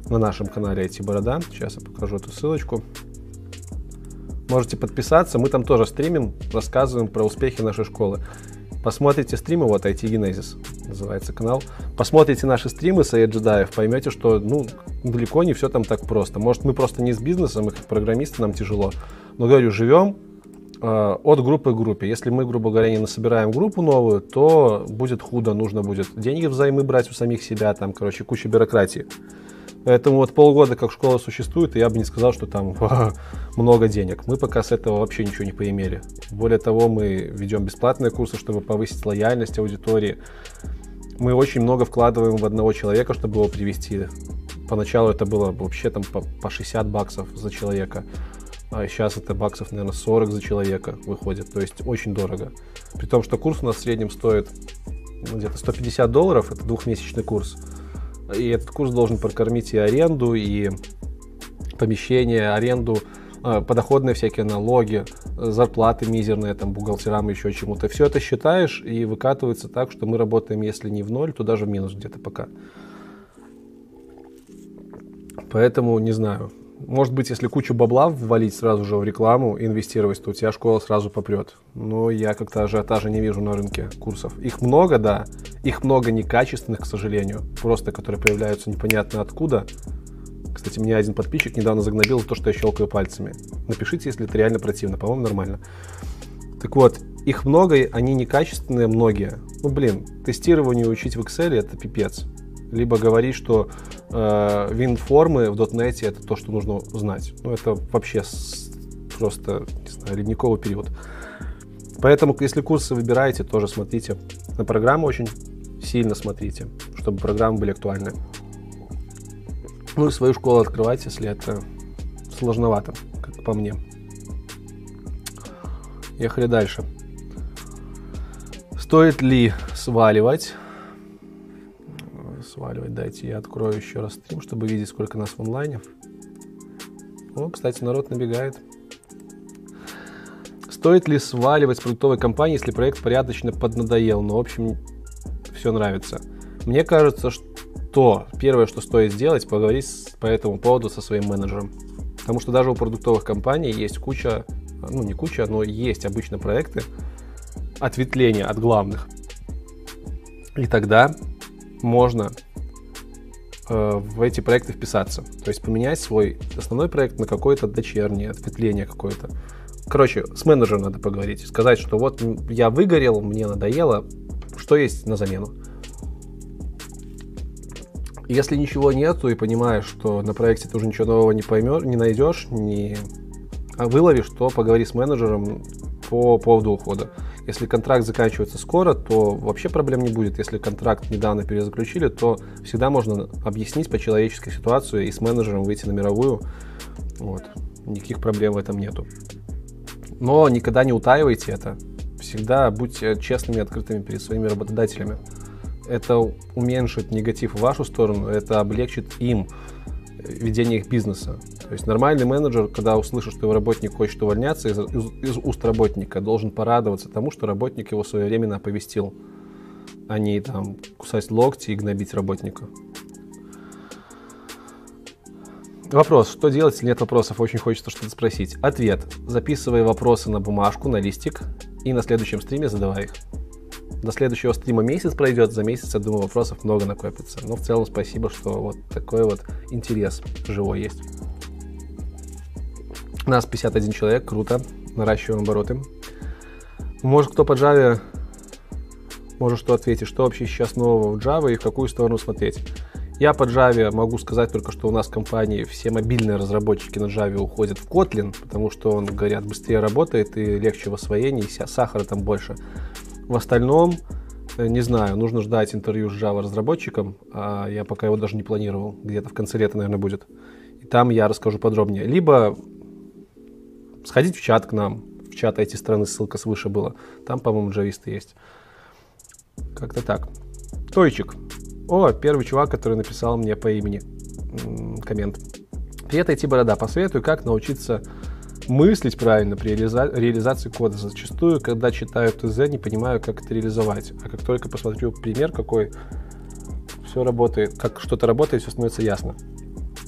на нашем канале ай ти-борода. Сейчас я покажу эту ссылочку. Можете подписаться, мы там тоже стримим, рассказываем про успехи нашей школы. Посмотрите стримы, вот ай ти-генезис называется канал. Посмотрите наши стримы с эй джедаев, поймете, что ну, далеко не все там так просто. Может, мы просто не с бизнесом, мы как программисты, нам тяжело. Но, говорю, живем э, от группы к группе. Если мы, грубо говоря, не насобираем группу новую, то будет худо, нужно будет деньги взаймы брать у самих себя, там, короче, куча бюрократии. Поэтому вот полгода как школа существует, и я бы не сказал, что там много денег. Мы пока с этого вообще ничего не поимели. Более того, мы ведем бесплатные курсы, чтобы повысить лояльность аудитории. Мы очень много вкладываем в одного человека, чтобы его привести. Поначалу это было вообще там по, по шестьдесят баксов за человека. А сейчас это баксов, наверное, сорок за человека выходит. То есть очень дорого. При том, что курс у нас в среднем стоит ну, где-то сто пятьдесят долларов. Это двухмесячный курс. И этот курс должен прокормить и аренду, и помещение, аренду, подоходные всякие налоги, зарплаты мизерные, там, бухгалтерам, еще чему-то. Все это считаешь, и выкатывается так, что мы работаем, если не в ноль, то даже в минус где-то пока. Поэтому, не знаю. Может быть, если кучу бабла ввалить сразу же в рекламу, инвестировать, то у тебя школа сразу попрет. Но я как-то ажиотажа не вижу на рынке курсов. Их много, да. Их много некачественных, к сожалению. Просто, которые появляются непонятно откуда. Кстати, меня один подписчик недавно загнобил за то, что я щелкаю пальцами. Напишите, если это реально противно. По-моему, нормально. Так вот, их много, они некачественные, многие. Ну, блин, тестирование учить в Excel — это пипец. Либо говорить, что э, вин-формы в .NET — это то, что нужно знать. Ну, это вообще с, просто, не знаю, ледниковый период. Поэтому, если курсы выбираете, тоже смотрите на программу, очень сильно смотрите, чтобы программы были актуальны. Ну и свою школу открывать, если это сложновато, как по мне. Ехали дальше. Стоит ли сваливать? Сваливать, дайте я открою еще раз стрим, чтобы видеть, сколько нас в онлайне. О, кстати, народ набегает. Стоит ли сваливать с продуктовой компании, если проект порядочно поднадоел, но в общем все нравится? Мне кажется, что первое, что стоит сделать, поговорить по этому поводу со своим менеджером. Потому что даже у продуктовых компаний есть куча, ну не куча, но есть обычно проекты ответвления от главных. И тогда можно э, в эти проекты вписаться. То есть поменять свой основной проект на какое-то дочернее, ответвление какое-то. Короче, с менеджером надо поговорить. Сказать, что вот я выгорел, мне надоело, что есть на замену. Если ничего нету и понимаешь, что на проекте ты уже ничего нового не поймешь, не найдешь, не выловишь, то поговори с менеджером по поводу ухода. Если контракт заканчивается скоро, то вообще проблем не будет. Если контракт недавно перезаключили, то всегда можно объяснить по человеческой ситуации и с менеджером выйти на мировую. Вот. Никаких проблем в этом нету. Но никогда не утаивайте это. Всегда будьте честными и открытыми перед своими работодателями. Это уменьшит негатив в вашу сторону, это облегчит им ведение их бизнеса. То есть нормальный менеджер, когда услышит, что его работник хочет увольняться, из, из, из уст работника должен порадоваться тому, что работник его своевременно оповестил, а не там кусать локти и гнобить работника. Вопрос. Что делать, если нет вопросов? Очень хочется что-то спросить. Ответ. Записывай вопросы на бумажку, на листик, и на следующем стриме задавай их. До следующего стрима месяц пройдет, за месяц, я думаю, вопросов много накопится. Но в целом спасибо, что вот такой вот интерес живой есть. У нас пятьдесят один человек, круто, наращиваем обороты. Может, кто по Java, может, что ответить, что вообще сейчас нового в Java и в какую сторону смотреть? Я по Java могу сказать только, что у нас в компании все мобильные разработчики на Java уходят в Kotlin, потому что он, говорят, быстрее работает и легче в освоении, и сахара там больше. В остальном, не знаю, нужно ждать интервью с Java-разработчиком, а я пока его даже не планировал, где-то в конце лета, наверное, будет. И там я расскажу подробнее. Либо сходить в чат к нам, в чат ай ти-страны, ссылка свыше была. Там, по-моему, джависты есть. Как-то так. Тойчик. О, первый чувак, который написал мне по имени м-м, коммент. Привет, ай ти-борода. Посоветую, как научиться мыслить правильно при реализа- реализации кода. Зачастую, когда читаю ТЗ, не понимаю, как это реализовать. А как только посмотрю пример, какой все работает, как что-то работает, все становится ясно.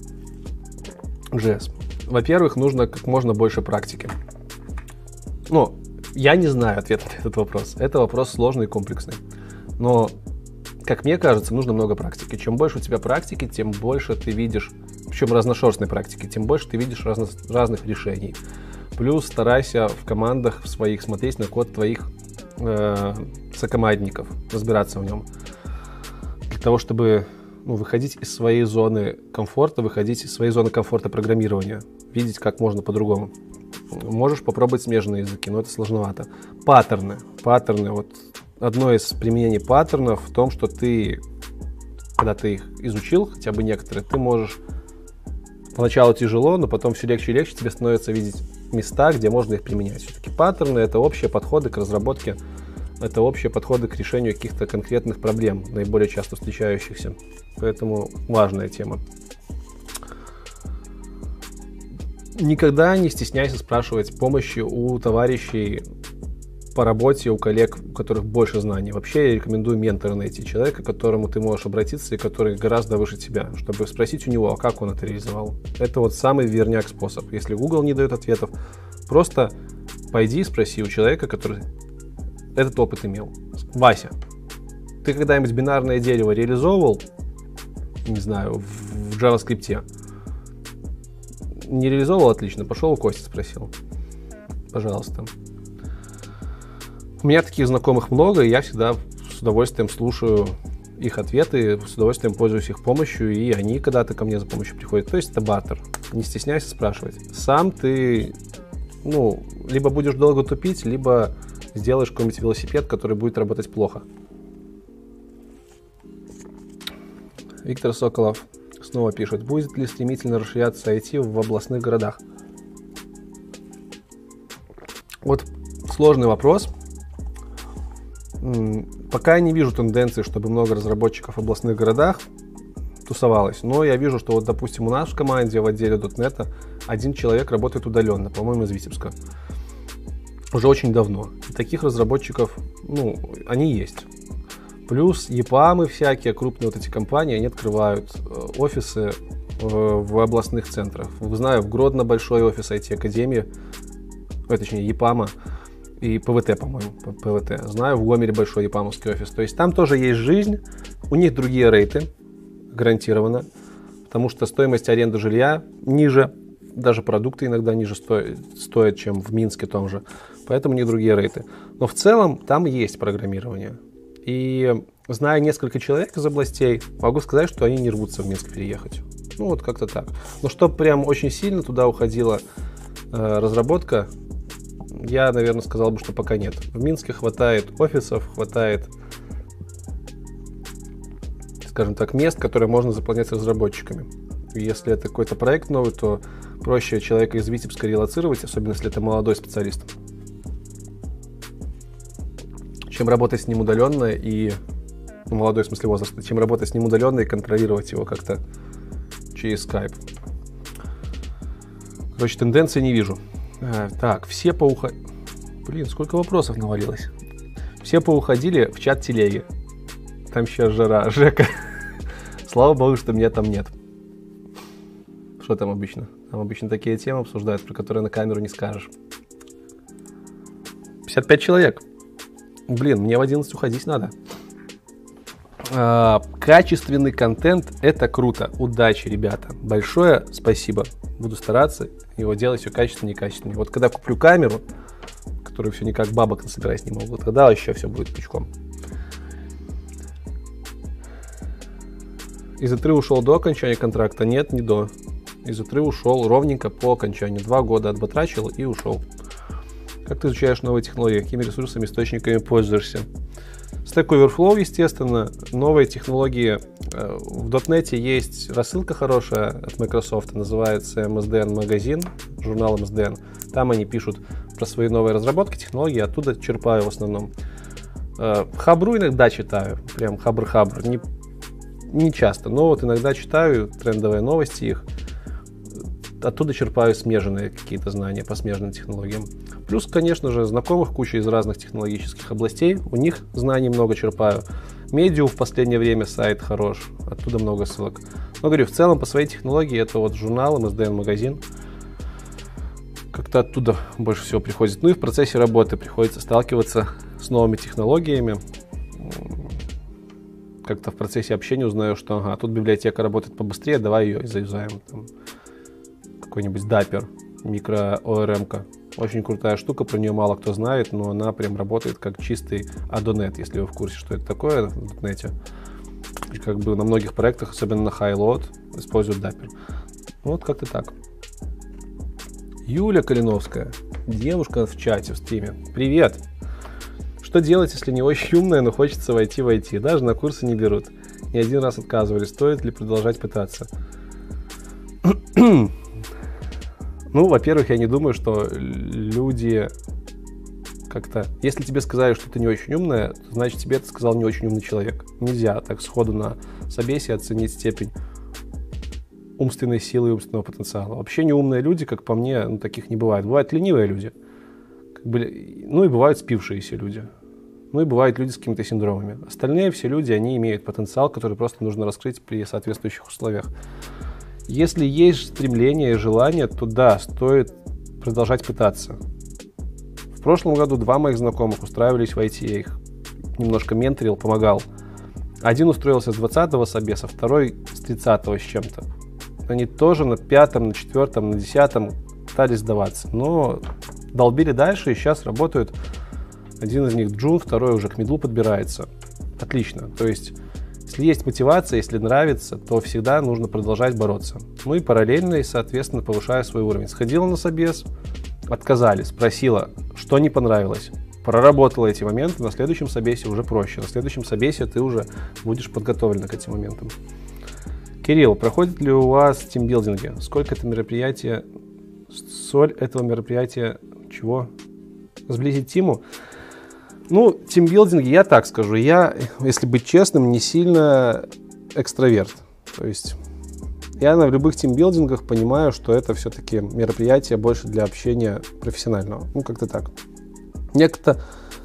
джей эс? Во-первых, нужно как можно больше практики. Ну, я не знаю ответа на этот вопрос. Это вопрос сложный и комплексный. Но, как мне кажется, нужно много практики. Чем больше у тебя практики, тем больше ты видишь, причем разношерстной практики, тем больше ты видишь разно, разных решений. Плюс старайся в командах своих смотреть на код твоих э, сокомандников, разбираться в нем. Для того, чтобы ну, выходить из своей зоны комфорта, выходить из своей зоны комфорта программирования, видеть, как можно по-другому. Можешь попробовать смежные языки, но это сложновато. Паттерны. Паттерны. Вот одно из применений паттернов в том, что ты, когда ты их изучил, хотя бы некоторые, ты можешь поначалу тяжело, но потом все легче и легче тебе становится видеть места, где можно их применять. Все-таки паттерны — это общие подходы к разработке, это общие подходы к решению каких-то конкретных проблем, наиболее часто встречающихся. Поэтому важная тема. Никогда не стесняйся спрашивать помощи у товарищей по работе, у коллег, у которых больше знаний. Вообще я рекомендую ментора найти, человека, к которому ты можешь обратиться и который гораздо выше тебя, чтобы спросить у него, а как он это реализовал. Это вот самый верняк способ. Если Google не дает ответов, просто пойди и спроси у человека, который этот опыт имел. Вася, ты когда-нибудь бинарное дерево реализовывал, не знаю, в JavaScript? Не реализовывал? Отлично. Пошел у Кости спросил. Пожалуйста. У меня таких знакомых много, и я всегда с удовольствием слушаю их ответы, с удовольствием пользуюсь их помощью, и они когда-то ко мне за помощью приходят. То есть это бартер. Не стесняйся спрашивать. Сам ты, ну, либо будешь долго тупить, либо сделаешь какой-нибудь велосипед, который будет работать плохо. Виктор Соколов снова пишет: будет ли стремительно расширяться ай ти в областных городах? Вот сложный вопрос. Пока я не вижу тенденции, чтобы много разработчиков в областных городах тусовалось, но я вижу, что вот, допустим, у нас в команде в отделе .дот нет один человек работает удаленно, по-моему, из Витебска. Уже очень давно. И таких разработчиков, ну, они есть. Плюс ЕПАМы всякие, крупные вот эти компании, они открывают офисы в, в областных центрах. Знаю, в Гродно большой офис ай ти-академии, ой, точнее, ЕПАМа, и ПВТ, по-моему, ПВТ. Знаю, в Гомеле большой епамовский офис. То есть там тоже есть жизнь, у них другие рейты, гарантированно, потому что стоимость аренды жилья ниже, даже продукты иногда ниже стоят, стоят, чем в Минске том же. Поэтому у них другие рейты. Но в целом там есть программирование. И зная несколько человек из областей, могу сказать, что они не рвутся в Минск переехать. Ну вот как-то так. Но чтобы прям очень сильно туда уходила э, разработка, я, наверное, сказал бы, что пока нет. В Минске хватает офисов, хватает, скажем так, мест, которые можно заполнять разработчиками. И если это какой-то проект новый, то проще человека из Витебска релоцировать, особенно если это молодой специалист, чем работать с ним удаленно и... Ну, молодой в смысле возраста. Чем работать с ним удаленно и контролировать его как-то через Skype. Короче, тенденции не вижу. А, так, все поуходили... Блин, сколько вопросов навалилось. Все поуходили в чат телеги. Там сейчас жара. Жека. Слава богу, что меня там нет. Что там обычно? Там обычно такие темы обсуждают, про которые на камеру не скажешь. пятьдесят пять человек. Блин, мне в одиннадцать уходить надо. А, качественный контент — это круто. Удачи, ребята. Большое спасибо. Буду стараться его делать все качественнее и качественнее. Вот когда куплю камеру, которую все никак бабок насобирать не могу, тогда еще все будет пучком. Из ИТРы ушел до окончания контракта? Нет, не до. Из ИТРы ушел ровненько по окончанию. Два года отбатрачил и ушел. Как ты изучаешь новые технологии? Какими ресурсами, источниками пользуешься? Stack Overflow, естественно. Новые технологии. В .дот нет есть рассылка хорошая от Microsoft, называется эм эс ди эн Magazine, журнал эм эс ди эн. Там они пишут про свои новые разработки, технологии, оттуда черпаю в основном. Хабру иногда читаю, прям хабр-хабр, не, не часто, но вот иногда читаю трендовые новости их. Оттуда черпаю смежные какие-то знания по смежным технологиям. Плюс, конечно же, знакомых куча из разных технологических областей. У них знаний много черпаю. Медиум в последнее время сайт хорош. Оттуда много ссылок. Но говорю, в целом по своей технологии это вот журнал эм эс ди эн-магазин. Как-то оттуда больше всего приходит. Ну и в процессе работы приходится сталкиваться с новыми технологиями. Как-то в процессе общения узнаю, что ага, тут библиотека работает побыстрее, давай ее заюзаем. Там какой-нибудь Dapper, микро-о эр эм-ка. Очень крутая штука, про нее мало кто знает, но она прям работает как чистый Adonet, если вы в курсе, что это такое в .NET. И как бы на многих проектах, особенно на High-Load, используют Dapper. Вот как-то так. Юля Калиновская, девушка в чате, в стриме. Привет! Что делать, если не очень умная, но хочется войти в ай ти? Даже на курсы не берут. Не один раз отказывали. Стоит ли продолжать пытаться? Ну, во-первых, я не думаю, что люди как-то... Если тебе сказали, что ты не очень умная, то значит, тебе это сказал не очень умный человек. Нельзя так сходу на собесе оценить степень умственной силы и умственного потенциала. Вообще неумные люди, как по мне, ну, таких не бывает. Бывают ленивые люди. Как бы, ну и бывают спившиеся люди. Ну и бывают люди с какими-то синдромами. Остальные все люди, они имеют потенциал, который просто нужно раскрыть при соответствующих условиях. Если есть стремление и желание, то да, стоит продолжать пытаться. В прошлом году два моих знакомых устраивались в ай ти, я их немножко менторил, помогал. Один устроился с двадцатого собеса, второй с тридцатого с чем-то. Они тоже на пятом, на четвертом, на десятом пытались сдаваться, но долбили дальше и сейчас работают. Один из них джун, второй уже к мидлу подбирается. Отлично. То есть, если есть мотивация, если нравится, то всегда нужно продолжать бороться. Ну и параллельно, и, соответственно, повышая свой уровень. Сходила на собес, отказали, спросила, что не понравилось. Проработала эти моменты, на следующем собесе уже проще. На следующем собесе ты уже будешь подготовлен к этим моментам. Кирилл, проходит ли у вас тимбилдинги? Сколько это мероприятие, соль этого мероприятия, чего? Сблизить тиму? Ну, тимбилдинги, я так скажу, я, если быть честным, не сильно экстраверт. То есть я в любых тимбилдингах понимаю, что это все-таки мероприятие больше для общения профессионального. Ну, как-то так. Мне как-то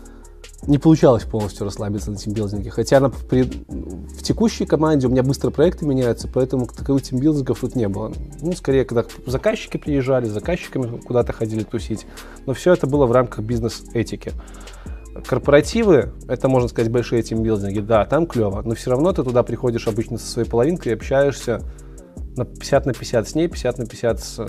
не получалось полностью расслабиться на тимбилдинге. Хотя на, при, в текущей команде у меня быстро проекты меняются, поэтому таковых тимбилдингов тут не было. Ну, скорее, когда заказчики приезжали, заказчиками куда-то ходили тусить. Но все это было в рамках бизнес-этики. Корпоративы, это, можно сказать, большие тимбилдинги, да, там клево, но все равно ты туда приходишь обычно со своей половинкой и общаешься на пятьдесят на пятьдесят с ней, пятьдесят на пятьдесят с,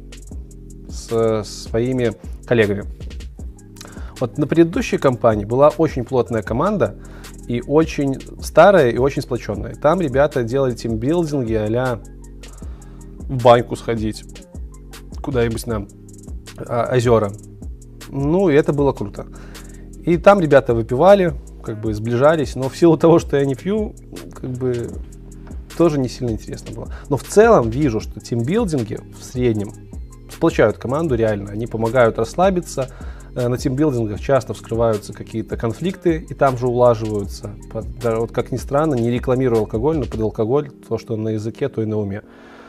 с своими коллегами. Вот на предыдущей компании была очень плотная команда и очень старая и очень сплоченная. Там ребята делали тимбилдинги а-ля в баньку сходить, куда-нибудь на а, озера. Ну, и это было круто. И там ребята выпивали, как бы сближались, но в силу того, что я не пью, как бы тоже не сильно интересно было. Но в целом вижу, что тимбилдинги в среднем сплочают команду реально, они помогают расслабиться. На тимбилдингах часто вскрываются какие-то конфликты и там же улаживаются. Вот как ни странно, не рекламирую алкоголь, но под алкоголь то, что на языке, то и на уме.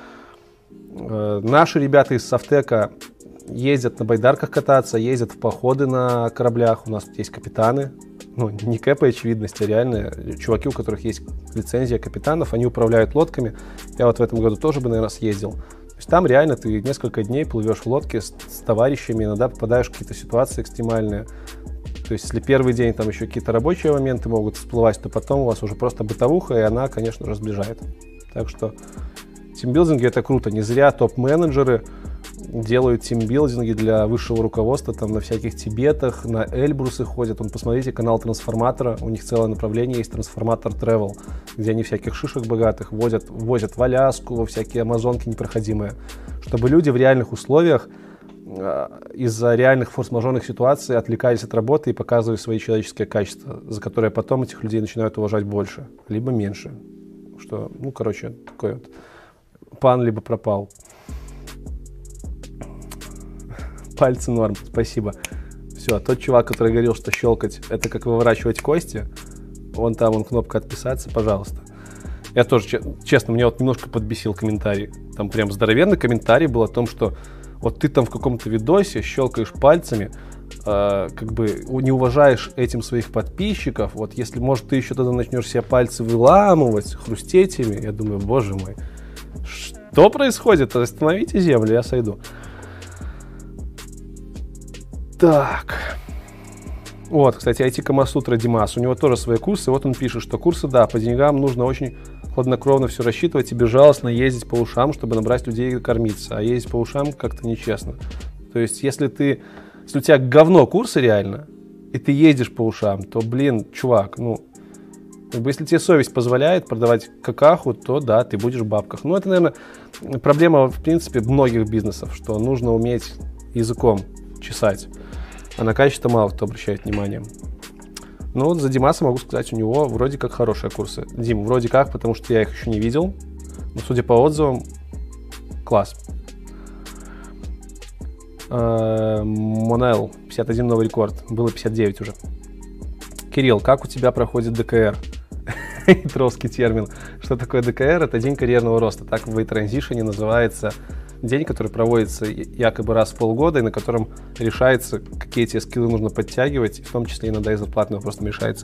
Наши ребята из Софтека ездят на байдарках кататься, ездят в походы на кораблях. У нас тут есть капитаны. Ну, не кэпы очевидности, а реальные чуваки, у которых есть лицензия капитанов. Они управляют лодками. Я вот в этом году тоже бы, наверное, съездил. То есть там реально ты несколько дней плывешь в лодке с, с товарищами, иногда попадаешь в какие-то ситуации экстремальные. То есть если первый день там еще какие-то рабочие моменты могут всплывать, то потом у вас уже просто бытовуха, и она, конечно же, сближает. Так что тимбилдинги — это круто. Не зря топ-менеджеры делают тимбилдинги для высшего руководства, там на всяких Тибетах, на Эльбрусы ходят. Вон, посмотрите канал Трансформатора, у них целое направление есть, Трансформатор Travel, где они всяких шишек богатых возят, возят в Аляску, во всякие амазонки непроходимые, чтобы люди в реальных условиях из-за реальных форс-мажорных ситуаций отвлекались от работы и показывали свои человеческие качества, за которые потом этих людей начинают уважать больше, либо меньше. Что, ну, короче, такой вот пан либо пропал. Пальцы норм, спасибо. Все, тот чувак, который говорил, что щелкать — это как выворачивать кости, вон там, вон кнопка «Отписаться», пожалуйста. Я тоже, честно, меня вот немножко подбесил комментарий. Там прям здоровенный комментарий был о том, что вот ты там в каком-то видосе щелкаешь пальцами, э, как бы не уважаешь этим своих подписчиков. Вот если, может, ты еще тогда начнешь себе пальцы выламывать, хрустеть ими, я думаю, боже мой. Что происходит? Остановите землю, я сойду. Так. Вот, кстати, ай ти Камасутра Димас. У него тоже свои курсы. Вот он пишет, что курсы, да, по деньгам нужно очень хладнокровно все рассчитывать и безжалостно ездить по ушам, чтобы набрать людей и кормиться. А ездить по ушам как-то нечестно. То есть, если ты, если у тебя говно курсы реально, и ты ездишь по ушам, то, блин, чувак, ну, как бы, если тебе совесть позволяет продавать какаху, то да, ты будешь в бабках. Ну, это, наверное, проблема, в принципе, многих бизнесов, что нужно уметь языком чесать, а на качество мало кто обращает внимание. Ну, вот за Димаса могу сказать, у него вроде как хорошие курсы. Дим, вроде как, потому что я их еще не видел, но, судя по отзывам, класс. Монел, пятьдесят один новый рекорд, было пятьдесят девять уже. Кирилл, как у тебя проходит ДКР? Тровский термин. Что такое ДКР? Это день карьерного роста. Так в WayTransition называется день, который проводится якобы раз в полгода, и на котором решается, какие тебе скиллы нужно подтягивать, и в том числе иногда и зарплатный вопрос решается.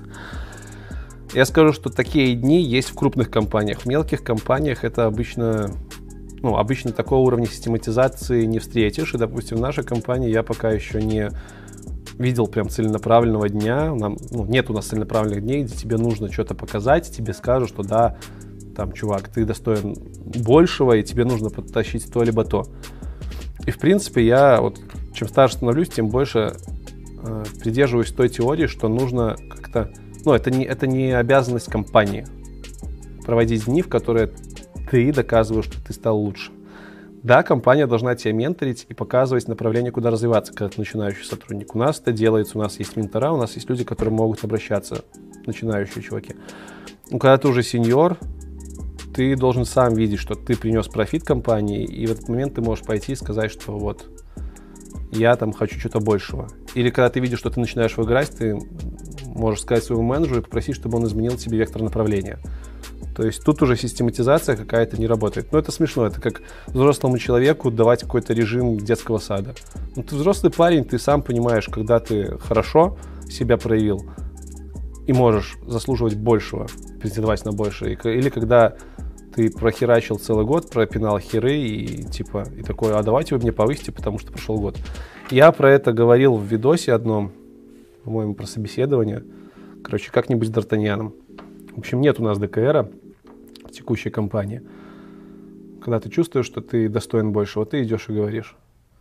Я скажу, что такие дни есть в крупных компаниях. В мелких компаниях это обычно... Ну, обычно такого уровня систематизации не встретишь, и, допустим, в нашей компании я пока еще не видел прям целенаправленного дня. Нам, ну, нет у нас целенаправленных дней, где тебе нужно что-то показать, тебе скажут, что да, там, чувак, ты достоин большего, и тебе нужно подтащить то либо то. И, в принципе, я вот чем старше становлюсь, тем больше э, придерживаюсь той теории, что нужно как-то... Ну, это не, это не обязанность компании проводить дни, в которые ты доказываешь, что ты стал лучше. Да, компания должна тебя менторить и показывать направление, куда развиваться, когда ты начинающий сотрудник. У нас это делается, у нас есть ментора, у нас есть люди, к которым могут обращаться, начинающие чуваки. Но когда ты уже сеньор, ты должен сам видеть, что ты принес профит компании, и в этот момент ты можешь пойти и сказать, что вот, я там хочу чего-то большего. Или когда ты видишь, что ты начинаешь выиграть, ты можешь сказать своему менеджеру и попросить, чтобы он изменил тебе вектор направления. То есть тут уже систематизация какая-то не работает. Но это смешно, это как взрослому человеку давать какой-то режим детского сада. Ну, ты взрослый парень, ты сам понимаешь, когда ты хорошо себя проявил и можешь заслуживать большего, претендовать на большее. Или когда ты прохерачил целый год, пропинал херы и типа, и такой, а давайте вы мне повысите, потому что прошел год. Я про это говорил в видосе одном, по-моему, про собеседование. Короче, как-нибудь с Д'Артаньяном. В общем, нет у нас ДКРа в текущей компании. Когда ты чувствуешь, что ты достоин большего, ты идешь и говоришь.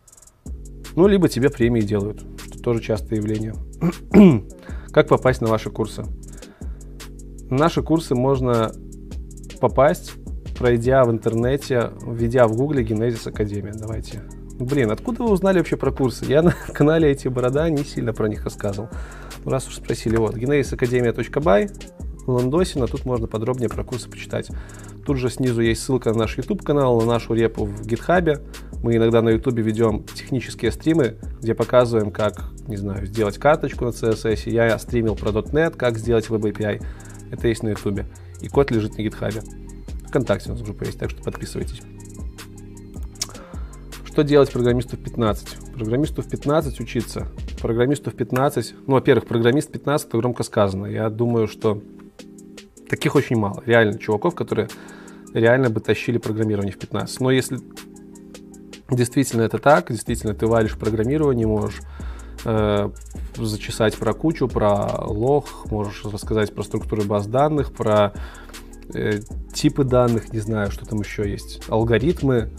Ну, либо тебе премии делают, что тоже частое явление. Как попасть на ваши курсы? На наши курсы можно попасть, пройдя в интернете, введя в гугле Genesis Академия. Давайте. Блин, откуда вы узнали вообще про курсы? Я на канале Эти Борода не сильно про них рассказывал. Ну, раз уж спросили, вот, genesis академия точка бай, Ландосина, тут можно подробнее про курсы почитать. Тут же снизу есть ссылка на наш YouTube-канал, на нашу репу в GitHub. Мы иногда на YouTube ведем технические стримы, где показываем, как, не знаю, сделать карточку на си эс эс. Я стримил про .дот нет, как сделать веб эй пи ай. Это есть на YouTube. И код лежит на GitHub. ВКонтакте у нас группа есть, так что подписывайтесь. Что делать программисту в пятнадцать? Программисту в пятнадцать учиться. Программисту в пятнадцать... Ну, во-первых, программист в пятнадцать, это громко сказано. Я думаю, что таких очень мало. Реально чуваков, которые реально бы тащили программирование в пятнадцать. Но если действительно это так, действительно ты валишь в программировании, можешь э, зачесать про кучу, про лог, можешь рассказать про структуры баз данных, про э, типы данных, не знаю, что там еще есть, алгоритмы,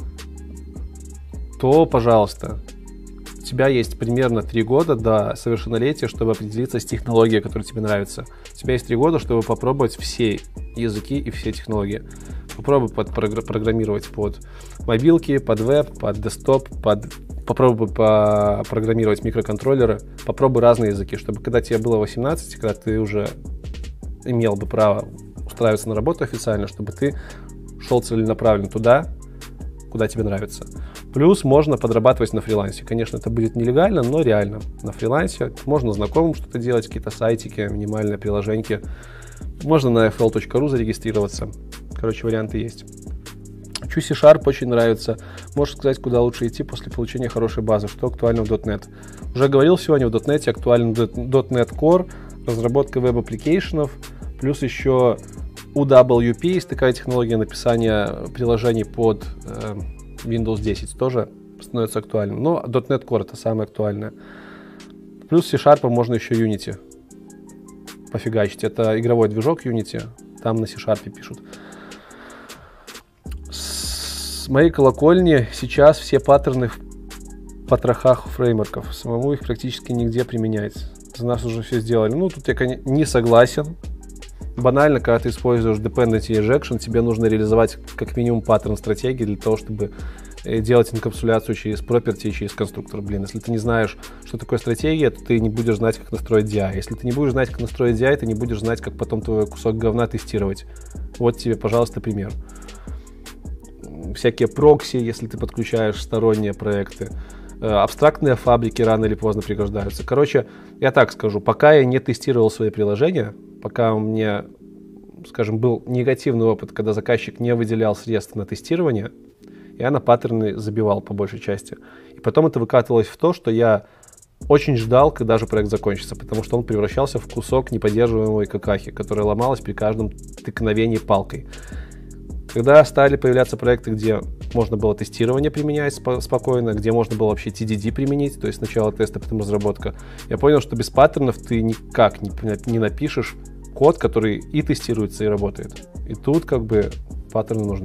то, пожалуйста, у тебя есть примерно три года до совершеннолетия, чтобы определиться с технологией, которая тебе нравится. У тебя есть три года, чтобы попробовать все языки и все технологии. Попробуй программировать под мобилки, под веб, под десктоп, под... попробуй программировать микроконтроллеры, попробуй разные языки, чтобы когда тебе было восемнадцать, когда ты уже имел бы право устраиваться на работу официально, чтобы ты шел целенаправленно туда, куда тебе нравится. Плюс можно подрабатывать на фрилансе. Конечно, это будет нелегально, но реально. На фрилансе можно знакомым что-то делать, какие-то сайтики, минимальные приложеньки. Можно на эф эл точка ру зарегистрироваться. Короче, варианты есть. Учу C-Sharp, очень нравится. Можешь сказать, куда лучше идти после получения хорошей базы, что актуально в .дот нет. Уже говорил сегодня, в .дот нет актуален .дот нет Core, разработка веб-аппликейшенов, плюс еще у дабл ю пи есть такая технология написания приложений под э, Windows десять, тоже становится актуальным. Но .дот нет Core это самое актуальное. Плюс C-Sharp можно еще Unity пофигачить. Это игровой движок Unity, там на C-Sharp пишут. С моей колокольни сейчас все паттерны в потрохах фреймворков. Самому их практически нигде применять. За нас уже все сделали. Ну, тут я, конечно, не согласен. Банально, когда ты используешь dependency injection, тебе нужно реализовать как минимум паттерн стратегии для того, чтобы делать инкапсуляцию через property и через конструктор. Блин, если ты не знаешь, что такое стратегия, то ты не будешь знать, как настроить ди ай. Если ты не будешь знать, как настроить ди ай, ты не будешь знать, как потом твой кусок говна тестировать. Вот тебе, пожалуйста, пример. Всякие прокси, если ты подключаешь сторонние проекты. Абстрактные фабрики рано или поздно пригождаются. Короче, я так скажу, пока я не тестировал свои приложения, пока у меня, скажем, был негативный опыт, когда заказчик не выделял средств на тестирование, я на паттерны забивал по большей части. И потом это выкатывалось в то, что я очень ждал, когда же проект закончится, потому что он превращался в кусок неподдерживаемой какахи, которая ломалась при каждом тыкновении палкой. Когда стали появляться проекты, где можно было тестирование применять спо- спокойно, где можно было вообще ти ди ди применить, то есть сначала тест, а потом разработка, я понял, что без паттернов ты никак не, не напишешь код, который и тестируется, и работает. И тут как бы паттерны нужны.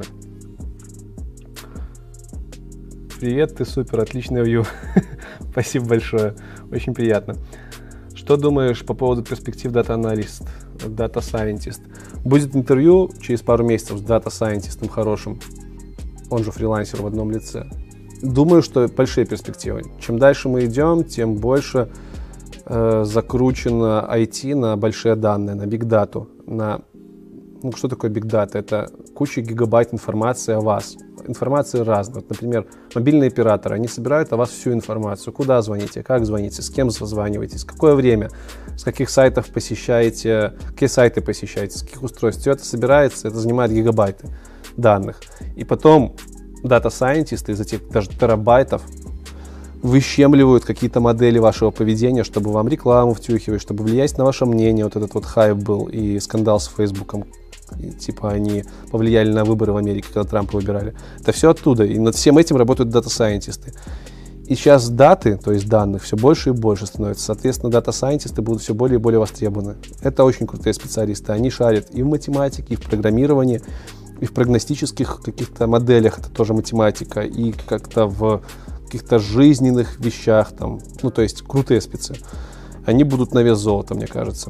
Привет, ты супер, отличный вью. Спасибо большое, очень приятно. Что думаешь по поводу перспектив дата-аналист, дата-сайентист? Будет интервью через пару месяцев с дата-сайентистом хорошим, он же фрилансер в одном лице. Думаю, что большие перспективы. Чем дальше мы идем, тем больше э, закручено ай ти на большие данные, на бигдату. На... Ну, что такое бигдата? Это куча гигабайт информации о вас. Информации разной. Вот, например, мобильные операторы, они собирают о вас всю информацию. Куда звоните, как звоните, с кем созваниваетесь, в какое время, с каких сайтов посещаете, какие сайты посещаете, с каких устройств. Все это собирается, это занимает гигабайты данных. И потом дата-сайентисты из этих даже терабайтов выщемливают какие-то модели вашего поведения, чтобы вам рекламу втюхивать, чтобы влиять на ваше мнение. Вот этот вот хайп был и скандал с Фейсбуком. И, типа они повлияли на выборы в Америке, когда Трампа выбирали. Это все оттуда. И над всем этим работают дата-сайентисты. И сейчас даты, то есть данных, все больше и больше становятся. Соответственно, дата-сайентисты будут все более и более востребованы. Это очень крутые специалисты. Они шарят и в математике, и в программировании, и в прогностических каких-то моделях. Это тоже математика. И как-то в каких-то жизненных вещах. Там. Ну, то есть крутые спецы. Они будут на вес золота, мне кажется.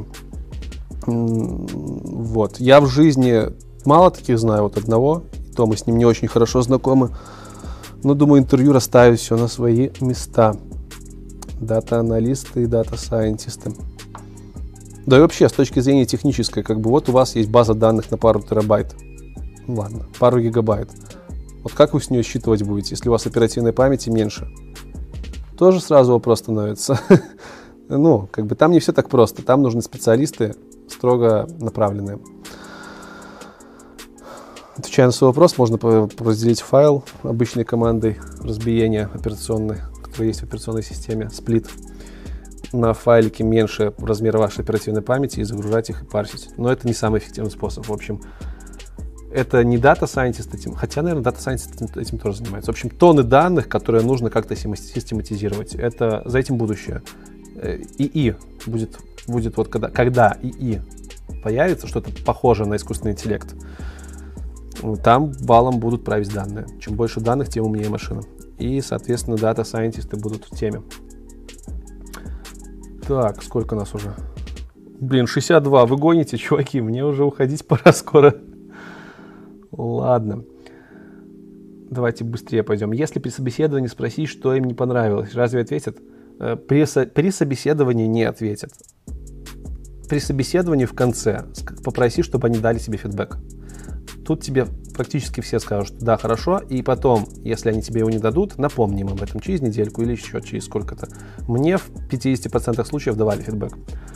Вот. Я в жизни мало таких знаю, вот одного, и то мы с ним не очень хорошо знакомы, но думаю, интервью расставит все на свои места. Дата-аналисты и дата-сайентисты. Да и вообще, с точки зрения технической, как бы вот у вас есть база данных на пару терабайт, ладно, пару гигабайт. Вот как вы с нее считывать будете, если у вас оперативной памяти меньше? Тоже сразу вопрос становится. Ну, как бы там не все так просто, там нужны специалисты, строго направленные. Отвечая на свой вопрос, можно разделить файл обычной командой разбиения операционной, которая есть в операционной системе, сплит, на файлике меньше размера вашей оперативной памяти и загружать их и парсить. Но это не самый эффективный способ. В общем, это не дата-сайентист этим, хотя, наверное, дата-сайентист этим, этим тоже занимается. В общем, тонны данных, которые нужно как-то систематизировать. Это за этим будущее. ИИ будет, будет вот когда, когда ИИ появится, что-то похожее на искусственный интеллект, там валом будут править данные. Чем больше данных, тем умнее машина. И, соответственно, дата-сайентисты будут в теме. Так, сколько нас уже? Блин, шестьдесят два. Вы гоните, чуваки, мне уже уходить пора скоро. Ладно. Давайте быстрее пойдем. Если при собеседовании спросить, что им не понравилось, разве ответят? При, со- при собеседовании не ответят. При собеседовании в конце попроси, чтобы они дали тебе фидбэк. Тут тебе практически все скажут, что да, хорошо, и потом, если они тебе его не дадут, напомни им об этом через недельку или еще через сколько-то. Мне в пятьдесят процентов случаев давали фидбэк.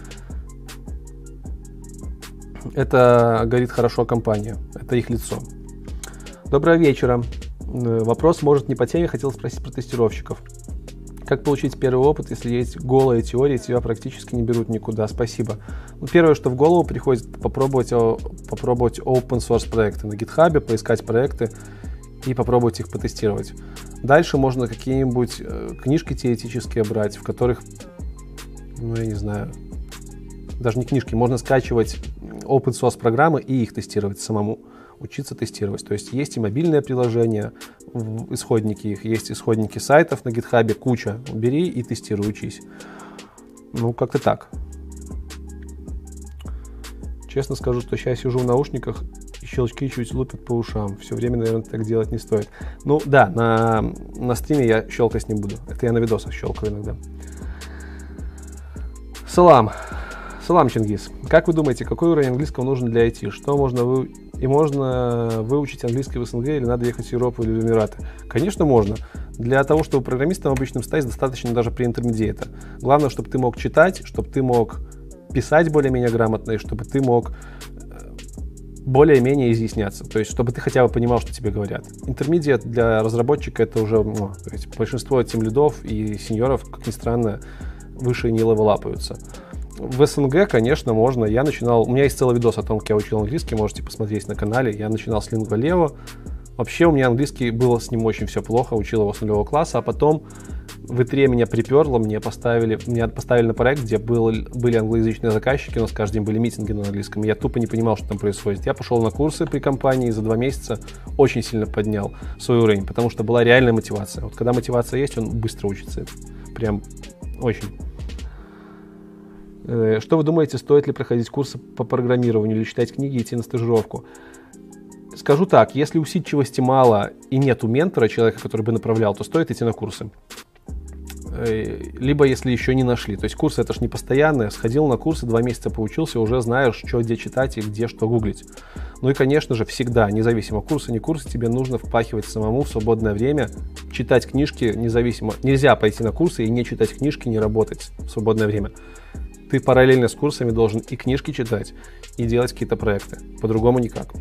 Это говорит хорошо о компании, это их лицо. Доброго вечера. Вопрос, может, не по теме, хотел спросить про тестировщиков. Как получить первый опыт, если есть голая теория, тебя практически не берут никуда? Спасибо. Ну, первое, что в голову приходит, попробовать, попробовать open source проекты на GitHub, поискать проекты и попробовать их потестировать. Дальше можно какие-нибудь книжки теоретические брать, в которых, ну, я не знаю, даже не книжки, можно скачивать open source программы и их тестировать самому, учиться тестировать. То есть есть и мобильные приложения, исходники их, есть исходники сайтов на GitHub, куча. Бери и тестируй, учись. Ну, как-то так. Честно скажу, что сейчас сижу в наушниках, и щелчки чуть лупят по ушам. Все время, наверное, так делать не стоит. Ну, да, на, на стриме я щелкать не буду. Это я на видосах щелкаю иногда. Салам. Салам, Чингис. Как вы думаете, какой уровень английского нужен для ай ти? Что можно вы... И можно выучить английский в СНГ или надо ехать в Европу или в Эмираты? Конечно, можно. Для того, чтобы программистом обычным стать, достаточно даже при интермедиэта. Главное, чтобы ты мог читать, чтобы ты мог писать более-менее грамотно, и чтобы ты мог более-менее изъясняться. То есть, чтобы ты хотя бы понимал, что тебе говорят. Интермедиат для разработчика это уже, ну, то есть большинство тимлидов и сеньоров, как ни странно, выше не левелапаются. В СНГ, конечно, можно. Я начинал... У меня есть целый видос о том, как я учил английский, можете посмотреть на канале. Я начинал с Lingua.Leo. Вообще у меня английский было с ним очень все плохо, учил его с нулевого класса, а потом в ИТРЕ меня приперло, мне поставили, меня поставили на проект, где был, были англоязычные заказчики, у нас каждый день были митинги на английском, и я тупо не понимал, что там происходит. Я пошел на курсы при компании, и за два месяца очень сильно поднял свой уровень, потому что была реальная мотивация. Вот когда мотивация есть, он быстро учится. Прям очень. Что вы думаете, стоит ли проходить курсы по программированию или читать книги и идти на стажировку? Скажу так, если усидчивости мало и нету ментора, человека, который бы направлял, то стоит идти на курсы. Либо если еще не нашли. То есть курсы это ж не постоянное. Сходил на курсы, два месяца поучился, уже знаешь, что где читать и где что гуглить. Ну и, конечно же, всегда, независимо курсы, не курсы, тебе нужно впахивать самому в свободное время, читать книжки независимо. Нельзя пойти на курсы и не читать книжки, не работать в свободное время. Ты параллельно с курсами должен и книжки читать, и делать какие-то проекты. По-другому никак.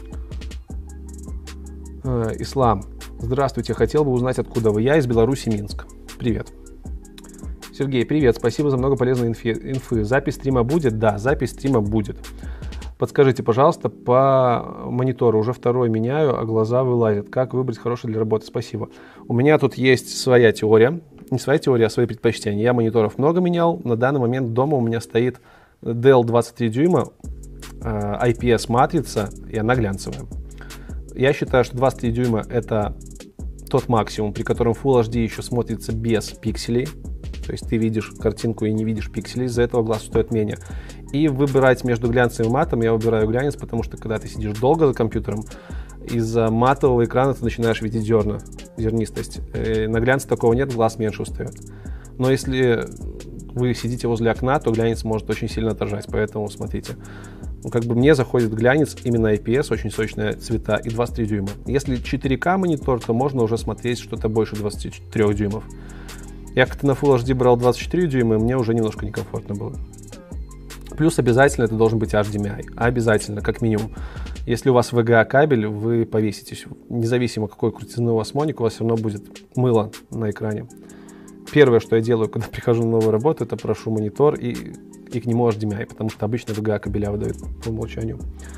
Э, Ислам. Здравствуйте. Хотел бы узнать, откуда вы. Я из Беларуси, Минск. Привет. Сергей, привет. Спасибо за много полезной инфи. инфы. Запись стрима будет? Да, запись стрима будет. Подскажите, пожалуйста, по монитору. Уже второй меняю, а глаза вылазят. Как выбрать хороший для работы? Спасибо. У меня тут есть своя теория. Не своя теория, а свои предпочтения. Я мониторов много менял. На данный момент дома у меня стоит Dell двадцать три дюйма, ай пи эс матрица, и она глянцевая. Я считаю, что двадцать три дюйма это тот максимум, при котором Full эйч ди еще смотрится без пикселей. То есть ты видишь картинку и не видишь пикселей, из-за этого глаз стоит менее. И выбирать между глянцевым и матом, я выбираю глянец, потому что когда ты сидишь долго за компьютером, из-за матового экрана ты начинаешь видеть зерна, зернистость. На глянце такого нет, глаз меньше устает. Но если вы сидите возле окна, то глянец может очень сильно отражать, поэтому смотрите. Ну, как бы мне заходит глянец именно ай пи эс, очень сочные цвета, и двадцать три дюйма. Если четыре ка монитор, то можно уже смотреть что-то больше двадцати трёх дюймов. Я как-то на Full эйч ди брал двадцать четыре дюйма, и мне уже немножко некомфортно было. Плюс обязательно это должен быть эйч ди эм ай. Обязательно, как минимум. Если у вас ви джи эй кабель, вы повеситесь. Независимо, какой крутизны у вас моник, у вас все равно будет мыло на экране. Первое, что я делаю, когда прихожу на новую работу, это прошу монитор и, и к нему эйч ди эм ай, потому что обычно ви джи эй кабеля выдают по умолчанию.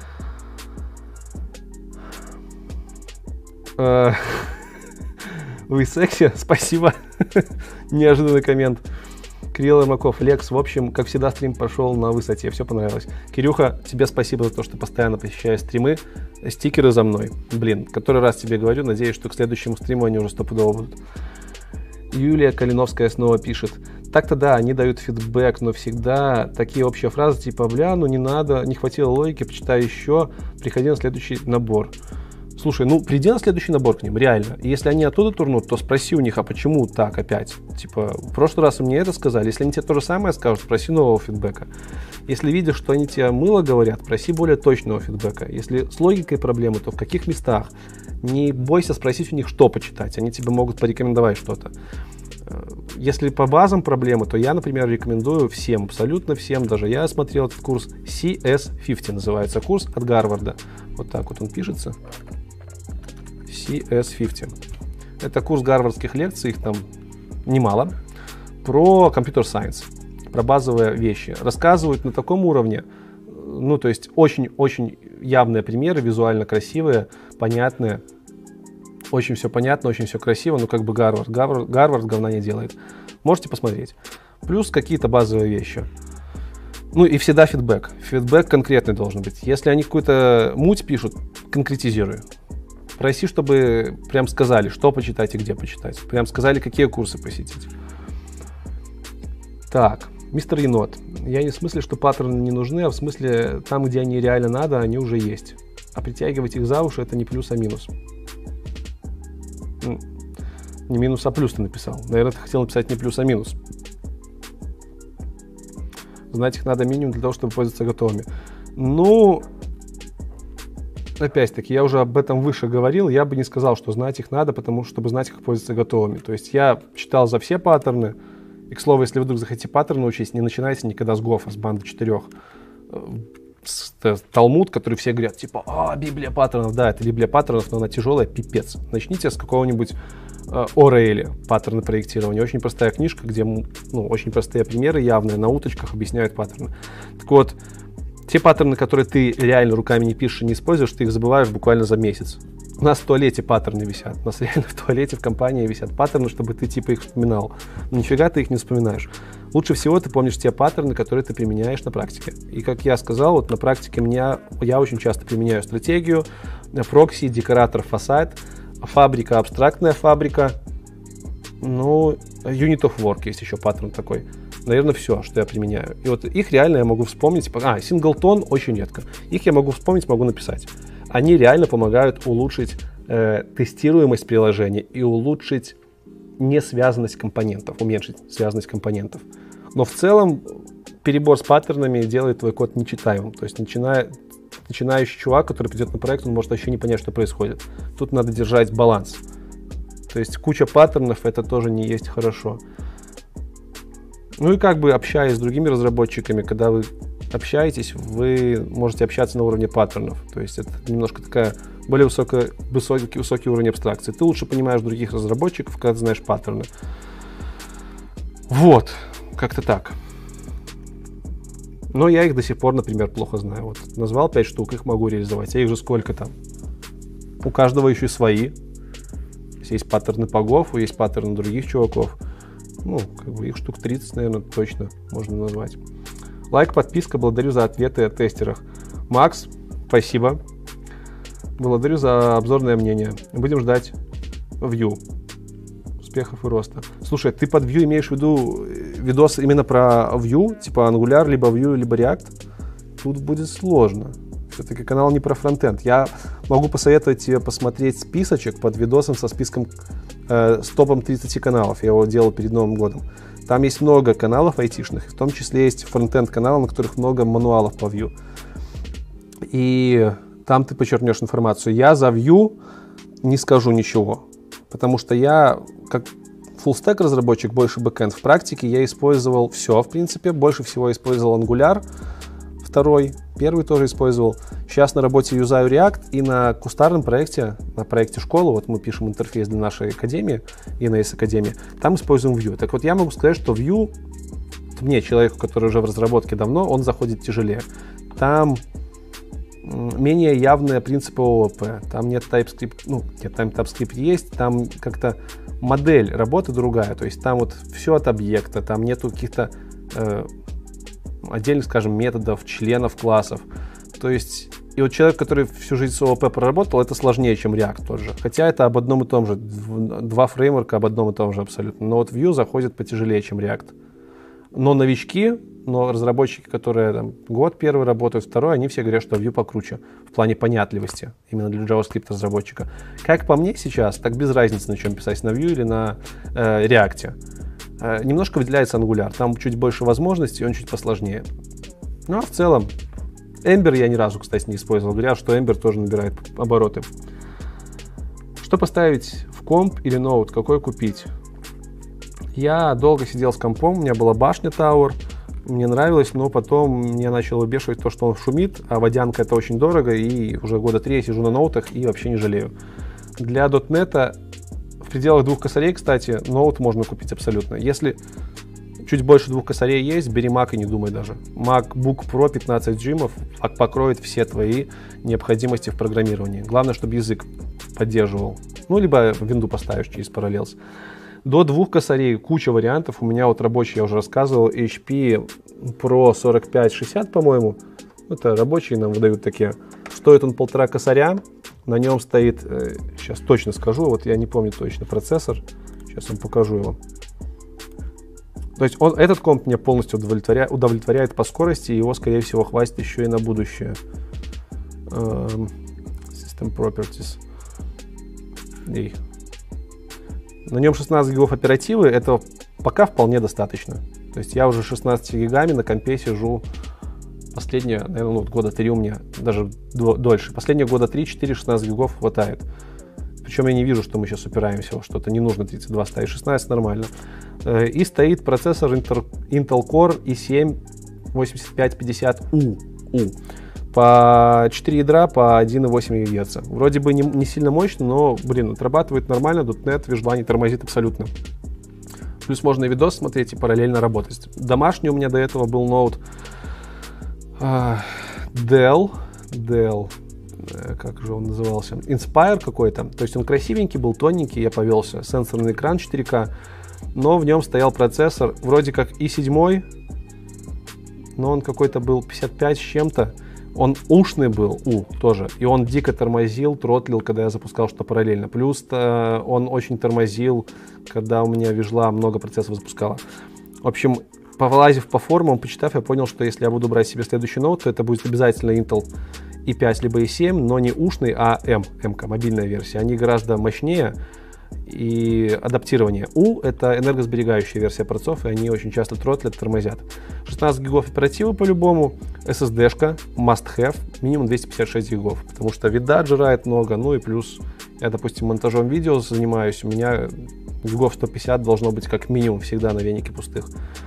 Вы секси, спасибо. Неожиданный коммент. Кирилл Ермаков, Лекс, в общем, как всегда, стрим прошел на высоте, все понравилось. Кирюха, тебе спасибо за то, что постоянно посещаешь стримы. Стикеры за мной. Блин, который раз тебе говорю, надеюсь, что к следующему стриму они уже стопудово будут. Юлия Калиновская снова пишет. Так-то да, они дают фидбэк, но всегда такие общие фразы типа «бля, ну не надо, не хватило логики, почитай еще, приходи на следующий набор». Слушай, ну приди на следующий набор к ним, реально. И если они оттуда турнут, то спроси у них, а почему так опять? Типа, в прошлый раз мне это сказали. Если они тебе то же самое скажут, проси нового фидбэка. Если видишь, что они тебе мыло говорят, проси более точного фидбэка. Если с логикой проблемы, то в каких местах? Не бойся спросить у них, что почитать. Они тебе могут порекомендовать что-то. Если по базам проблемы, то я, например, рекомендую всем, абсолютно всем, даже я смотрел этот курс, си эс пятьдесят называется курс от Гарварда. Вот так вот он пишется. си эс пятьдесят. Это курс гарвардских лекций, их там немало. Про компьютер сайенс, про базовые вещи. Рассказывают на таком уровне, ну, то есть очень-очень явные примеры, визуально красивые, понятные. Очень все понятно, очень все красиво, ну, как бы Гарвард. Гарвард, Гарвард говна не делает. Можете посмотреть. Плюс какие-то базовые вещи. Ну, и всегда фидбэк. Фидбэк конкретный должен быть. Если они какую-то муть пишут, конкретизируй. Проси, чтобы прям сказали, что почитать и где почитать. Прям сказали, какие курсы посетить. Так, мистер Енот. Я не в смысле, что паттерны не нужны, а в смысле, там, где они реально надо, они уже есть. А притягивать их за уши — это не плюс, а минус. Не минус, а плюс ты написал. Наверное, ты хотел написать не плюс, а минус. Знать их надо минимум для того, чтобы пользоваться готовыми. Ну, опять-таки, я уже об этом выше говорил. Я бы не сказал, что знать их надо, потому чтобы знать, как пользоваться готовыми. То есть я читал за все паттерны. И, к слову, если вы вдруг захотите паттерны учить, не начинайте никогда с гофа, с банды четырех. Талмуд, который все говорят, типа, а, Библия паттернов. Да, это Библия паттернов, но она тяжелая, пипец. Начните с какого-нибудь э, Орейли, паттерны проектирования. Очень простая книжка, где, ну, очень простые примеры явные, на уточках объясняют паттерны. Так вот, те паттерны, которые ты реально руками не пишешь и не используешь, ты их забываешь буквально за месяц. У нас в туалете паттерны висят. У нас реально в туалете, в компании висят паттерны, чтобы ты типа их вспоминал. Но нифига ты их не вспоминаешь. Лучше всего ты помнишь те паттерны, которые ты применяешь на практике. И как я сказал, вот на практике меня, я очень часто применяю стратегию, прокси, декоратор, фасад, фабрика, абстрактная фабрика, ну, unit of work есть еще паттерн такой. Наверное, все, что я применяю. И вот их реально я могу вспомнить. А, синглтон очень редко. Их я могу вспомнить, могу написать. Они реально помогают улучшить э, тестируемость приложения и улучшить несвязанность компонентов, уменьшить связанность компонентов. Но в целом перебор с паттернами делает твой код нечитаемым. То есть начиная, начинающий чувак, который придет на проект, он может вообще не понять, что происходит. Тут надо держать баланс. То есть куча паттернов — это тоже не есть хорошо. Ну и как бы общаясь с другими разработчиками, когда вы общаетесь, вы можете общаться на уровне паттернов. То есть это немножко такая более высокая, высокий, высокий уровень абстракции. Ты лучше понимаешь других разработчиков, когда ты знаешь паттерны. Вот, как-то так. Но я их до сих пор, например, плохо знаю. Вот назвал пять штук, их могу реализовать. А их же сколько там? У каждого еще свои. Есть паттерны по гофу, есть паттерны других чуваков. Ну, как бы их штук тридцать, наверное, точно можно назвать. Лайк, подписка, благодарю за ответы о тестерах. Макс, спасибо. Благодарю за обзорное мнение. Будем ждать Vue. Успехов и роста. Слушай, ты под Vue имеешь в виду видос именно про Vue? Типа Angular, либо Vue, либо React? Тут будет сложно. Все-таки канал не про фронтенд. Я могу посоветовать тебе посмотреть списочек под видосом со списком э, с топом тридцати каналов. Я его делал перед Новым годом. Там есть много каналов айтишных, в том числе есть фронтенд-каналы, на которых много мануалов по Vue. И там ты почерпнешь информацию. Я за Vue не скажу ничего, потому что я, как фуллстек разработчик, больше бэкэнд, в практике я использовал все, в принципе. Больше всего использовал Angular, второй, первый тоже использовал. Сейчас на работе юзаю React, и на кустарном проекте, на проекте школы, вот мы пишем интерфейс для нашей академии, и на эс академии, там используем Vue. Так вот, я могу сказать, что Vue, мне, человеку, который уже в разработке давно, он заходит тяжелее. Там менее явные принципы ООП, там нет TypeScript, ну, нет, там TypeScript есть, там как-то модель работы другая, то есть там вот все от объекта, там нету каких-то э, отдельных, скажем, методов, членов классов. То есть, и вот человек, который всю жизнь с ООП проработал, это сложнее, чем React тот же. Хотя это об одном и том же. Два фреймворка об одном и том же абсолютно. Но вот Vue заходит потяжелее, чем React. Но новички, но разработчики, которые там, год первый работают, второй, они все говорят, что Vue покруче в плане понятливости именно для JavaScript разработчика. Как по мне сейчас, так без разницы, на чем писать, на Vue или на э, React. Э, немножко выделяется Angular, там чуть больше возможностей, он чуть посложнее. Ну а в целом, Ember я ни разу, кстати, не использовал. Говорят, что Ember тоже набирает обороты. Что поставить в комп или ноут? Какой купить? Я долго сидел с компом, у меня была башня Tower, мне нравилось, но потом меня начало выбешивать то, что он шумит, а водянка — это очень дорого, и уже года три я сижу на ноутах и вообще не жалею. Для .дот нет в пределах двух косарей, кстати, ноут можно купить абсолютно. Если чуть больше двух косарей есть, бери Mac и не думай даже. MacBook Pro пятнадцать джимов покроет все твои необходимости в программировании. Главное, чтобы язык поддерживал. Ну, либо винду поставишь через Parallels. До двух косарей куча вариантов. У меня вот рабочий, я уже рассказывал, эйч пи Pro сорок пять шестьдесят, по-моему. Это рабочие нам выдают такие. Стоит он полтора косаря. На нем стоит, э, сейчас точно скажу, вот я не помню точно процессор. Сейчас вам покажу его. То есть он, этот комп меня полностью удовлетворяет, удовлетворяет по скорости. Его, скорее всего, хватит еще и на будущее. Эм, System Properties. Эй. На нем шестнадцать гигов оперативы. Этого пока вполне достаточно. То есть я уже шестнадцать гигами на компе сижу. Последние, наверное, ну, года три у меня, даже дольше. Последние года три-четыре шестнадцать гигов хватает. Причем я не вижу, что мы сейчас упираемся во что-то. Не нужно тридцать два ставить, шестнадцать нормально. И стоит процессор Intel Core и семь восемьдесят пять пятьдесят У. По четыре ядра по один и восемь гигагерц. Вроде бы не, не сильно мощно, но, блин, отрабатывает нормально. .дот нет Visual не тормозит абсолютно. Плюс можно и видос смотреть и параллельно работать. Домашний у меня до этого был ноут uh, Dell. Dell. Как же он назывался? Inspire какой-то. То есть он красивенький был, тоненький, я повелся. Сенсорный экран четыре ка. Но в нем стоял процессор вроде как и семь, но он какой-то был пятьдесят пять с чем-то. Он ушный был, У тоже. И он дико тормозил, тротлил, когда я запускал что параллельно. Плюс он очень тормозил, когда у меня Visual много процессов запускала. В общем, повлазив по форумам, почитав, я понял, что если я буду брать себе следующий ноут, то это будет обязательно Intel и пять либо и семь, но не ушный, а M, M-ка, мобильная версия. Они гораздо мощнее и адаптирование. У — это энергосберегающая версия процессов, и они очень часто тротлят, тормозят. шестнадцать гигов оперативы по-любому, эс эс ди-шка, must have, минимум двести пятьдесят шесть гигов, потому что вида отжирает много, ну и плюс я, допустим, монтажом видео занимаюсь, у меня гигов сто пятьдесят должно быть как минимум всегда на венике пустых.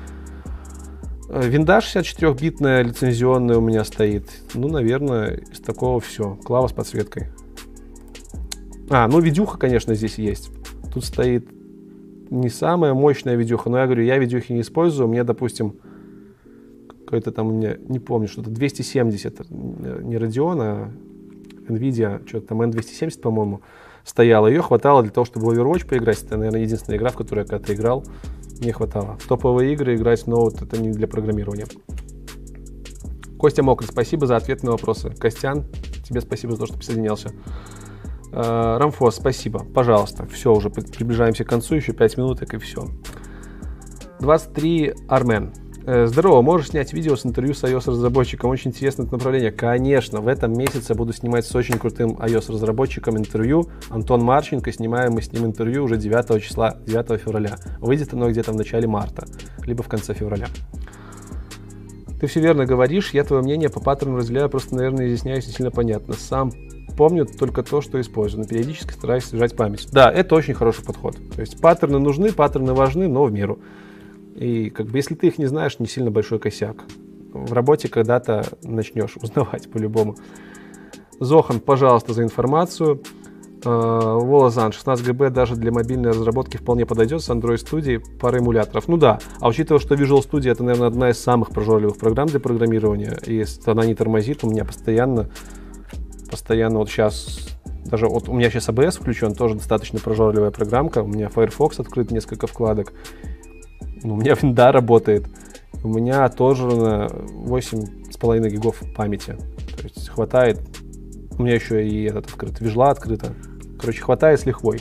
Винда шестьдесят четырёхбитная лицензионная у меня стоит. Ну, наверное, из такого все. Клава с подсветкой. А, ну видюха, конечно, здесь есть. Тут стоит не самая мощная видюха, но я говорю, я видюхи не использую. У меня, допустим, какой-то там у меня, не помню, что-то двести семьдесят, не Radeon, а Nvidia, что-то там эн двести семьдесят, по-моему, стояла. Ее хватало для того, чтобы в Overwatch поиграть. Это, наверное, единственная игра, в которой я когда-то играл. Не хватало. В топовые игры играть в ноут — это не для программирования. Костя Мокрый, спасибо за ответ на вопросы. Костян, тебе спасибо за то, что присоединялся. Рамфос, спасибо. Пожалуйста. Все, уже приближаемся к концу. Еще пять минуток и все. двадцать три Армен. Здорово, можешь снять видео с интервью с iOS-разработчиком? Очень интересное это направление. Конечно, в этом месяце буду снимать с очень крутым iOS-разработчиком интервью. Антон Марченко. Снимаем мы с ним интервью уже девятого числа, девятого февраля. Выйдет оно где-то в начале марта, либо в конце февраля. Ты все верно говоришь. Я твое мнение по паттерну разделяю, просто, наверное, изъясняюсь не сильно понятно. Сам помню только то, что использую, но периодически стараюсь сжать память. Да, это очень хороший подход. То есть паттерны нужны, паттерны важны, но в меру. И как бы если ты их не знаешь, не сильно большой косяк. В работе когда-то начнешь узнавать по-любому. Зохан, пожалуйста, за информацию. Волозан, шестнадцать гигабайт даже для мобильной разработки вполне подойдет с Android Studio, пара эмуляторов. Ну да, а учитывая, что Visual Studio это, наверное, одна из самых прожорливых программ для программирования, и если она не тормозит, у меня постоянно, постоянно вот сейчас, даже вот у меня сейчас эй би эс включен, тоже достаточно прожорливая программка, у меня Firefox открыт, несколько вкладок. У меня винда работает. У меня отожрано восемь с половиной гигов памяти. То есть хватает. У меня еще и этот открыт. Visual открыто. Короче, хватает с лихвой.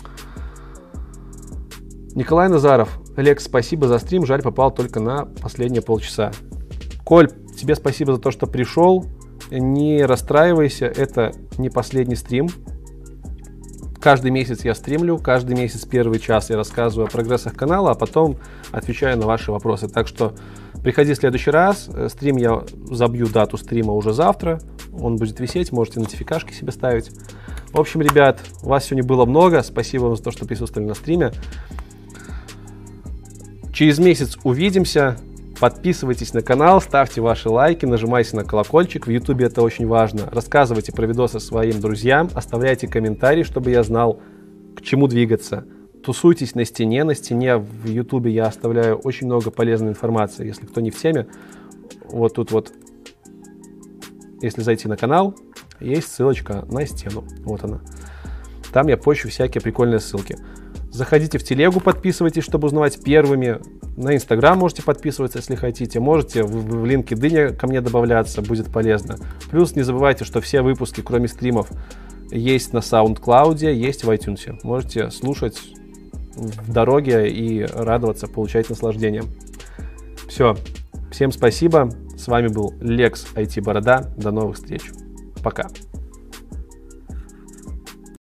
Николай Назаров. Олег, спасибо за стрим. Жаль, попал только на последние полчаса. Коль, тебе спасибо за то, что пришел. Не расстраивайся. Это не последний стрим. Каждый месяц я стримлю, каждый месяц первый час я рассказываю о прогрессах канала, а потом отвечаю на ваши вопросы. Так что приходи в следующий раз. Стрим я забью дату стрима уже завтра. Он будет висеть, можете нотификашки себе ставить. В общем, ребят, вас сегодня было много. Спасибо вам за то, что присутствовали на стриме. Через месяц увидимся. Подписывайтесь на канал, ставьте ваши лайки, нажимайте на колокольчик. В YouTube это очень важно. Рассказывайте про видосы своим друзьям, оставляйте комментарии, чтобы я знал, к чему двигаться. тусуйтесь на стене. На стене в Ютубе я оставляю очень много полезной информации. Если кто не в теме, вот тут вот, если зайти на канал, есть ссылочка на стену. Вот она. Там я пощу всякие прикольные ссылки. Заходите в телегу, подписывайтесь, чтобы узнавать первыми. На Инстаграм можете подписываться, если хотите. Можете в, в LinkedIn ко мне добавляться, будет полезно. Плюс не забывайте, что все выпуски, кроме стримов, есть на SoundCloud, есть в iTunes. Можете слушать в дороге и радоваться, получать наслаждение. Все. Всем спасибо. С вами был Лекс ай ти Борода. До новых встреч. Пока.